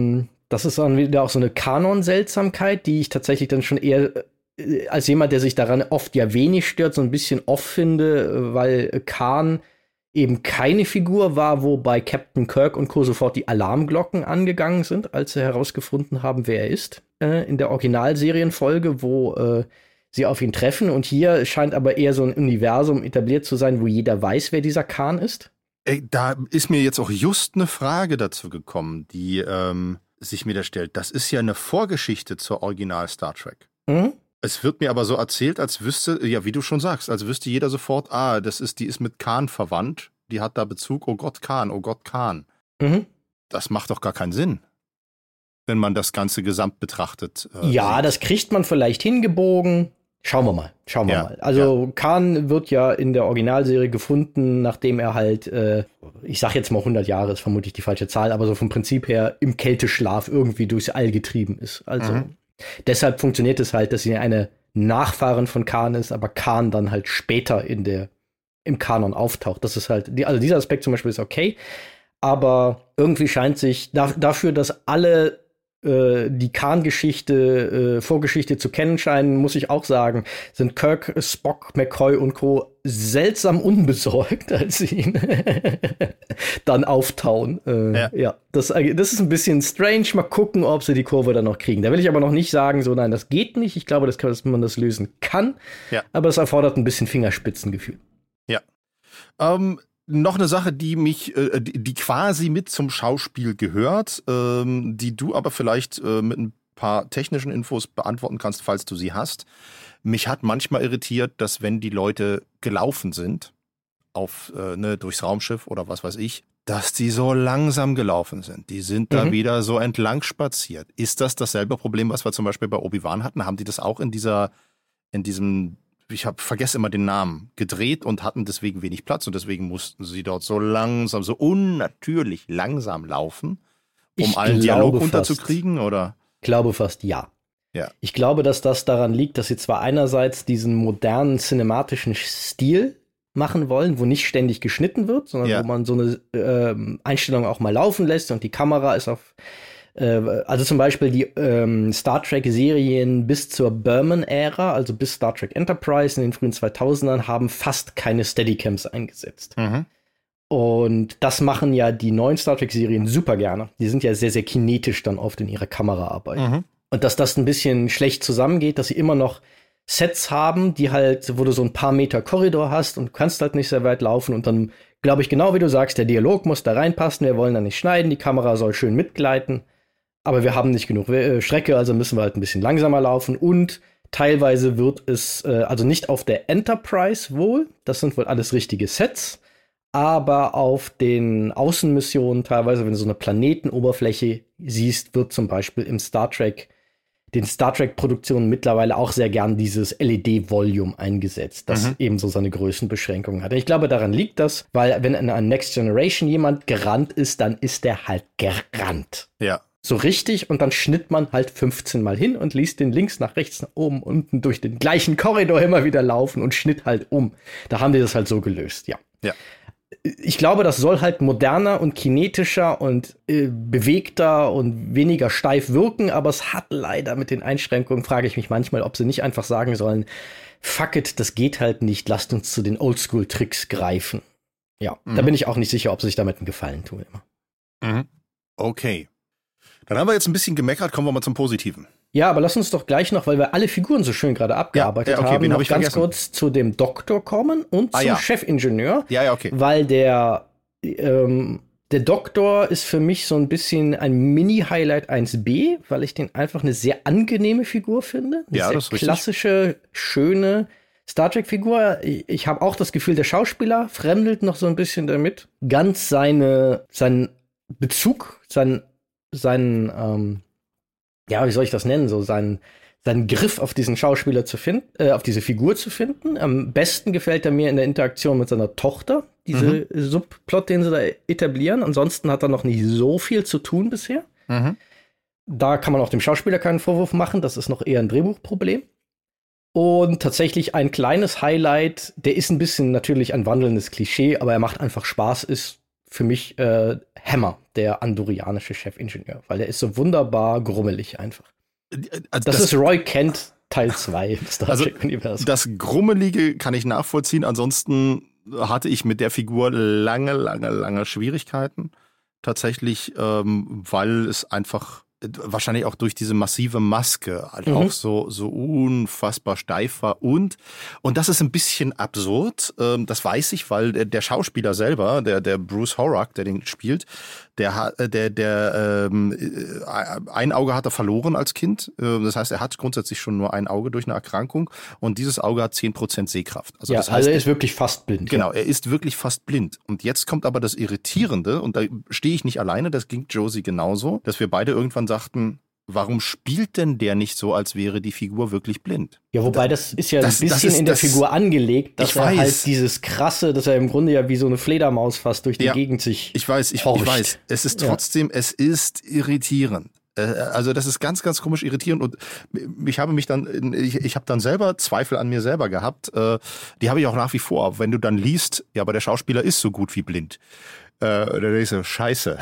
Das ist dann wieder auch so eine Kanon-Seltsamkeit, die ich tatsächlich dann schon eher als jemand, der sich daran oft ja wenig stört, so ein bisschen off finde, weil Khan eben keine Figur war, wo bei Captain Kirk und Co. sofort die Alarmglocken angegangen sind, als sie herausgefunden haben, wer er ist. In der Originalserienfolge, wo sie auf ihn treffen. Und hier scheint aber eher so ein Universum etabliert zu sein, wo jeder weiß, wer dieser Khan ist. Da ist mir jetzt auch just eine Frage dazu gekommen, die sich mir da stellt. Das ist ja eine Vorgeschichte zur Original Star Trek. Mhm. Es wird mir aber so erzählt, als wüsste, ja, wie du schon sagst, als wüsste jeder sofort, die ist mit Khan verwandt, die hat da Bezug, oh Gott, Khan, oh Gott, Khan. Mhm. Das macht doch gar keinen Sinn, wenn man das Ganze gesamt betrachtet. Ja, das kriegt man vielleicht hingebogen. Schauen wir mal. Also Khan wird ja in der Originalserie gefunden, nachdem er halt, ich sag jetzt mal 100 Jahre, ist vermutlich die falsche Zahl, aber so vom Prinzip her im Kälteschlaf irgendwie durchs All getrieben ist. Also deshalb funktioniert es halt, dass sie eine Nachfahrin von Khan ist, aber Khan dann halt später im Kanon auftaucht. Das ist halt, also dieser Aspekt zum Beispiel ist okay, aber irgendwie scheint sich dafür, dass alle die Khan-Geschichte, Vorgeschichte zu kennen scheinen, muss ich auch sagen, sind Kirk, Spock, McCoy und Co. seltsam unbesorgt, als sie ihn dann auftauen. Das ist ein bisschen strange. Mal gucken, ob sie die Kurve dann noch kriegen. Da will ich aber noch nicht sagen, so nein, das geht nicht. Ich glaube, dass man das lösen kann. Ja. Aber es erfordert ein bisschen Fingerspitzengefühl. Ja. Noch eine Sache, die quasi mit zum Schauspiel gehört, die du aber vielleicht mit ein paar technischen Infos beantworten kannst, falls du sie hast. Mich hat manchmal irritiert, dass wenn die Leute gelaufen sind, durchs Raumschiff oder was weiß ich, dass die so langsam gelaufen sind. Die sind da wieder so entlang spaziert. Ist das dasselbe Problem, was wir zum Beispiel bei Obi-Wan hatten? Haben die das auch in diesem ich vergesse immer den Namen, gedreht und hatten deswegen wenig Platz und deswegen mussten sie dort so langsam, so unnatürlich langsam laufen, um allen Dialog unterzukriegen, oder? Ich glaube fast ja. Ich glaube, dass das daran liegt, dass sie zwar einerseits diesen modernen cinematischen Stil machen wollen, wo nicht ständig geschnitten wird, sondern wo man so eine Einstellung auch mal laufen lässt und die Kamera ist also zum Beispiel die Star Trek-Serien bis zur Berman-Ära, also bis Star Trek Enterprise in den frühen 2000ern, haben fast keine Steadicams eingesetzt. Und das machen ja die neuen Star Trek-Serien super gerne. Die sind ja sehr, sehr kinetisch dann oft in ihrer Kameraarbeit. Und dass das ein bisschen schlecht zusammengeht, dass sie immer noch Sets haben, die halt, wo du so ein paar Meter Korridor hast und du kannst halt nicht sehr weit laufen und dann, glaube ich, genau wie du sagst, der Dialog muss da reinpassen, wir wollen da nicht schneiden, die Kamera soll schön mitgleiten. Aber wir haben nicht genug Strecke, also müssen wir halt ein bisschen langsamer laufen. Und teilweise wird es, also nicht auf der Enterprise wohl, das sind wohl alles richtige Sets, aber auf den Außenmissionen teilweise, wenn du so eine Planetenoberfläche siehst, wird zum Beispiel den Star Trek-Produktionen mittlerweile auch sehr gern dieses LED-Volume eingesetzt, das eben so seine Größenbeschränkungen hat. Und ich glaube, daran liegt das, weil wenn in einer Next Generation jemand gerannt ist, dann ist der halt gerannt. Ja. So richtig und dann schnitt man halt 15 Mal hin und ließ den links nach rechts, nach oben, unten durch den gleichen Korridor immer wieder laufen und schnitt halt um. Da haben die das halt so gelöst, ja. Ich glaube, das soll halt moderner und kinetischer und bewegter und weniger steif wirken, aber es hat leider mit den Einschränkungen, frage ich mich manchmal, ob sie nicht einfach sagen sollen, fuck it, das geht halt nicht, lasst uns zu den Oldschool-Tricks greifen. Ja, da bin ich auch nicht sicher, ob sie sich damit einen Gefallen tun immer. Okay. Dann haben wir jetzt ein bisschen gemeckert, kommen wir mal zum Positiven. Ja, aber lass uns doch gleich noch, weil wir alle Figuren so schön gerade abgearbeitet haben, noch ganz kurz zu dem Doktor kommen und zum Chefingenieur. Okay. Weil der Doktor ist für mich so ein bisschen ein Mini-Highlight 1b, weil ich den einfach eine sehr angenehme Figur finde. Eine sehr klassische, schöne Star Trek-Figur. Ich habe auch das Gefühl, der Schauspieler fremdelt noch so ein bisschen damit. Ganz seinen Bezug, wie soll ich das nennen, so seinen Griff auf diesen Schauspieler zu finden, auf diese Figur zu finden. Am besten gefällt er mir in der Interaktion mit seiner Tochter, diese Subplot, den sie da etablieren. Ansonsten hat er noch nicht so viel zu tun bisher. Da kann man auch dem Schauspieler keinen Vorwurf machen, das ist noch eher ein Drehbuchproblem. Und tatsächlich ein kleines Highlight, der ist ein bisschen natürlich ein wandelndes Klischee, aber er macht einfach Spaß, ist für mich Hammer, der andorianische Chefingenieur, weil er ist so wunderbar grummelig einfach. Also das ist Roy Kent Teil 2 im Star Trek-Universum. Das Grummelige kann ich nachvollziehen. Ansonsten hatte ich mit der Figur lange Schwierigkeiten. Tatsächlich, weil es einfach wahrscheinlich auch durch diese massive Maske halt auch so unfassbar steif war. Und das ist ein bisschen absurd. Das weiß ich, weil der Schauspieler selber, der Bruce Horak, der den spielt, der ein Auge hat er verloren als Kind. Das heißt, er hat grundsätzlich schon nur ein Auge durch eine Erkrankung und dieses Auge hat 10% Sehkraft. Also, das heißt, er ist wirklich fast blind. Genau, er ist wirklich fast blind. Und jetzt kommt aber das Irritierende, und da stehe ich nicht alleine, das ging Josie genauso, dass wir beide irgendwann sagten, warum spielt denn der nicht so, als wäre die Figur wirklich blind? Ja, wobei das ist ja ein bisschen in der Figur angelegt, dass er halt dieses krasse, dass er im Grunde ja wie so eine Fledermaus fast durch die Gegend sich Ich weiß. Es ist trotzdem, es ist irritierend. Also das ist ganz komisch irritierend und ich habe dann selber Zweifel an mir selber gehabt. Die habe ich auch nach wie vor. Wenn du dann liest, ja, aber der Schauspieler ist so gut wie blind. Dann denkst ich so, scheiße.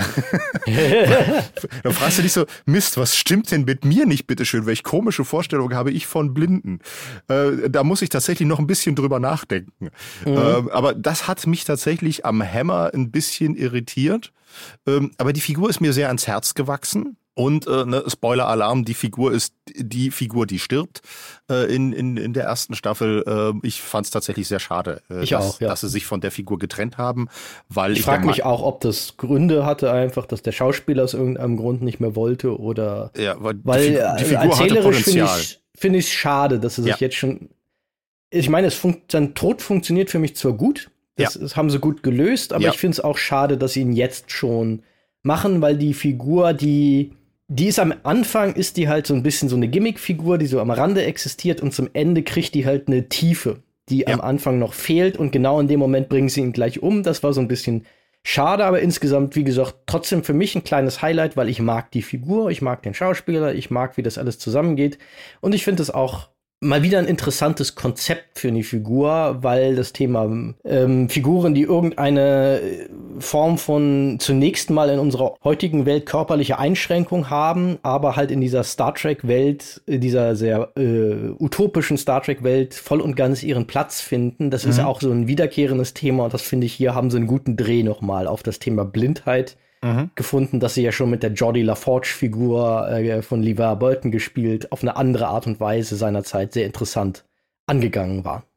Dann fragst du dich so, Mist, was stimmt denn mit mir nicht, bitteschön? Welche komische Vorstellung habe ich von Blinden? Da muss ich tatsächlich noch ein bisschen drüber nachdenken. Aber das hat mich tatsächlich am Hammer ein bisschen irritiert. Aber die Figur ist mir sehr ans Herz gewachsen. Und Spoiler-Alarm, die Figur ist die Figur, die stirbt in der ersten Staffel. Ich fand es tatsächlich sehr schade, dass sie sich von der Figur getrennt haben. Weil ich frage mich auch, ob das Gründe hatte einfach, dass der Schauspieler aus irgendeinem Grund nicht mehr wollte oder weil die Figur erzählerisch finde ich schade, dass sie sich jetzt schon. Ich meine, sein Tod funktioniert für mich zwar gut, das haben sie gut gelöst, aber ich finde es auch schade, dass sie ihn jetzt schon machen, weil die Figur, die ist am Anfang, ist die halt so ein bisschen so eine Gimmick-Figur, die so am Rande existiert und zum Ende kriegt die halt eine Tiefe, die am Anfang noch fehlt und genau in dem Moment bringen sie ihn gleich um. Das war so ein bisschen schade, aber insgesamt, wie gesagt, trotzdem für mich ein kleines Highlight, weil ich mag die Figur, ich mag den Schauspieler, ich mag, wie das alles zusammengeht und ich finde es auch mal wieder ein interessantes Konzept für eine Figur, weil das Thema Figuren, die irgendeine Form von zunächst mal in unserer heutigen Welt körperliche Einschränkung haben, aber halt in dieser Star Trek-Welt, dieser sehr utopischen Star Trek-Welt voll und ganz ihren Platz finden. Das ist auch so ein wiederkehrendes Thema und das finde ich, hier haben sie einen guten Dreh nochmal auf das Thema Blindheit gefunden, dass sie ja schon mit der Geordi LaForge-Figur von LeVar Burton gespielt, auf eine andere Art und Weise seinerzeit sehr interessant angegangen war.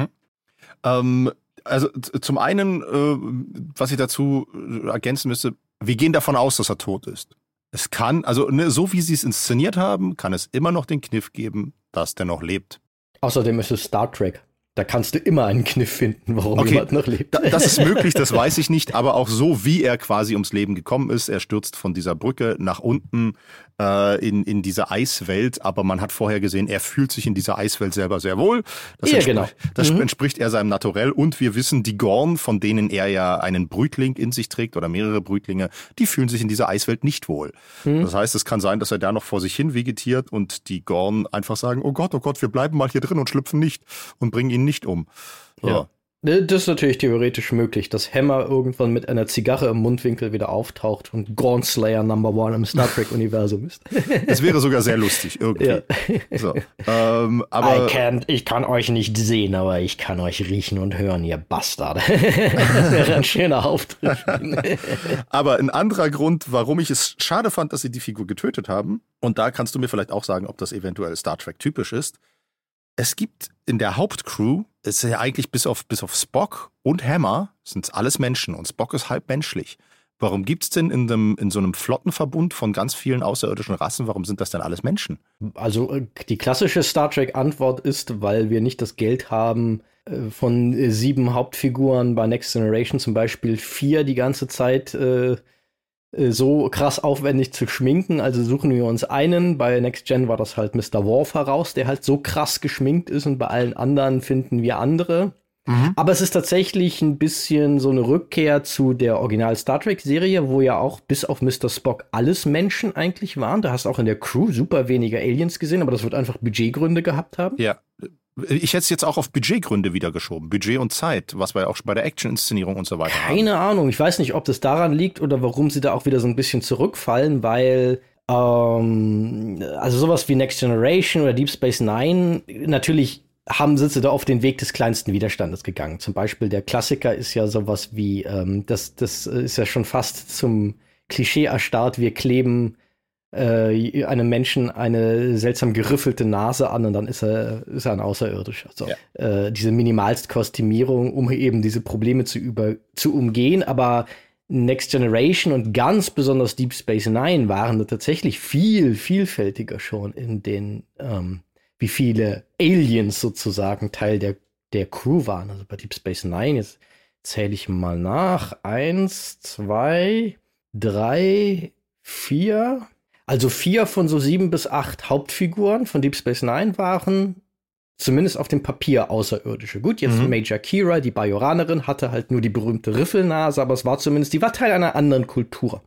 Also zum einen, was ich dazu ergänzen müsste, wir gehen davon aus, dass er tot ist. Es kann, also so wie sie es inszeniert haben, kann es immer noch den Kniff geben, dass der noch lebt. Außerdem ist es Star Trek. Da kannst du immer einen Kniff finden, warum jemand noch lebt. Das ist möglich, das weiß ich nicht, aber auch so, wie er quasi ums Leben gekommen ist. Er stürzt von dieser Brücke nach unten in diese Eiswelt, aber man hat vorher gesehen, er fühlt sich in dieser Eiswelt selber sehr wohl. Das entspricht er seinem Naturell und wir wissen, die Gorn, von denen er ja einen Brütling in sich trägt oder mehrere Brütlinge, die fühlen sich in dieser Eiswelt nicht wohl. Das heißt, es kann sein, dass er da noch vor sich hin vegetiert und die Gorn einfach sagen, oh Gott, wir bleiben mal hier drin und schlüpfen nicht und bringen ihn nicht um. So. Ja. Das ist natürlich theoretisch möglich, dass Hammer irgendwann mit einer Zigarre im Mundwinkel wieder auftaucht und Gorn Slayer Number 1 im Star Trek-Universum ist. Das wäre sogar sehr lustig, irgendwie. Ja. So. Aber ich kann euch nicht sehen, aber ich kann euch riechen und hören, ihr Bastard. Das wäre ein schöner Auftritt. Aber ein anderer Grund, warum ich es schade fand, dass sie die Figur getötet haben, und da kannst du mir vielleicht auch sagen, ob das eventuell Star Trek typisch ist, es gibt in der Hauptcrew, es ist ja eigentlich bis auf Spock und Hammer, sind es alles Menschen und Spock ist halb menschlich. Warum gibt es denn in so einem Flottenverbund von ganz vielen außerirdischen Rassen, warum sind das denn alles Menschen? Also die klassische Star Trek-Antwort ist, weil wir nicht das Geld haben, von 7 Hauptfiguren bei Next Generation zum Beispiel 4 die ganze Zeit so krass aufwendig zu schminken, also suchen wir uns einen. Bei Next Gen war das halt Mr. Worf heraus, der halt so krass geschminkt ist und bei allen anderen finden wir andere. Aber es ist tatsächlich ein bisschen so eine Rückkehr zu der Original Star Trek Serie, wo ja auch bis auf Mr. Spock alles Menschen eigentlich waren. Da hast du auch in der Crew super weniger Aliens gesehen, aber das wird einfach Budgetgründe gehabt haben. Ja, Ich hätte es jetzt auch auf Budgetgründe wieder geschoben. Budget und Zeit, was wir auch bei der Action-Inszenierung und so weiter haben. Keine Ahnung. Ich weiß nicht, ob das daran liegt oder warum sie da auch wieder so ein bisschen zurückfallen, weil also sowas wie Next Generation oder Deep Space Nine, natürlich sind sie da auf den Weg des kleinsten Widerstandes gegangen. Zum Beispiel der Klassiker ist ja sowas wie, das ist ja schon fast zum Klischee erstarrt, wir kleben einem Menschen eine seltsam geriffelte Nase an und dann ist er ein Außerirdischer. Also, diese Minimalstkostümierung, um eben diese Probleme zu umgehen, aber Next Generation und ganz besonders Deep Space Nine waren da tatsächlich viel vielfältiger schon in den, wie viele Aliens sozusagen Teil der Crew waren. Also bei Deep Space Nine, jetzt zähle ich mal nach, 1, 2, 3, 4. Also 4 von so 7 bis 8 Hauptfiguren von Deep Space Nine waren zumindest auf dem Papier Außerirdische. Gut, jetzt Major Kira, die Bajoranerin, hatte halt nur die berühmte Riffelnase, aber es war zumindest, die war Teil einer anderen Kultur.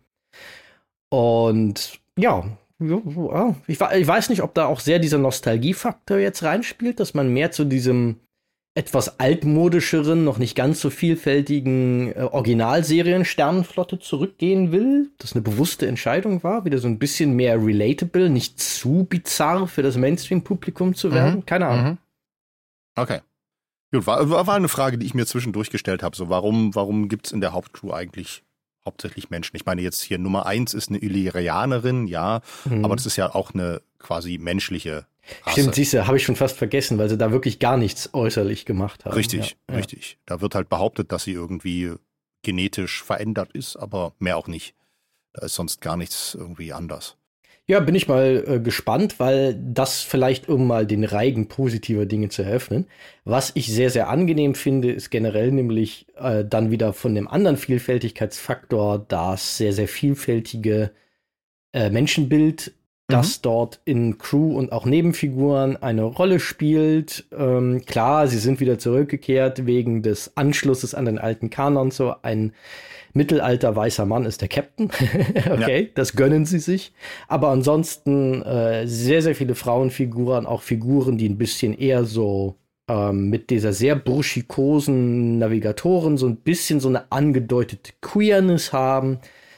Und ja, ich weiß nicht, ob da auch sehr dieser Nostalgiefaktor jetzt reinspielt, dass man mehr zu diesem etwas altmodischeren, noch nicht ganz so vielfältigen Originalserien Sternenflotte zurückgehen will. Das eine bewusste Entscheidung war, wieder so ein bisschen mehr relatable, nicht zu bizarr für das Mainstream-Publikum zu werden. Keine Ahnung. Okay. Gut, war eine Frage, die ich mir zwischendurch gestellt habe. So, warum gibt's in der Hauptcrew eigentlich hauptsächlich Menschen? Ich meine, jetzt hier Nummer 1 ist eine Illyrianerin, ja, aber das ist ja auch eine quasi menschliche Rasse. Stimmt, siehst du, habe ich schon fast vergessen, weil sie da wirklich gar nichts äußerlich gemacht haben. Richtig. Da wird halt behauptet, dass sie irgendwie genetisch verändert ist, aber mehr auch nicht. Da ist sonst gar nichts irgendwie anders. Ja, bin ich mal gespannt, weil das vielleicht, um mal den Reigen positiver Dinge zu eröffnen. Was ich sehr, sehr angenehm finde, ist generell nämlich dann wieder von dem anderen Vielfältigkeitsfaktor das sehr, sehr vielfältige Menschenbild, das dort in Crew und auch Nebenfiguren eine Rolle spielt. Klar, sie sind wieder zurückgekehrt wegen des Anschlusses an den alten Kanon. So ein mittelalter weißer Mann ist der Captain. Okay, das gönnen sie sich. Aber ansonsten sehr, sehr viele Frauenfiguren, auch Figuren, die ein bisschen eher so mit dieser sehr burschikosen Navigatoren so ein bisschen so eine angedeutete Queerness haben.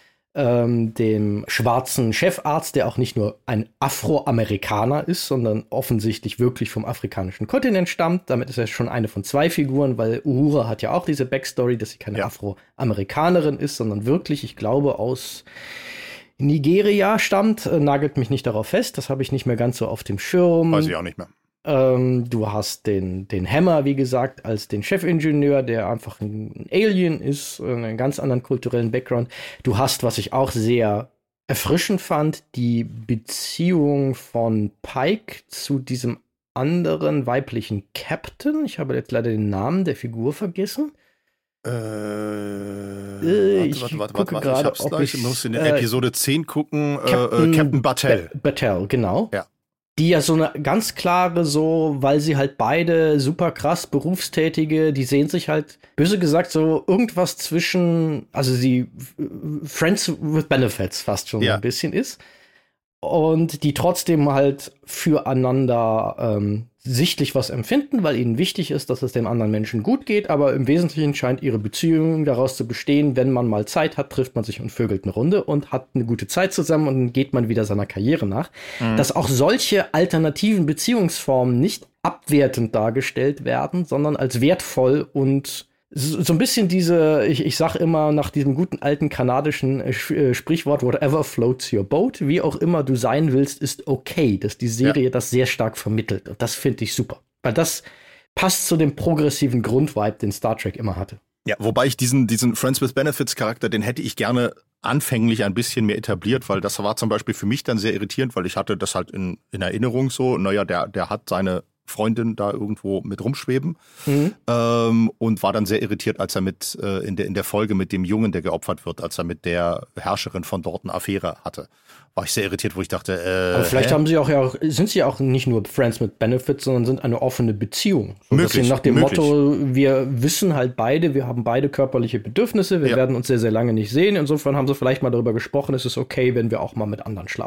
Dem schwarzen Chefarzt, der auch nicht nur ein Afroamerikaner ist, sondern offensichtlich wirklich vom afrikanischen Kontinent stammt. Damit ist er schon eine von 2 Figuren, weil Uhura hat ja auch diese Backstory, dass sie keine Afroamerikanerin ist, sondern wirklich, ich glaube, aus Nigeria stammt. Nagelt mich nicht darauf fest, das habe ich nicht mehr ganz so auf dem Schirm. Weiß ich auch nicht mehr. Du hast den Hammer, wie gesagt, als den Chefingenieur, der einfach ein Alien ist, einen ganz anderen kulturellen Background. Du hast, was ich auch sehr erfrischend fand, die Beziehung von Pike zu diesem anderen weiblichen Captain. Ich habe jetzt leider den Namen der Figur vergessen. Warte. Ich hab's gleich. Ich muss in Episode 10 gucken. Captain Battelle. Battelle, genau. Ja. Die ja so eine ganz klare so, weil sie halt beide super krass Berufstätige, die sehen sich halt, böse gesagt, so irgendwas zwischen, also sie Friends with Benefits fast schon ein bisschen ist. Und die trotzdem halt füreinander sichtlich was empfinden, weil ihnen wichtig ist, dass es dem anderen Menschen gut geht, aber im Wesentlichen scheint ihre Beziehung daraus zu bestehen, wenn man mal Zeit hat, trifft man sich und vögelt eine Runde und hat eine gute Zeit zusammen und dann geht man wieder seiner Karriere nach. Dass auch solche alternativen Beziehungsformen nicht abwertend dargestellt werden, sondern als wertvoll und so ein bisschen diese, ich sag immer nach diesem guten alten kanadischen Sprichwort, whatever floats your boat, wie auch immer du sein willst, ist okay, dass die Serie das sehr stark vermittelt. Und das finde ich super. Weil das passt zu dem progressiven Grundvibe, den Star Trek immer hatte. Ja, wobei ich diesen Friends with Benefits Charakter, den hätte ich gerne anfänglich ein bisschen mehr etabliert, weil das war zum Beispiel für mich dann sehr irritierend, weil ich hatte das halt in Erinnerung so, naja, der hat seine Freundin da irgendwo mit rumschweben und war dann sehr irritiert, als er in der Folge mit dem Jungen, der geopfert wird, als er mit der Herrscherin von dort eine Affäre hatte. War ich sehr irritiert, wo ich dachte, aber vielleicht haben sie sind sie auch nicht nur Friends with Benefits, sondern sind eine offene Beziehung. So, möglich, nach dem Motto, wir wissen halt beide, wir haben beide körperliche Bedürfnisse, wir werden uns sehr, sehr lange nicht sehen. Insofern haben sie vielleicht mal darüber gesprochen, es ist okay, wenn wir auch mal mit anderen schlafen.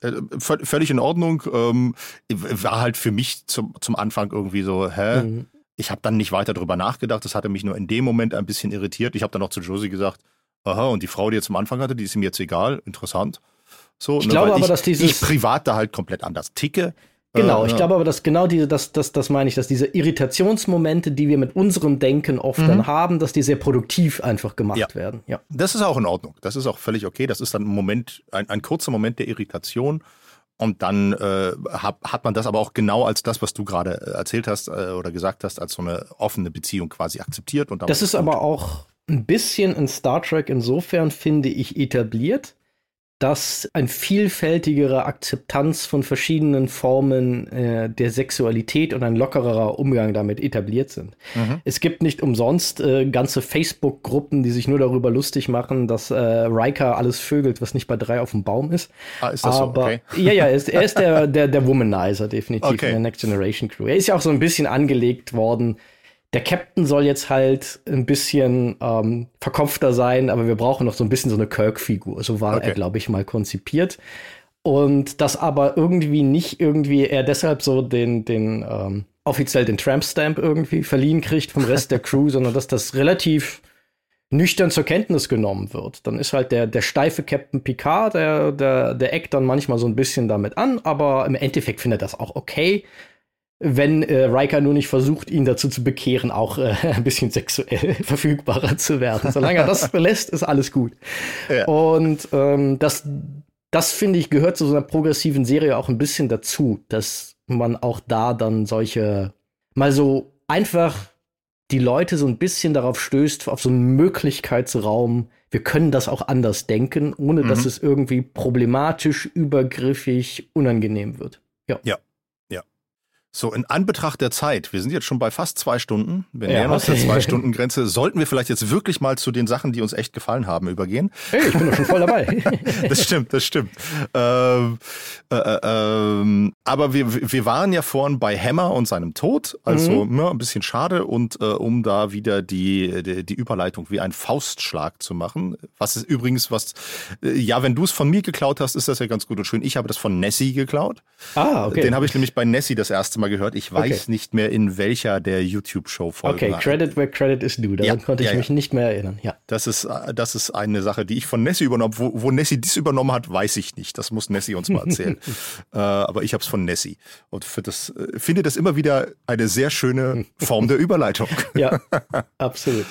Völlig in Ordnung. War halt für mich zum Anfang irgendwie so, Ich habe dann nicht weiter drüber nachgedacht. Das hatte mich nur in dem Moment ein bisschen irritiert. Ich habe dann auch zu Josie gesagt, aha, und die Frau, die er zum Anfang hatte, die ist ihm jetzt egal. Interessant. So, ich glaube aber, dass ich privat da halt komplett anders ticke. Genau, ich glaube aber, dass genau das meine ich, dass diese Irritationsmomente, die wir mit unserem Denken oft dann haben, dass die sehr produktiv einfach gemacht werden. Ja. Das ist auch in Ordnung. Das ist auch völlig okay. Das ist dann ein kurzer Moment der Irritation. Und dann hat man das aber auch genau als das, was du gerade erzählt hast oder gesagt hast, als so eine offene Beziehung quasi akzeptiert. Und das ist aber auch ein bisschen in Star Trek insofern, finde ich, etabliert, dass eine vielfältigere Akzeptanz von verschiedenen Formen der Sexualität und ein lockerer Umgang damit etabliert sind. Es gibt nicht umsonst ganze Facebook-Gruppen, die sich nur darüber lustig machen, dass Riker alles vögelt, was nicht bei 3 auf dem Baum ist. Ist das aber, so? Okay. Ja, er ist der Womanizer definitiv in der Next Generation Crew. Er ist ja auch so ein bisschen angelegt worden. Der Captain soll jetzt halt ein bisschen verkopfter sein, aber wir brauchen noch so ein bisschen so eine Kirk-Figur. So war er, glaube ich, mal konzipiert. Und das aber er deshalb so den offiziell den Tramp-Stamp irgendwie verliehen kriegt vom Rest der Crew, sondern dass das relativ nüchtern zur Kenntnis genommen wird. Dann ist halt der steife Captain Picard, der eckt dann manchmal so ein bisschen damit an, aber im Endeffekt findet er das auch okay. Wenn Riker nur nicht versucht, ihn dazu zu bekehren, auch ein bisschen sexuell verfügbarer zu werden. Solange er das belässt, ist alles gut. Ja. Und das finde ich, gehört zu so einer progressiven Serie auch ein bisschen dazu, dass man auch da dann mal so einfach die Leute so ein bisschen darauf stößt, auf so einen Möglichkeitsraum. Wir können das auch anders denken, ohne dass es irgendwie problematisch, übergriffig, unangenehm wird. Ja. So, in Anbetracht der Zeit, wir sind jetzt schon bei fast 2 Stunden, wir nähern uns der 2-Stunden-Grenze, sollten wir vielleicht jetzt wirklich mal zu den Sachen, die uns echt gefallen haben, übergehen? Hey, ich bin doch schon voll dabei. Das stimmt. Aber wir waren ja vorhin bei Hammer und seinem Tod, also ein bisschen schade und um da wieder die Überleitung wie ein Faustschlag zu machen, was ist übrigens wenn du es von mir geklaut hast, ist das ja ganz gut und schön. Ich habe das von Nessie geklaut. Ah, okay. Den habe ich nämlich bei Nessie das erste Mal gehört. Ich weiß nicht mehr, in welcher der YouTube-Show-Folgen. Okay, Credit where credit is due. Daran konnte ich mich nicht mehr erinnern. Ja. Das ist eine Sache, die ich von Nessie übernommen habe. Wo Nessie dies übernommen hat, weiß ich nicht. Das muss Nessie uns mal erzählen. Aber ich habe es von Nessie. Und finde das immer wieder eine sehr schöne Form der Überleitung. Ja, absolut.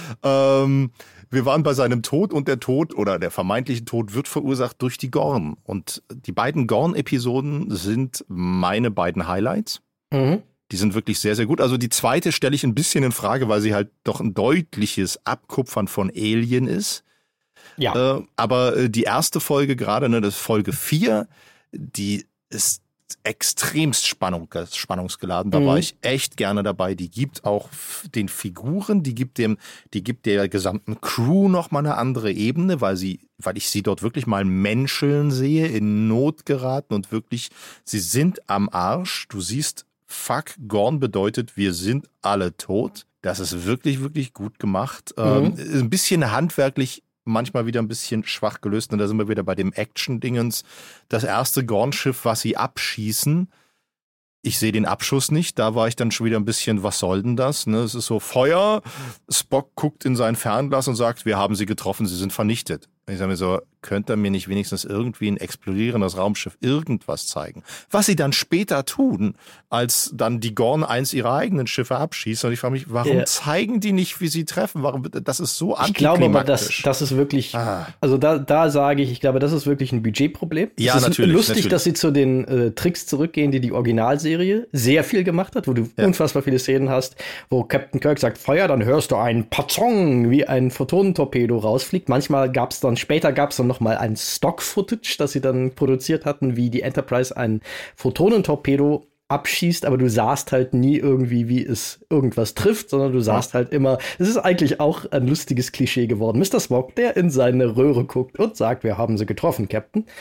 Wir waren bei seinem Tod und der Tod oder der vermeintliche Tod wird verursacht durch die Gorn. Und die beiden Gorn-Episoden sind meine beiden Highlights. Die sind wirklich sehr, sehr gut. Also die zweite stelle ich ein bisschen in Frage, weil sie halt doch ein deutliches Abkupfern von Alien ist. Ja. Aber die erste Folge gerade, das ist Folge 4, die ist extremst spannungsgeladen. Da war ich echt gerne dabei. Die gibt auch den Figuren, die gibt der gesamten Crew noch mal eine andere Ebene, weil ich sie dort wirklich mal menscheln sehe, in Not geraten und wirklich, sie sind am Arsch. Du siehst, fuck, Gorn bedeutet, wir sind alle tot. Das ist wirklich, wirklich gut gemacht. Ein bisschen handwerklich, manchmal wieder ein bisschen schwach gelöst. Und da sind wir wieder bei dem Action-Dingens. Das erste Gorn-Schiff, was sie abschießen, ich sehe den Abschuss nicht. Da war ich dann schon wieder ein bisschen, was soll denn das? Es ist so Feuer. Spock guckt in sein Fernglas und sagt, wir haben sie getroffen, sie sind vernichtet. Ich sage mir so, könnte er mir nicht wenigstens irgendwie ein explodierendes Raumschiff irgendwas zeigen? Was sie dann später tun, als dann die Gorn eins ihrer eigenen Schiffe abschießt. Und ich frage mich, warum zeigen die nicht, wie sie treffen? Warum? Das ist so antiklimaktisch. Ich glaube aber, das ist wirklich, also da sage ich glaube, das ist wirklich ein Budgetproblem. Ja, es ist natürlich. Lustig, dass sie zu den Tricks zurückgehen, die Originalserie sehr viel gemacht hat, wo du unfassbar viele Szenen hast, wo Captain Kirk sagt, Feuer, dann hörst du einen Patong, wie ein Photonentorpedo rausfliegt. Manchmal später gab es dann noch mal ein Stock-Footage, das sie dann produziert hatten, wie die Enterprise einen Photonentorpedo abschießt, aber du sahst halt nie irgendwie, wie es irgendwas trifft, sondern du sahst halt immer, es ist eigentlich auch ein lustiges Klischee geworden. Mr. Spock, der in seine Röhre guckt und sagt, wir haben sie getroffen, Captain.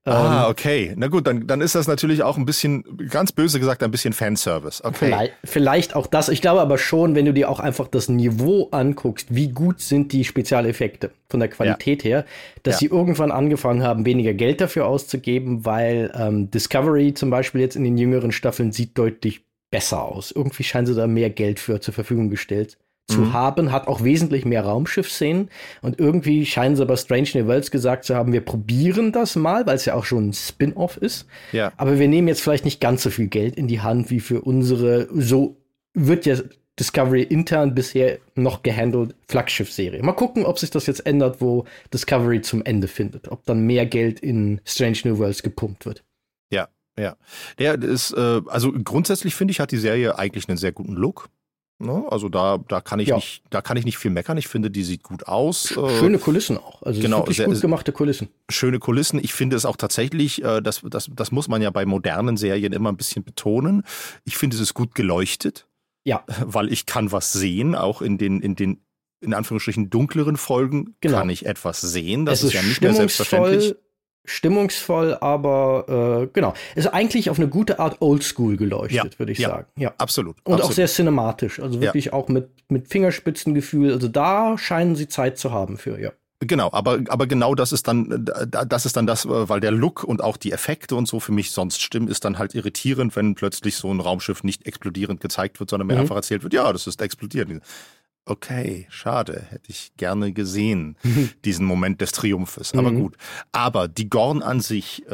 Okay. Na gut, dann ist das natürlich auch ein bisschen, ganz böse gesagt, ein bisschen Fanservice. Okay. Vielleicht auch das. Ich glaube aber schon, wenn du dir auch einfach das Niveau anguckst, wie gut sind die Spezialeffekte von der Qualität her, dass sie irgendwann angefangen haben, weniger Geld dafür auszugeben, weil Discovery zum Beispiel jetzt in den jüngeren Staffeln sieht deutlich besser aus. Irgendwie scheinen sie da mehr Geld für zur Verfügung gestellt zu haben, hat auch wesentlich mehr Raumschiff-Szenen und irgendwie scheinen sie bei Strange New Worlds gesagt zu haben, wir probieren das mal, weil es ja auch schon ein Spin-off ist, aber wir nehmen jetzt vielleicht nicht ganz so viel Geld in die Hand wie für unsere, so wird ja Discovery intern bisher noch gehandelt, Flaggschiff-Serie. Mal gucken, ob sich das jetzt ändert, wo Discovery zum Ende findet, ob dann mehr Geld in Strange New Worlds gepumpt wird. Ja. Der ist, also grundsätzlich finde ich, hat die Serie eigentlich einen sehr guten Look. Ne? Also da kann ich nicht viel meckern. Ich finde, die sieht gut aus. Schöne Kulissen auch. Also genau, wirklich gut gemachte Kulissen. Schöne Kulissen. Ich finde es auch tatsächlich, das muss man ja bei modernen Serien immer ein bisschen betonen. Ich finde, es ist gut geleuchtet. Ja. Weil ich kann was sehen, auch in den in Anführungsstrichen dunkleren Folgen kann ich etwas sehen. Das ist ja nicht mehr selbstverständlich. Stimmungsvoll, aber genau. Ist eigentlich auf eine gute Art oldschool geleuchtet, würde ich sagen. Ja, absolut. Und auch sehr cinematisch, also wirklich auch mit Fingerspitzengefühl. Also da scheinen sie Zeit zu haben für, Genau, aber genau das ist dann das, weil der Look und auch die Effekte und so für mich sonst stimmen, ist dann halt irritierend, wenn plötzlich so ein Raumschiff nicht explodierend gezeigt wird, sondern mir einfach erzählt wird, ja, das ist explodiert. Okay, schade, hätte ich gerne gesehen, diesen Moment des Triumphes. Aber gut. Aber die Gorn an sich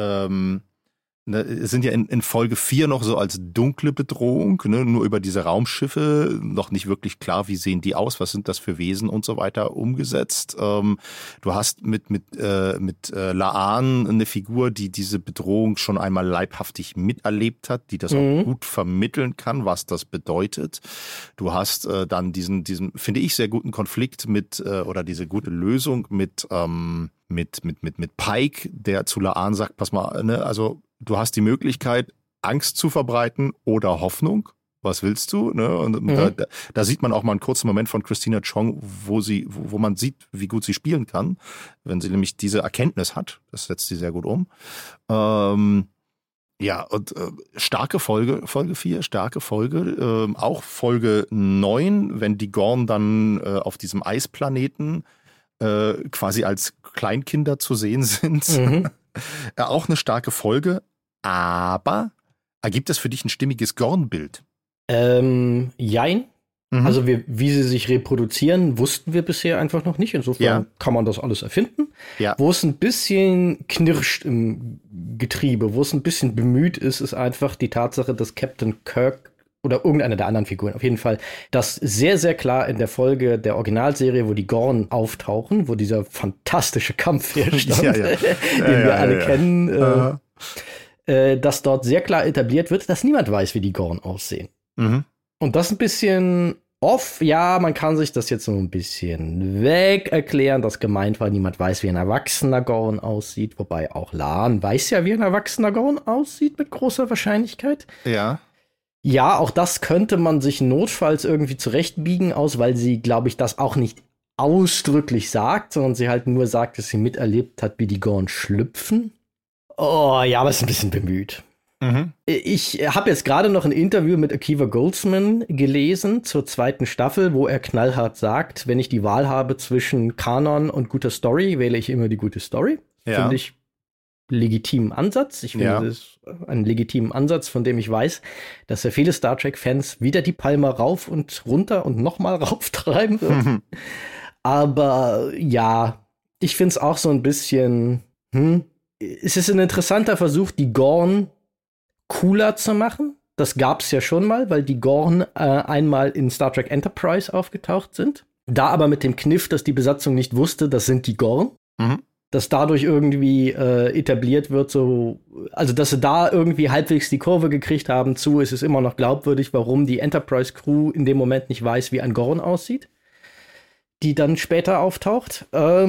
sind ja in Folge 4 noch so als dunkle Bedrohung, ne? Nur über diese Raumschiffe, noch nicht wirklich klar, wie sehen die aus, was sind das für Wesen und so weiter umgesetzt. Du hast mit La'an eine Figur, die diese Bedrohung schon einmal leibhaftig miterlebt hat, die das auch gut vermitteln kann, was das bedeutet. Du hast dann diesen, finde ich, sehr guten Konflikt oder diese gute Lösung mit Pike, der zu La'an sagt, pass mal, ne, also du hast die Möglichkeit, Angst zu verbreiten oder Hoffnung. Was willst du? Ne? Und da sieht man auch mal einen kurzen Moment von Christina Chong, wo man sieht, wie gut sie spielen kann, wenn sie nämlich diese Erkenntnis hat. Das setzt sie sehr gut um. Starke Folge 4, starke Folge. Auch Folge 9, wenn die Gorn dann auf diesem Eisplaneten quasi als Kleinkinder zu sehen sind. Auch eine starke Folge, aber ergibt das für dich ein stimmiges Gorn-Bild? Jein. Also wie sie sich reproduzieren, wussten wir bisher einfach noch nicht. Insofern kann man das alles erfinden. Ja. Wo es ein bisschen knirscht im Getriebe, wo es ein bisschen bemüht ist, ist einfach die Tatsache, dass Captain Kirk oder irgendeine der anderen Figuren, auf jeden Fall, das sehr, sehr klar in der Folge der Originalserie, wo die Gorn auftauchen, wo dieser fantastische Kampf herrscht, den wir alle kennen, dass dort sehr klar etabliert wird, dass niemand weiß, wie die Gorn aussehen. Und das ein bisschen off, man kann sich das jetzt so ein bisschen weg erklären, dass gemeint war, niemand weiß, wie ein erwachsener Gorn aussieht, wobei auch La'an weiß ja, wie ein erwachsener Gorn aussieht, mit großer Wahrscheinlichkeit. Ja, auch das könnte man sich notfalls irgendwie zurechtbiegen weil sie, glaube ich, das auch nicht ausdrücklich sagt, sondern sie halt nur sagt, dass sie miterlebt hat, wie die Gorn schlüpfen. Oh, ja, aber ist ein bisschen bemüht. Ich habe jetzt gerade noch ein Interview mit Akiva Goldsman gelesen zur 2. Staffel, wo er knallhart sagt, wenn ich die Wahl habe zwischen Kanon und guter Story, wähle ich immer die gute Story. Finde ich legitimen Ansatz. Ich finde, das ist ein legitimen Ansatz, von dem ich weiß, dass ja viele Star Trek-Fans wieder die Palme rauf und runter und nochmal rauftreiben wird. Aber ich finde es auch so ein bisschen, es ist ein interessanter Versuch, die Gorn cooler zu machen. Das gab es ja schon mal, weil die Gorn einmal in Star Trek Enterprise aufgetaucht sind. Da aber mit dem Kniff, dass die Besatzung nicht wusste, das sind die Gorn. Dass dadurch irgendwie etabliert wird, also dass sie da irgendwie halbwegs die Kurve gekriegt haben es ist immer noch glaubwürdig, warum die Enterprise-Crew in dem Moment nicht weiß, wie ein Gorn aussieht, die dann später auftaucht.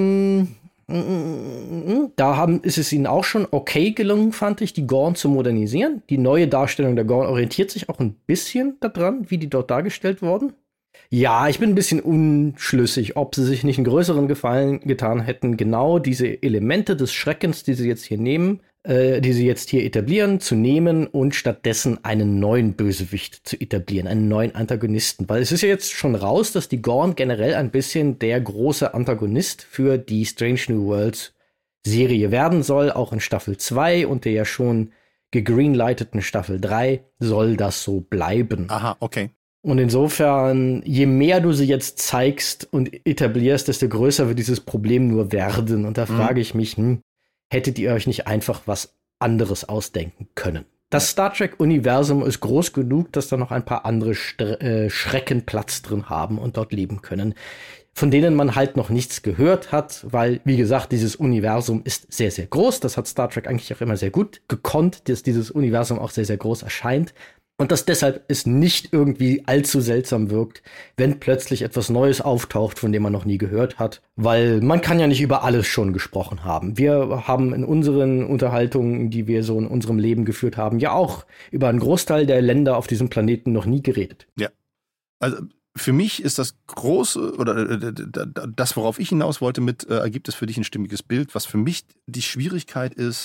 Ist es ihnen auch schon okay gelungen, fand ich, die Gorn zu modernisieren. Die neue Darstellung der Gorn orientiert sich auch ein bisschen daran, wie die dort dargestellt wurden. Ja, ich bin ein bisschen unschlüssig, ob sie sich nicht einen größeren Gefallen getan hätten, genau diese Elemente des Schreckens, die sie jetzt hier nehmen, die sie jetzt hier etablieren, zu nehmen und stattdessen einen neuen Bösewicht zu etablieren, einen neuen Antagonisten. Weil es ist ja jetzt schon raus, dass die Gorn generell ein bisschen der große Antagonist für die Strange New Worlds Serie werden soll, auch in Staffel 2 und der ja schon gegreenlighteten Staffel 3 soll das so bleiben. Aha, okay. Und insofern, je mehr du sie jetzt zeigst und etablierst, desto größer wird dieses Problem nur werden. Und da frage ich mich, hättet ihr euch nicht einfach was anderes ausdenken können? Das Star Trek-Universum ist groß genug, dass da noch ein paar andere Schrecken Platz drin haben und dort leben können, von denen man halt noch nichts gehört hat, weil, wie gesagt, dieses Universum ist sehr, sehr groß. Das hat Star Trek eigentlich auch immer sehr gut gekonnt, dass dieses Universum auch sehr, sehr groß erscheint. Und dass deshalb es nicht irgendwie allzu seltsam wirkt, wenn plötzlich etwas Neues auftaucht, von dem man noch nie gehört hat. Weil man kann ja nicht über alles schon gesprochen haben. Wir haben in unseren Unterhaltungen, die wir so in unserem Leben geführt haben, ja auch über einen Großteil der Länder auf diesem Planeten noch nie geredet. Ja, also für mich ist das große, oder das, worauf ich hinaus wollte ergibt es für dich ein stimmiges Bild. Was für mich die Schwierigkeit ist,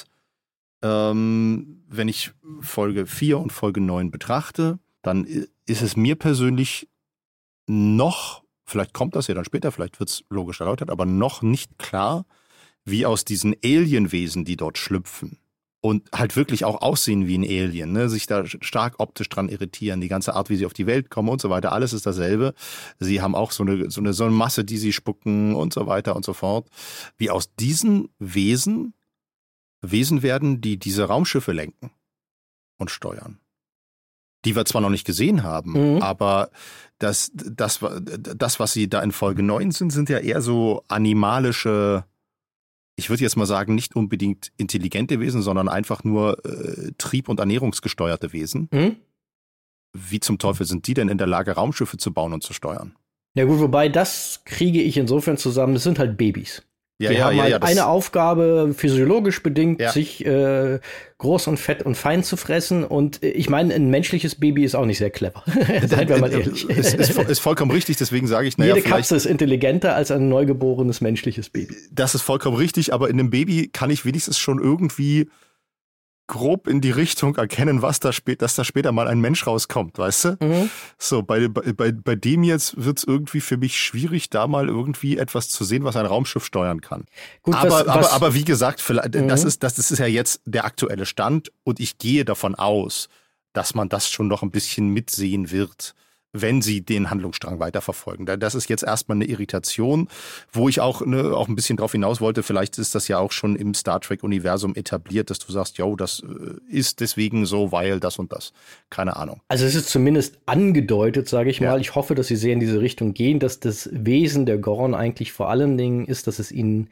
wenn ich Folge 4 und Folge 9 betrachte, dann ist es mir persönlich noch, vielleicht kommt das ja dann später, vielleicht wird es logisch erläutert, aber noch nicht klar, wie aus diesen Alienwesen, die dort schlüpfen und halt wirklich auch aussehen wie ein Alien, ne? Sich da stark optisch dran irritieren, die ganze Art, wie sie auf die Welt kommen und so weiter, alles ist dasselbe. Sie haben auch so eine Masse, die sie spucken und so weiter und so fort. Wie aus diesen Wesen werden, die diese Raumschiffe lenken und steuern. Die wir zwar noch nicht gesehen haben, aber das, was sie da in Folge 9 sind ja eher so animalische, ich würde jetzt mal sagen, nicht unbedingt intelligente Wesen, sondern einfach nur trieb- und ernährungsgesteuerte Wesen. Wie zum Teufel sind die denn in der Lage, Raumschiffe zu bauen und zu steuern? Ja gut, wobei das kriege ich insofern zusammen, das sind halt Babys. Die haben halt eine Aufgabe, physiologisch bedingt, sich groß und fett und fein zu fressen. Und ich meine, ein menschliches Baby ist auch nicht sehr clever. Seien wir mal ehrlich. Ist vollkommen richtig, deswegen sage ich, jede Katze ist intelligenter als ein neugeborenes menschliches Baby. Das ist vollkommen richtig, aber in einem Baby kann ich wenigstens schon irgendwie grob in die Richtung erkennen, dass da später mal ein Mensch rauskommt, weißt du? So, bei dem jetzt wird es irgendwie für mich schwierig, da mal irgendwie etwas zu sehen, was ein Raumschiff steuern kann. Gut, aber wie gesagt, das ist ja jetzt der aktuelle Stand und ich gehe davon aus, dass man das schon noch ein bisschen mitsehen wird, wenn sie den Handlungsstrang weiterverfolgen. Das ist jetzt erstmal eine Irritation, wo ich auch ein bisschen drauf hinaus wollte, vielleicht ist das ja auch schon im Star Trek-Universum etabliert, dass du sagst, jo, das ist deswegen so, weil das und das. Keine Ahnung. Also es ist zumindest angedeutet, sage ich mal. Ich hoffe, dass sie sehr in diese Richtung gehen, dass das Wesen der Gorn eigentlich vor allen Dingen ist, dass es ihnen,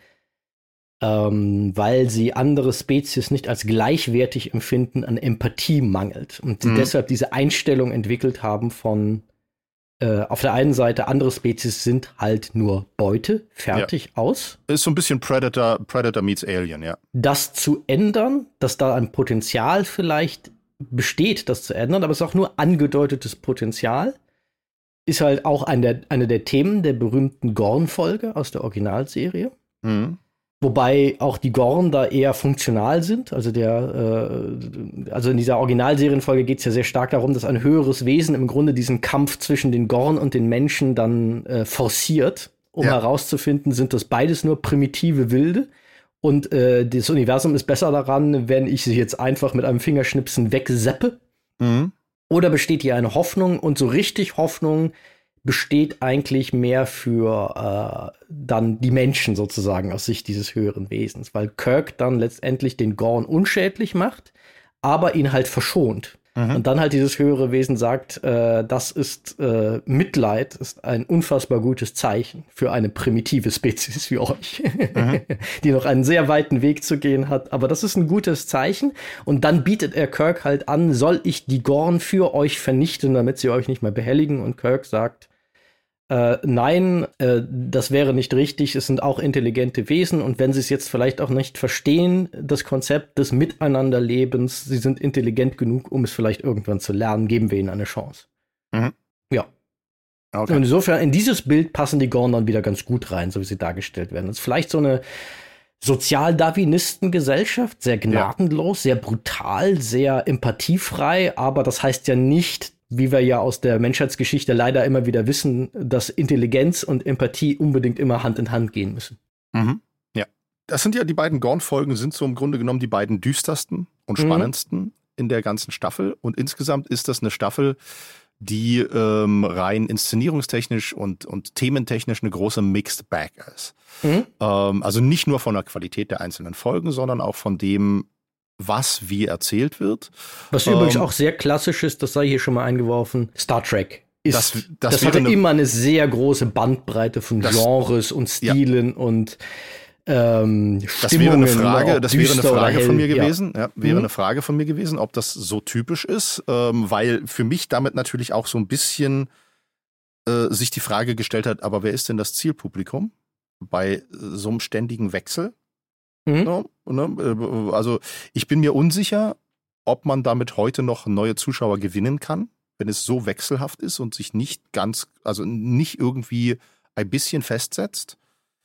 weil sie andere Spezies nicht als gleichwertig empfinden, an Empathie mangelt. Und sie deshalb diese Einstellung entwickelt haben von auf der einen Seite, andere Spezies sind halt nur Beute, fertig, aus. Ist so ein bisschen Predator meets Alien, ja. Das zu ändern, dass da ein Potenzial vielleicht besteht, das zu ändern, aber es ist auch nur angedeutetes Potenzial, ist halt auch eine der Themen der berühmten Gorn-Folge aus der Originalserie. Wobei auch die Gorn da eher funktional sind. Also in dieser Originalserienfolge geht es ja sehr stark darum, dass ein höheres Wesen im Grunde diesen Kampf zwischen den Gorn und den Menschen dann forciert, um herauszufinden, sind das beides nur primitive Wilde. Und das Universum ist besser daran, wenn ich sie jetzt einfach mit einem Fingerschnipsen wegseppe. Oder besteht hier eine Hoffnung? Und so richtig Hoffnung besteht eigentlich mehr für dann die Menschen sozusagen aus Sicht dieses höheren Wesens, weil Kirk dann letztendlich den Gorn unschädlich macht, aber ihn halt verschont. Und dann halt dieses höhere Wesen sagt, das ist Mitleid, ist ein unfassbar gutes Zeichen für eine primitive Spezies wie euch, die noch einen sehr weiten Weg zu gehen hat. Aber das ist ein gutes Zeichen. Und dann bietet er Kirk halt an, soll ich die Gorn für euch vernichten, damit sie euch nicht mehr behelligen? Und Kirk sagt, nein, das wäre nicht richtig. Es sind auch intelligente Wesen und wenn sie es jetzt vielleicht auch nicht verstehen, das Konzept des Miteinanderlebens, sie sind intelligent genug, um es vielleicht irgendwann zu lernen, geben wir ihnen eine Chance. Ja. Okay. Und insofern, in dieses Bild passen die Gorn dann wieder ganz gut rein, so wie sie dargestellt werden. Das ist vielleicht so Sozialdarwinistengesellschaft, sehr gnadenlos, sehr brutal, sehr empathiefrei, aber das heißt ja nicht, wie wir ja aus der Menschheitsgeschichte leider immer wieder wissen, dass Intelligenz und Empathie unbedingt immer Hand in Hand gehen müssen. Mhm. Ja. Das sind ja die beiden Gorn-Folgen, sind so im Grunde genommen die beiden düstersten und spannendsten in der ganzen Staffel. Und insgesamt ist das eine Staffel, die rein inszenierungstechnisch und thementechnisch eine große Mixed Bag ist. Also nicht nur von der Qualität der einzelnen Folgen, sondern auch von dem, was wie erzählt wird. Was übrigens auch sehr klassisch ist, das sei hier schon mal eingeworfen, Star Trek. Das hatte immer eine sehr große Bandbreite von Genres und Stilen und das wäre eine Frage von mir gewesen. Ja, wäre eine Frage von mir gewesen, ob das so typisch ist, weil für mich damit natürlich auch so ein bisschen sich die Frage gestellt hat, aber wer ist denn das Zielpublikum bei so einem ständigen Wechsel? Also ich bin mir unsicher, ob man damit heute noch neue Zuschauer gewinnen kann, wenn es so wechselhaft ist und sich nicht irgendwie ein bisschen festsetzt.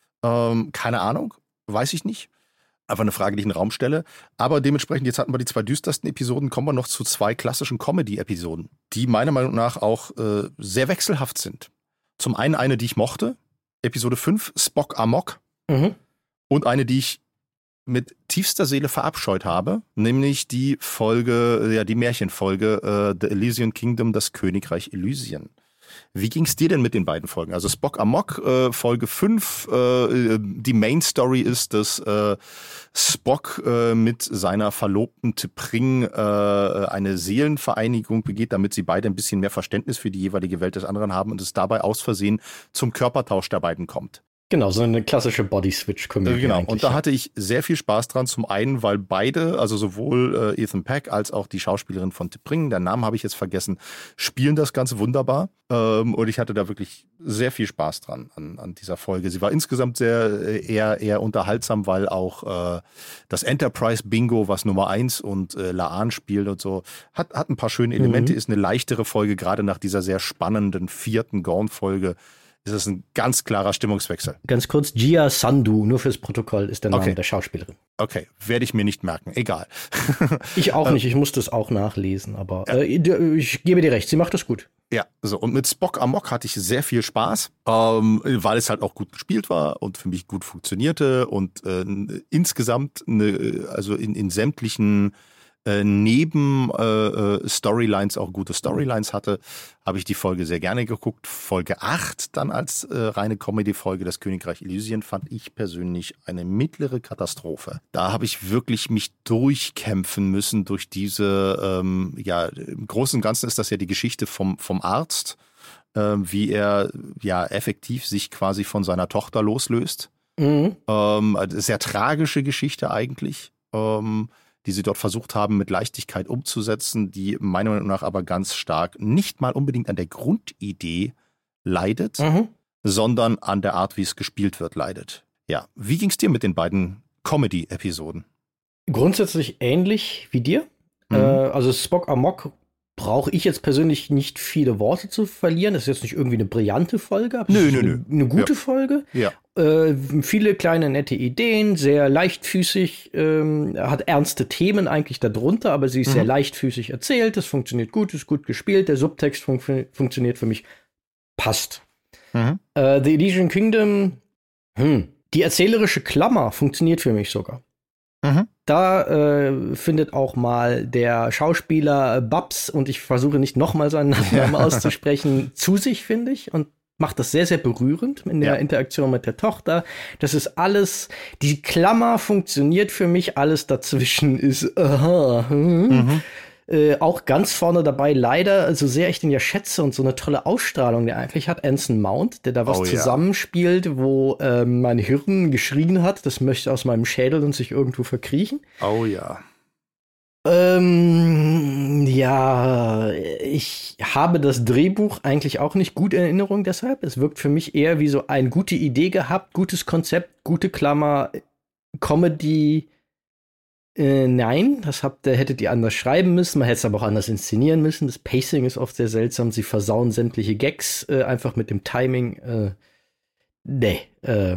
Keine Ahnung, weiß ich nicht. Einfach eine Frage, die ich in den Raum stelle. Aber dementsprechend, jetzt hatten wir die 2 düstersten Episoden, kommen wir noch zu 2 klassischen Comedy-Episoden, die meiner Meinung nach auch sehr wechselhaft sind. Zum einen eine, die ich mochte, Episode 5, Spock Amok. Und eine, die ich mit tiefster Seele verabscheut habe, nämlich die Folge, die Märchenfolge The Elysian Kingdom, das Königreich Elysien. Wie ging's dir denn mit den beiden Folgen? Also Spock Amok, Folge 5, die Main Story ist, dass Spock mit seiner Verlobten T'Pring eine Seelenvereinigung begeht, damit sie beide ein bisschen mehr Verständnis für die jeweilige Welt des anderen haben und es dabei aus Versehen zum Körpertausch der beiden kommt. Genau, so eine klassische Body-Switch-Komödie. Genau, und da hatte ich sehr viel Spaß dran. Zum einen, weil beide, also sowohl Ethan Peck als auch die Schauspielerin von T'Pring, den Namen habe ich jetzt vergessen, spielen das Ganze wunderbar. Und ich hatte da wirklich sehr viel Spaß dran an dieser Folge. Sie war insgesamt eher unterhaltsam, weil auch das Enterprise-Bingo, was Nummer 1 und Laan spielt und so, hat ein paar schöne Elemente, ist eine leichtere Folge, gerade nach dieser sehr spannenden 4. Gorn-Folge. Ist es ein ganz klarer Stimmungswechsel. Ganz kurz, Gia Sandhu, nur fürs Protokoll, ist der Name der Schauspielerin. Okay, werde ich mir nicht merken, egal. Ich auch nicht, ich musste es auch nachlesen, aber ich gebe dir recht, sie macht das gut. Ja, so, und mit Spock Amok hatte ich sehr viel Spaß, weil es halt auch gut gespielt war und für mich gut funktionierte und insgesamt also in sämtlichen neben Storylines auch gute Storylines hatte, habe ich die Folge sehr gerne geguckt. Folge 8 dann als reine Comedy-Folge, das Königreich Elysien, fand ich persönlich eine mittlere Katastrophe. Da habe ich wirklich mich durchkämpfen müssen durch diese, im Großen und Ganzen ist das ja die Geschichte vom Arzt, wie er effektiv sich quasi von seiner Tochter loslöst. Sehr tragische Geschichte eigentlich. Die sie dort versucht haben, mit Leichtigkeit umzusetzen, die meiner Meinung nach aber ganz stark nicht mal unbedingt an der Grundidee leidet, sondern an der Art, wie es gespielt wird, leidet. Ja, wie ging's dir mit den beiden Comedy-Episoden? Grundsätzlich ähnlich wie dir. Also Spock Amok brauche ich jetzt persönlich nicht viele Worte zu verlieren. Das ist jetzt nicht irgendwie eine brillante Folge, aber eine gute Folge. Ja. Viele kleine nette Ideen, sehr leichtfüßig, hat ernste Themen eigentlich darunter, aber sie ist sehr leichtfüßig erzählt, es funktioniert gut, ist gut gespielt, der Subtext funktioniert für mich, passt. The Elysian Kingdom, die erzählerische Klammer funktioniert für mich sogar. Da findet auch mal der Schauspieler Babs, und ich versuche nicht nochmal seinen Namen auszusprechen, zu sich, finde ich, und macht das sehr, sehr berührend in der Interaktion mit der Tochter. Das ist alles, die Klammer funktioniert für mich, alles dazwischen ist auch ganz vorne dabei, leider, so sehr ich den ja schätze und so eine tolle Ausstrahlung der eigentlich hat, Anson Mount, der da was zusammenspielt, wo mein Hirn geschrien hat, das möchte aus meinem Schädel und sich irgendwo verkriechen. Oh ja. Ich habe das Drehbuch eigentlich auch nicht gut in Erinnerung deshalb. Es wirkt für mich eher wie so eine gute Idee gehabt, gutes Konzept, gute Klammer, Comedy. Nein, hättet ihr anders schreiben müssen. Man hätte es aber auch anders inszenieren müssen. Das Pacing ist oft sehr seltsam. Sie versauen sämtliche Gags einfach mit dem Timing.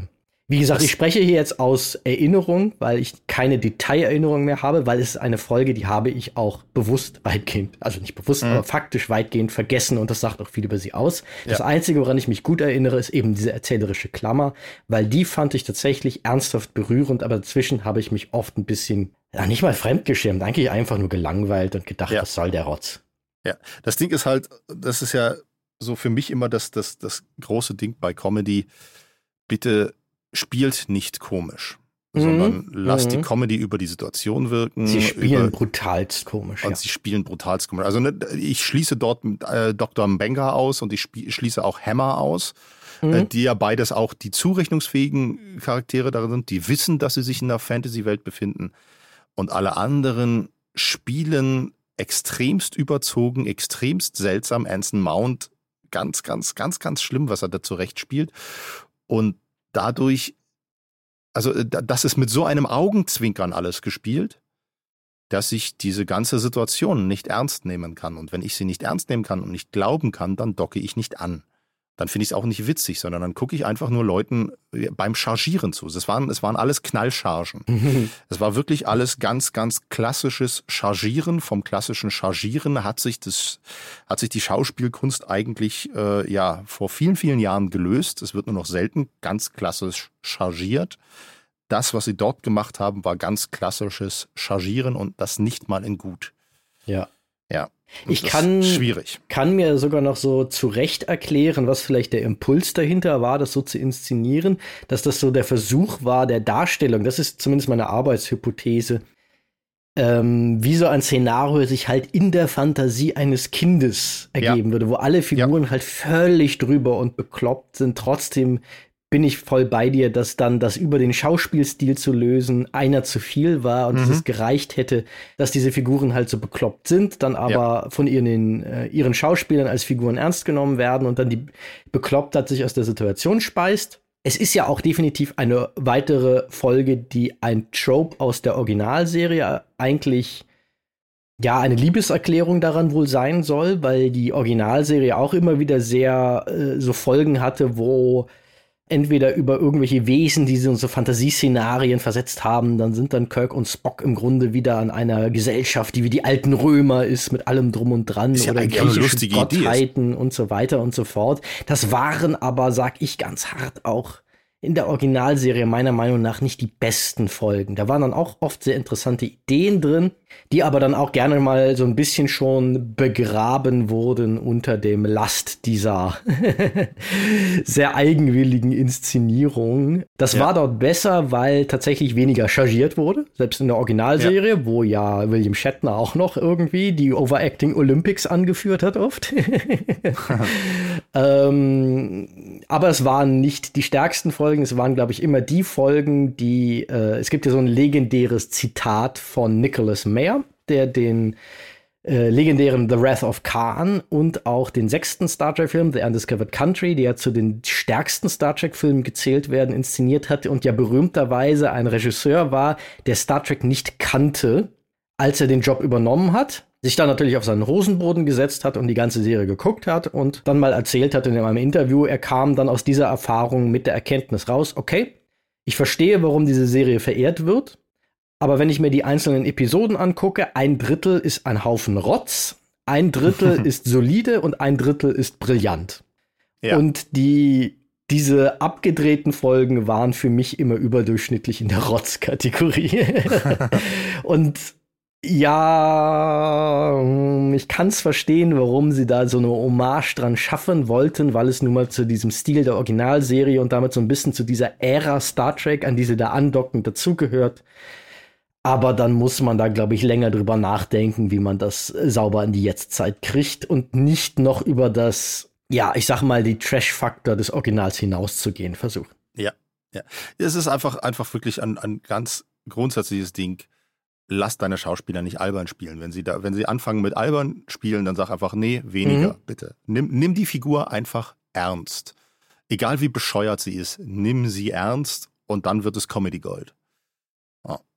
Wie gesagt, ich spreche hier jetzt aus Erinnerung, weil ich keine Detailerinnerung mehr habe, weil es ist eine Folge, die habe ich auch bewusst weitgehend, also nicht bewusst, aber faktisch weitgehend vergessen und das sagt auch viel über sie aus. Ja. Das Einzige, woran ich mich gut erinnere, ist eben diese erzählerische Klammer, weil die fand ich tatsächlich ernsthaft berührend, aber dazwischen habe ich mich oft ein bisschen, ja, nicht mal fremdgeschämt, eigentlich einfach nur gelangweilt und gedacht, was soll der Rotz? Ja, das Ding ist halt, das ist ja so für mich immer das große Ding bei Comedy, bitte spielt nicht komisch, sondern lasst die Comedy über die Situation wirken. Sie spielen brutalst komisch. Und sie spielen brutalst komisch. Also ich schließe dort Dr. Mbenga aus und ich schließe auch Hammer aus, die ja beides auch die zurechnungsfähigen Charaktere darin sind, die wissen, dass sie sich in einer Fantasy-Welt befinden. Und alle anderen spielen extremst überzogen, extremst seltsam. Anson Mount, ganz, ganz, ganz, ganz schlimm, was er da zurecht spielt. Und dadurch, also das ist mit so einem Augenzwinkern alles gespielt, dass ich diese ganze Situation nicht ernst nehmen kann. Und wenn ich sie nicht ernst nehmen kann und nicht glauben kann, dann docke ich nicht an. Dann finde ich es auch nicht witzig, sondern dann gucke ich einfach nur Leuten beim Chargieren zu. Es waren alles Knallchargen. Es war wirklich alles ganz, ganz klassisches Chargieren. Vom klassischen Chargieren hat sich die Schauspielkunst eigentlich vor vielen, vielen Jahren gelöst. Es wird nur noch selten ganz klassisch chargiert. Das, was sie dort gemacht haben, war ganz klassisches Chargieren und das nicht mal in gut. Ja. Ja. Ich kann mir sogar noch so zurecht erklären, was vielleicht der Impuls dahinter war, das so zu inszenieren, dass das so der Versuch war der Darstellung, das ist zumindest meine Arbeitshypothese, wie so ein Szenario sich halt in der Fantasie eines Kindes ergeben würde, wo alle Figuren halt völlig drüber und bekloppt sind, trotzdem bin ich voll bei dir, dass dann das über den Schauspielstil zu lösen einer zu viel war und es gereicht hätte, dass diese Figuren halt so bekloppt sind, dann aber von ihren Schauspielern als Figuren ernst genommen werden und dann die Beklopptheit sich aus der Situation speist. Es ist ja auch definitiv eine weitere Folge, die ein Trope aus der Originalserie eigentlich eine Liebeserklärung daran wohl sein soll, weil die Originalserie auch immer wieder sehr so Folgen hatte, wo entweder über irgendwelche Wesen, die sie in so Fantasieszenarien versetzt haben, dann sind dann Kirk und Spock im Grunde wieder an einer Gesellschaft, die wie die alten Römer ist, mit allem drum und dran, ist ja oder griechische Gottheiten und so weiter und so fort. Das waren aber, sag ich ganz hart, auch in der Originalserie meiner Meinung nach nicht die besten Folgen. Da waren dann auch oft sehr interessante Ideen drin, die aber dann auch gerne mal so ein bisschen schon begraben wurden unter dem Last dieser sehr eigenwilligen Inszenierung. Das war dort besser, weil tatsächlich weniger chargiert wurde, selbst in der Originalserie, wo ja William Shatner auch noch irgendwie die Overacting Olympics angeführt hat oft. Aber es waren nicht die stärksten Folgen, es waren, glaube ich, immer die Folgen, die, es gibt ja so ein legendäres Zitat von Nicholas Meyer, der den legendären The Wrath of Khan und auch den 6. Star Trek-Film, The Undiscovered Country, der zu den stärksten Star Trek-Filmen gezählt werden, inszeniert hatte und ja berühmterweise ein Regisseur war, der Star Trek nicht kannte, als er den Job übernommen hat, sich dann natürlich auf seinen Hosenboden gesetzt hat und die ganze Serie geguckt hat und dann mal erzählt hat in einem Interview, er kam dann aus dieser Erfahrung mit der Erkenntnis raus, okay, ich verstehe, warum diese Serie verehrt wird, aber wenn ich mir die einzelnen Episoden angucke, 1/3 ist ein Haufen Rotz, 1/3 ist solide und 1/3 ist brillant. Ja. Und diese abgedrehten Folgen waren für mich immer überdurchschnittlich in der Rotz-Kategorie. Und ja, ich kann es verstehen, warum sie da so eine Hommage dran schaffen wollten, weil es nun mal zu diesem Stil der Originalserie und damit so ein bisschen zu dieser Ära Star Trek, an die sie da andocken, dazugehört. Aber dann muss man da, glaube ich, länger drüber nachdenken, wie man das sauber in die Jetztzeit kriegt und nicht noch über das, ich sag mal, die Trash-Faktor des Originals hinauszugehen versuchen. Ja. Es ist einfach wirklich ein ganz grundsätzliches Ding. Lass deine Schauspieler nicht albern spielen. Wenn sie anfangen mit albern spielen, dann sag einfach, nee, weniger, bitte. Nimm die Figur einfach ernst. Egal wie bescheuert sie ist, nimm sie ernst und dann wird es Comedy Gold.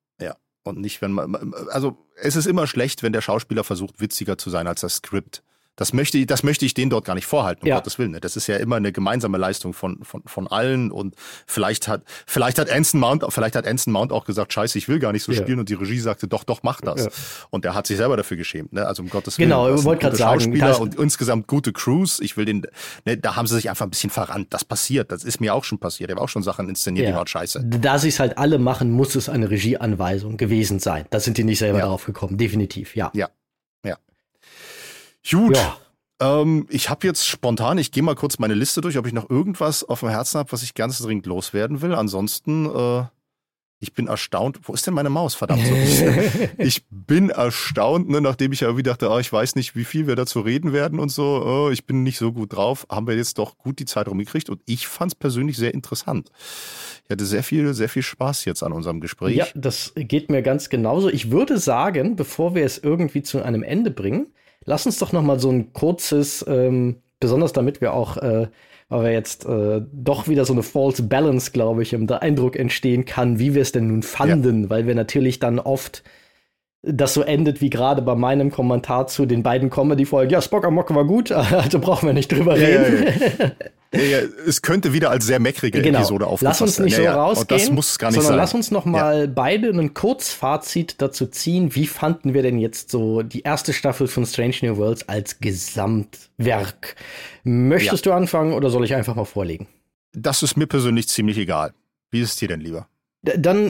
Und nicht, also es ist immer schlecht, wenn der Schauspieler versucht, witziger zu sein als das Skript. Das möchte ich denen dort gar nicht vorhalten, um Ja. Gottes Willen. Ne? Das ist ja immer eine gemeinsame Leistung von allen und vielleicht hat Anson Mount auch gesagt, scheiße, ich will gar nicht so spielen und die Regie sagte, doch, mach das. Ja. Und der hat sich selber dafür geschämt, ne? Also um Gottes Willen. Genau, ich wollte gerade sagen. Schauspieler und insgesamt gute Crews. Da haben sie sich einfach ein bisschen verrannt. Das passiert, das ist mir auch schon passiert. Ich habe auch schon Sachen inszeniert, die waren scheiße. Da sie es halt alle machen, muss es eine Regieanweisung gewesen sein. Da sind die nicht selber drauf gekommen, definitiv, ja. Gut. Ja. Ich habe jetzt spontan, ich gehe mal kurz meine Liste durch, ob ich noch irgendwas auf dem Herzen habe, was ich ganz dringend loswerden will. Ansonsten, ich bin erstaunt. Wo ist denn meine Maus? Verdammt. Ich bin erstaunt, ne, nachdem ich ja irgendwie dachte, ich weiß nicht, wie viel wir dazu reden werden und so. Ich bin nicht so gut drauf. Haben wir jetzt doch gut die Zeit rumgekriegt und ich fand es persönlich sehr interessant. Ich hatte sehr viel Spaß jetzt an unserem Gespräch. Ja, das geht mir ganz genauso. Ich würde sagen, bevor wir es irgendwie zu einem Ende bringen, lass uns doch noch mal so ein kurzes, besonders damit wir auch, weil wir jetzt doch wieder so eine False Balance, glaube ich, der Eindruck entstehen kann, wie wir es denn nun fanden, weil wir natürlich dann oft das so endet wie gerade bei meinem Kommentar zu den beiden Comedy-Folgen. Ja, Spock am Mock war gut, also brauchen wir nicht drüber reden. Ja, es könnte wieder als sehr meckrige Episode aufgefasst werden. Lass uns nicht so rausgehen, das muss gar nicht sondern sein. Lass uns noch mal beide ein Kurzfazit dazu ziehen. Wie fanden wir denn jetzt so die erste Staffel von Strange New Worlds als Gesamtwerk? Möchtest du anfangen oder soll ich einfach mal vorlegen? Das ist mir persönlich ziemlich egal. Wie ist es dir denn lieber? Dann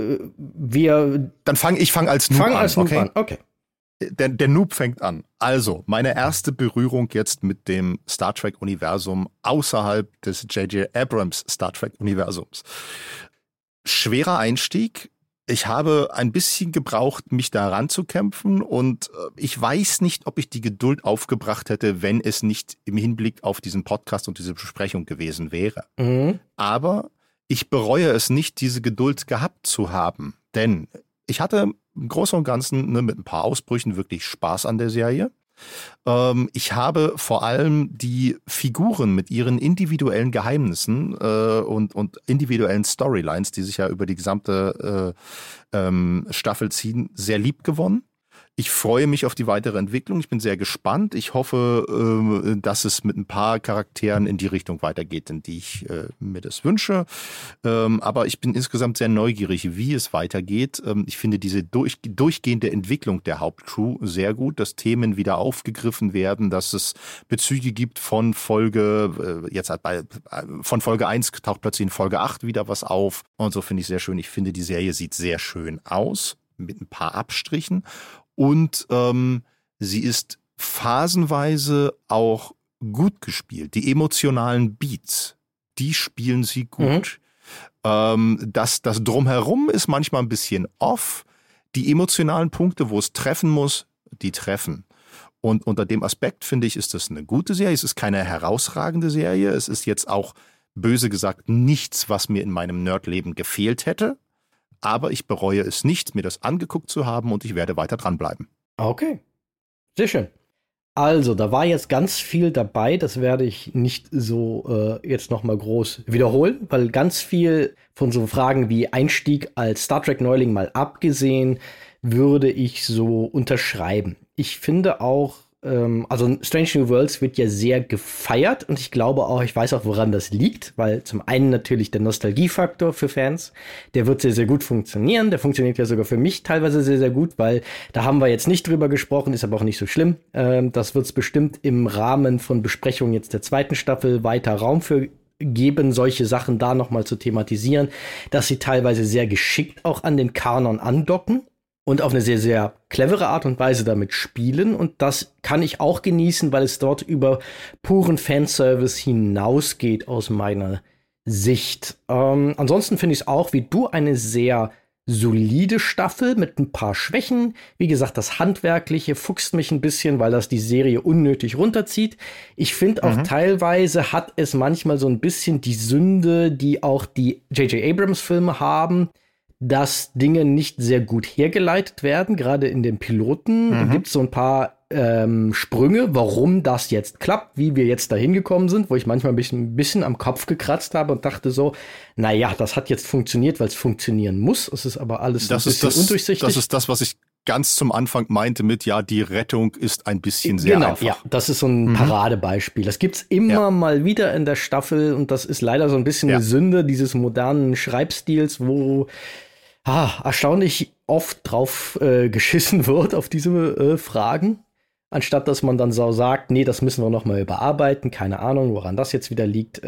ich fang als Noob an. Okay. Der Noob fängt an. Also, meine erste Berührung jetzt mit dem Star Trek-Universum außerhalb des J.J. Abrams Star Trek-Universums. Schwerer Einstieg. Ich habe ein bisschen gebraucht, mich da ranzukämpfen und ich weiß nicht, ob ich die Geduld aufgebracht hätte, wenn es nicht im Hinblick auf diesen Podcast und diese Besprechung gewesen wäre. Mhm. Aber ich bereue es nicht, diese Geduld gehabt zu haben, denn ich hatte im Großen und Ganzen mit ein paar Ausbrüchen wirklich Spaß an der Serie. Ich habe vor allem die Figuren mit ihren individuellen Geheimnissen und individuellen Storylines, die sich ja über die gesamte Staffel ziehen, sehr lieb gewonnen. Ich freue mich auf die weitere Entwicklung. Ich bin sehr gespannt. Ich hoffe, dass es mit ein paar Charakteren in die Richtung weitergeht, in die ich mir das wünsche. Aber ich bin insgesamt sehr neugierig, wie es weitergeht. Ich finde diese durchgehende Entwicklung der Hauptcrew sehr gut, dass Themen wieder aufgegriffen werden, dass es Bezüge gibt von Folge 1 taucht plötzlich in Folge 8 wieder was auf. Und so finde ich sehr schön. Ich finde, die Serie sieht sehr schön aus, mit ein paar Abstrichen. Und sie ist phasenweise auch gut gespielt. Die emotionalen Beats, die spielen sie gut. Das Drumherum ist manchmal ein bisschen off. Die emotionalen Punkte, wo es treffen muss, die treffen. Und unter dem Aspekt, finde ich, ist das eine gute Serie. Es ist keine herausragende Serie. Es ist jetzt auch, böse gesagt, nichts, was mir in meinem Nerdleben gefehlt hätte. Aber ich bereue es nicht, mir das angeguckt zu haben und ich werde weiter dranbleiben. Okay, sehr schön. Also, da war jetzt ganz viel dabei, das werde ich nicht so jetzt nochmal groß wiederholen, weil ganz viel von so Fragen wie Einstieg als Star Trek-Neuling mal abgesehen, würde ich so unterschreiben. Ich finde auch, also Strange New Worlds wird ja sehr gefeiert und ich glaube auch, ich weiß auch, woran das liegt, weil zum einen natürlich der Nostalgiefaktor für Fans, der wird sehr, sehr gut funktionieren, der funktioniert ja sogar für mich teilweise sehr, sehr gut, weil da haben wir jetzt nicht drüber gesprochen, ist aber auch nicht so schlimm. Das wird es bestimmt im Rahmen von Besprechungen jetzt der zweiten Staffel weiter Raum für geben, solche Sachen da nochmal zu thematisieren, dass sie teilweise sehr geschickt auch an den Kanon andocken und auf eine sehr, sehr clevere Art und Weise damit spielen. Und das kann ich auch genießen, weil es dort über puren Fanservice hinausgeht aus meiner Sicht. Ansonsten finde ich es auch, wie du, eine sehr solide Staffel mit ein paar Schwächen. Wie gesagt, das Handwerkliche fuchst mich ein bisschen, weil das die Serie unnötig runterzieht. Ich finde auch teilweise hat es manchmal so ein bisschen die Sünde, die auch die J.J. Abrams-Filme haben, dass Dinge nicht sehr gut hergeleitet werden, gerade in den Piloten. Da gibt es so ein paar Sprünge, warum das jetzt klappt, wie wir jetzt dahin gekommen sind, wo ich manchmal ein bisschen am Kopf gekratzt habe und dachte so, naja, das hat jetzt funktioniert, weil es funktionieren muss. Es ist aber alles ein bisschen undurchsichtig. Das ist das, was ich ganz zum Anfang meinte mit, ja, die Rettung ist ein bisschen sehr einfach. Ja, das ist so ein Paradebeispiel. Das gibt's immer mal wieder in der Staffel und das ist leider so ein bisschen eine Sünde dieses modernen Schreibstils, wo erstaunlich oft drauf geschissen wird auf diese Fragen, anstatt dass man dann so sagt, nee, das müssen wir noch mal überarbeiten, keine Ahnung, woran das jetzt wieder liegt.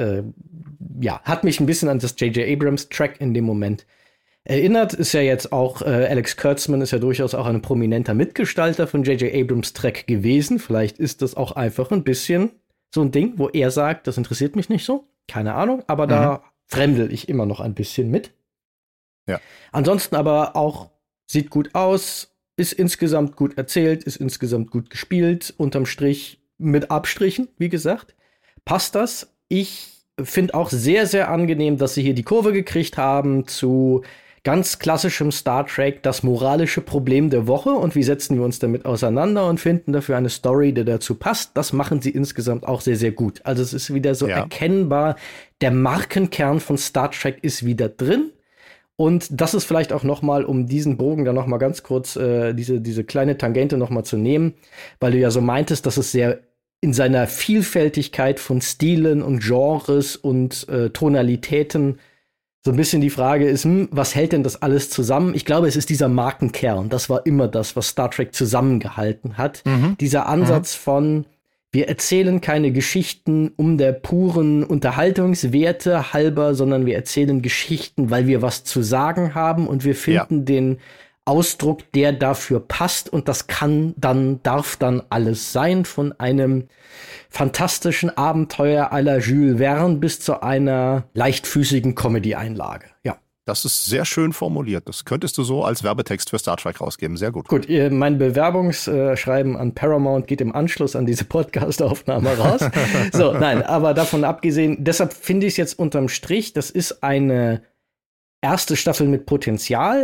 Hat mich ein bisschen an das J.J. Abrams Track in dem Moment erinnert. Ist ja jetzt auch, Alex Kurtzman ist ja durchaus auch ein prominenter Mitgestalter von J.J. Abrams Track gewesen. Vielleicht ist das auch einfach ein bisschen so ein Ding, wo er sagt, das interessiert mich nicht so. Keine Ahnung, aber da fremdel ich immer noch ein bisschen mit. Ja. Ansonsten aber auch sieht gut aus, ist insgesamt gut erzählt, ist insgesamt gut gespielt, unterm Strich mit Abstrichen, wie gesagt. Passt das? Ich finde auch sehr, sehr angenehm, dass sie hier die Kurve gekriegt haben zu ganz klassischem Star Trek, das moralische Problem der Woche und wie setzen wir uns damit auseinander und finden dafür eine Story, die dazu passt. Das machen sie insgesamt auch sehr, sehr gut. Also es ist wieder so erkennbar, der Markenkern von Star Trek ist wieder drin. Und das ist vielleicht auch noch mal, um diesen Bogen dann noch mal ganz kurz, diese kleine Tangente noch mal zu nehmen, weil du ja so meintest, dass es sehr in seiner Vielfältigkeit von Stilen und Genres und Tonalitäten so ein bisschen die Frage ist, was hält denn das alles zusammen? Ich glaube, es ist dieser Markenkern. Das war immer das, was Star Trek zusammengehalten hat. Dieser Ansatz von, wir erzählen keine Geschichten um der puren Unterhaltungswerte halber, sondern wir erzählen Geschichten, weil wir was zu sagen haben und wir finden den Ausdruck, der dafür passt und das darf dann alles sein, von einem fantastischen Abenteuer à la Jules Verne bis zu einer leichtfüßigen Comedy-Einlage. Ja. Das ist sehr schön formuliert. Das könntest du so als Werbetext für Star Trek rausgeben. Sehr gut. Gut, mein Bewerbungsschreiben an Paramount geht im Anschluss an diese Podcast-Aufnahme raus. So, nein, aber davon abgesehen, deshalb finde ich es jetzt unterm Strich, das ist eine erste Staffel mit Potenzial,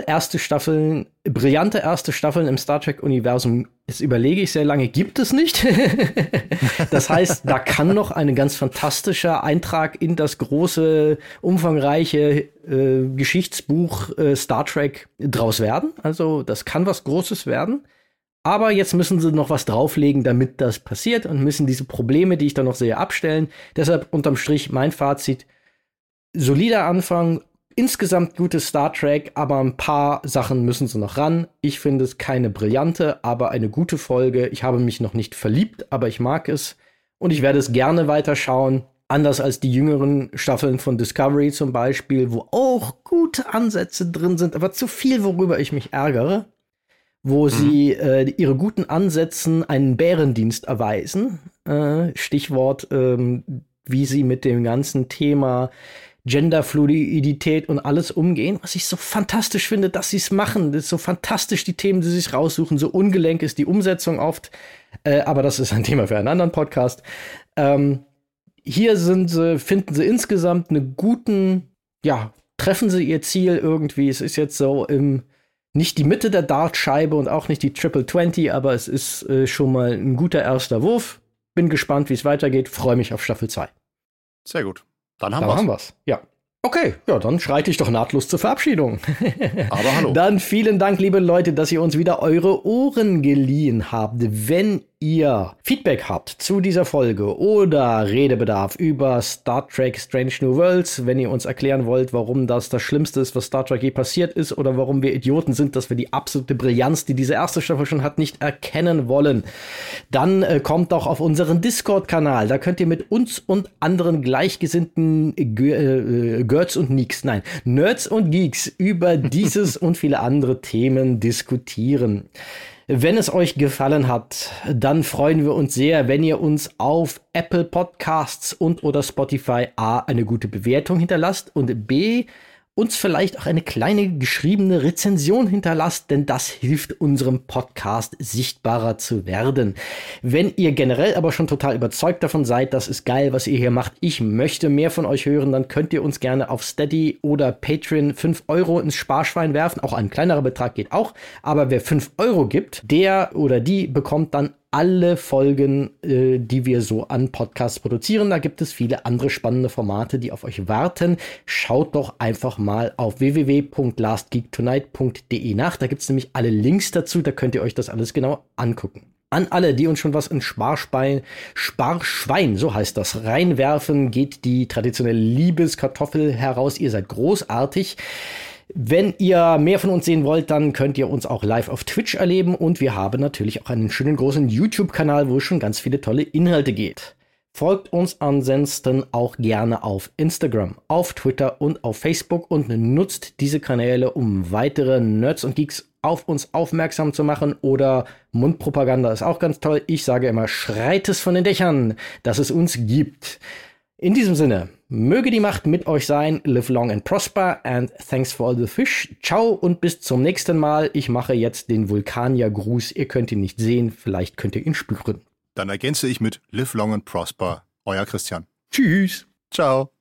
brillante erste Staffeln im Star Trek-Universum, jetzt überlege ich sehr lange, gibt es nicht. Das heißt, da kann noch ein ganz fantastischer Eintrag in das große, umfangreiche Geschichtsbuch Star Trek draus werden. Also das kann was Großes werden. Aber jetzt müssen sie noch was drauflegen, damit das passiert und müssen diese Probleme, die ich da noch sehe, abstellen. Deshalb unterm Strich mein Fazit, solider Anfang, insgesamt gutes Star Trek, aber ein paar Sachen müssen sie noch ran. Ich finde es keine brillante, aber eine gute Folge. Ich habe mich noch nicht verliebt, aber ich mag es. Und ich werde es gerne weiterschauen. Anders als die jüngeren Staffeln von Discovery zum Beispiel, wo auch gute Ansätze drin sind, aber zu viel, worüber ich mich ärgere. Wo sie ihre guten Ansätzen einen Bärendienst erweisen. Stichwort, wie sie mit dem ganzen Thema Genderfluidität und alles umgehen, was ich so fantastisch finde, dass sie es machen. Das ist so fantastisch, die Themen, die sie sich raussuchen, so ungelenk ist die Umsetzung oft. Aber das ist ein Thema für einen anderen Podcast. Hier finden sie insgesamt treffen sie ihr Ziel irgendwie. Es ist jetzt so nicht die Mitte der Dartscheibe und auch nicht die Triple 20, aber es ist schon mal ein guter erster Wurf. Bin gespannt, wie es weitergeht. Freue mich auf Staffel 2. Sehr gut. Dann haben wir's. Ja. Okay, ja, dann schreite ich doch nahtlos zur Verabschiedung. Aber hallo. Dann vielen Dank, liebe Leute, dass ihr uns wieder eure Ohren geliehen habt. Wenn ihr Feedback habt zu dieser Folge oder Redebedarf über Star Trek Strange New Worlds, wenn ihr uns erklären wollt, warum das Schlimmste ist, was Star Trek je passiert ist, oder warum wir Idioten sind, dass wir die absolute Brillanz, die diese erste Staffel schon hat, nicht erkennen wollen, dann kommt doch auf unseren Discord-Kanal. Da könnt ihr mit uns und anderen gleichgesinnten Nerds und Geeks über dieses und viele andere Themen diskutieren. Wenn es euch gefallen hat, dann freuen wir uns sehr, wenn ihr uns auf Apple Podcasts und oder Spotify A eine gute Bewertung hinterlasst und B uns vielleicht auch eine kleine geschriebene Rezension hinterlasst, denn das hilft unserem Podcast sichtbarer zu werden. Wenn ihr generell aber schon total überzeugt davon seid, das ist geil, was ihr hier macht, ich möchte mehr von euch hören, dann könnt ihr uns gerne auf Steady oder Patreon 5 € ins Sparschwein werfen. Auch ein kleinerer Betrag geht auch, aber wer 5 € gibt, der oder die bekommt dann alle Folgen, die wir so an Podcasts produzieren. Da gibt es viele andere spannende Formate, die auf euch warten. Schaut doch einfach mal auf www.lastgeektonight.de nach. Da gibt es nämlich alle Links dazu. Da könnt ihr euch das alles genau angucken. An alle, die uns schon was in Sparschwein, so heißt das, reinwerfen, geht die traditionelle Liebeskartoffel heraus. Ihr seid großartig. Wenn ihr mehr von uns sehen wollt, dann könnt ihr uns auch live auf Twitch erleben. Und wir haben natürlich auch einen schönen großen YouTube-Kanal, wo es schon ganz viele tolle Inhalte geht. Folgt uns ansonsten auch gerne auf Instagram, auf Twitter und auf Facebook und nutzt diese Kanäle, um weitere Nerds und Geeks auf uns aufmerksam zu machen, oder Mundpropaganda ist auch ganz toll. Ich sage immer, schreit es von den Dächern, dass es uns gibt. In diesem Sinne, möge die Macht mit euch sein, live long and prosper and thanks for all the fish. Ciao und bis zum nächsten Mal. Ich mache jetzt den Vulkanier-Gruß. Ihr könnt ihn nicht sehen, vielleicht könnt ihr ihn spüren. Dann ergänze ich mit live long and prosper. Euer Christian. Tschüss. Ciao.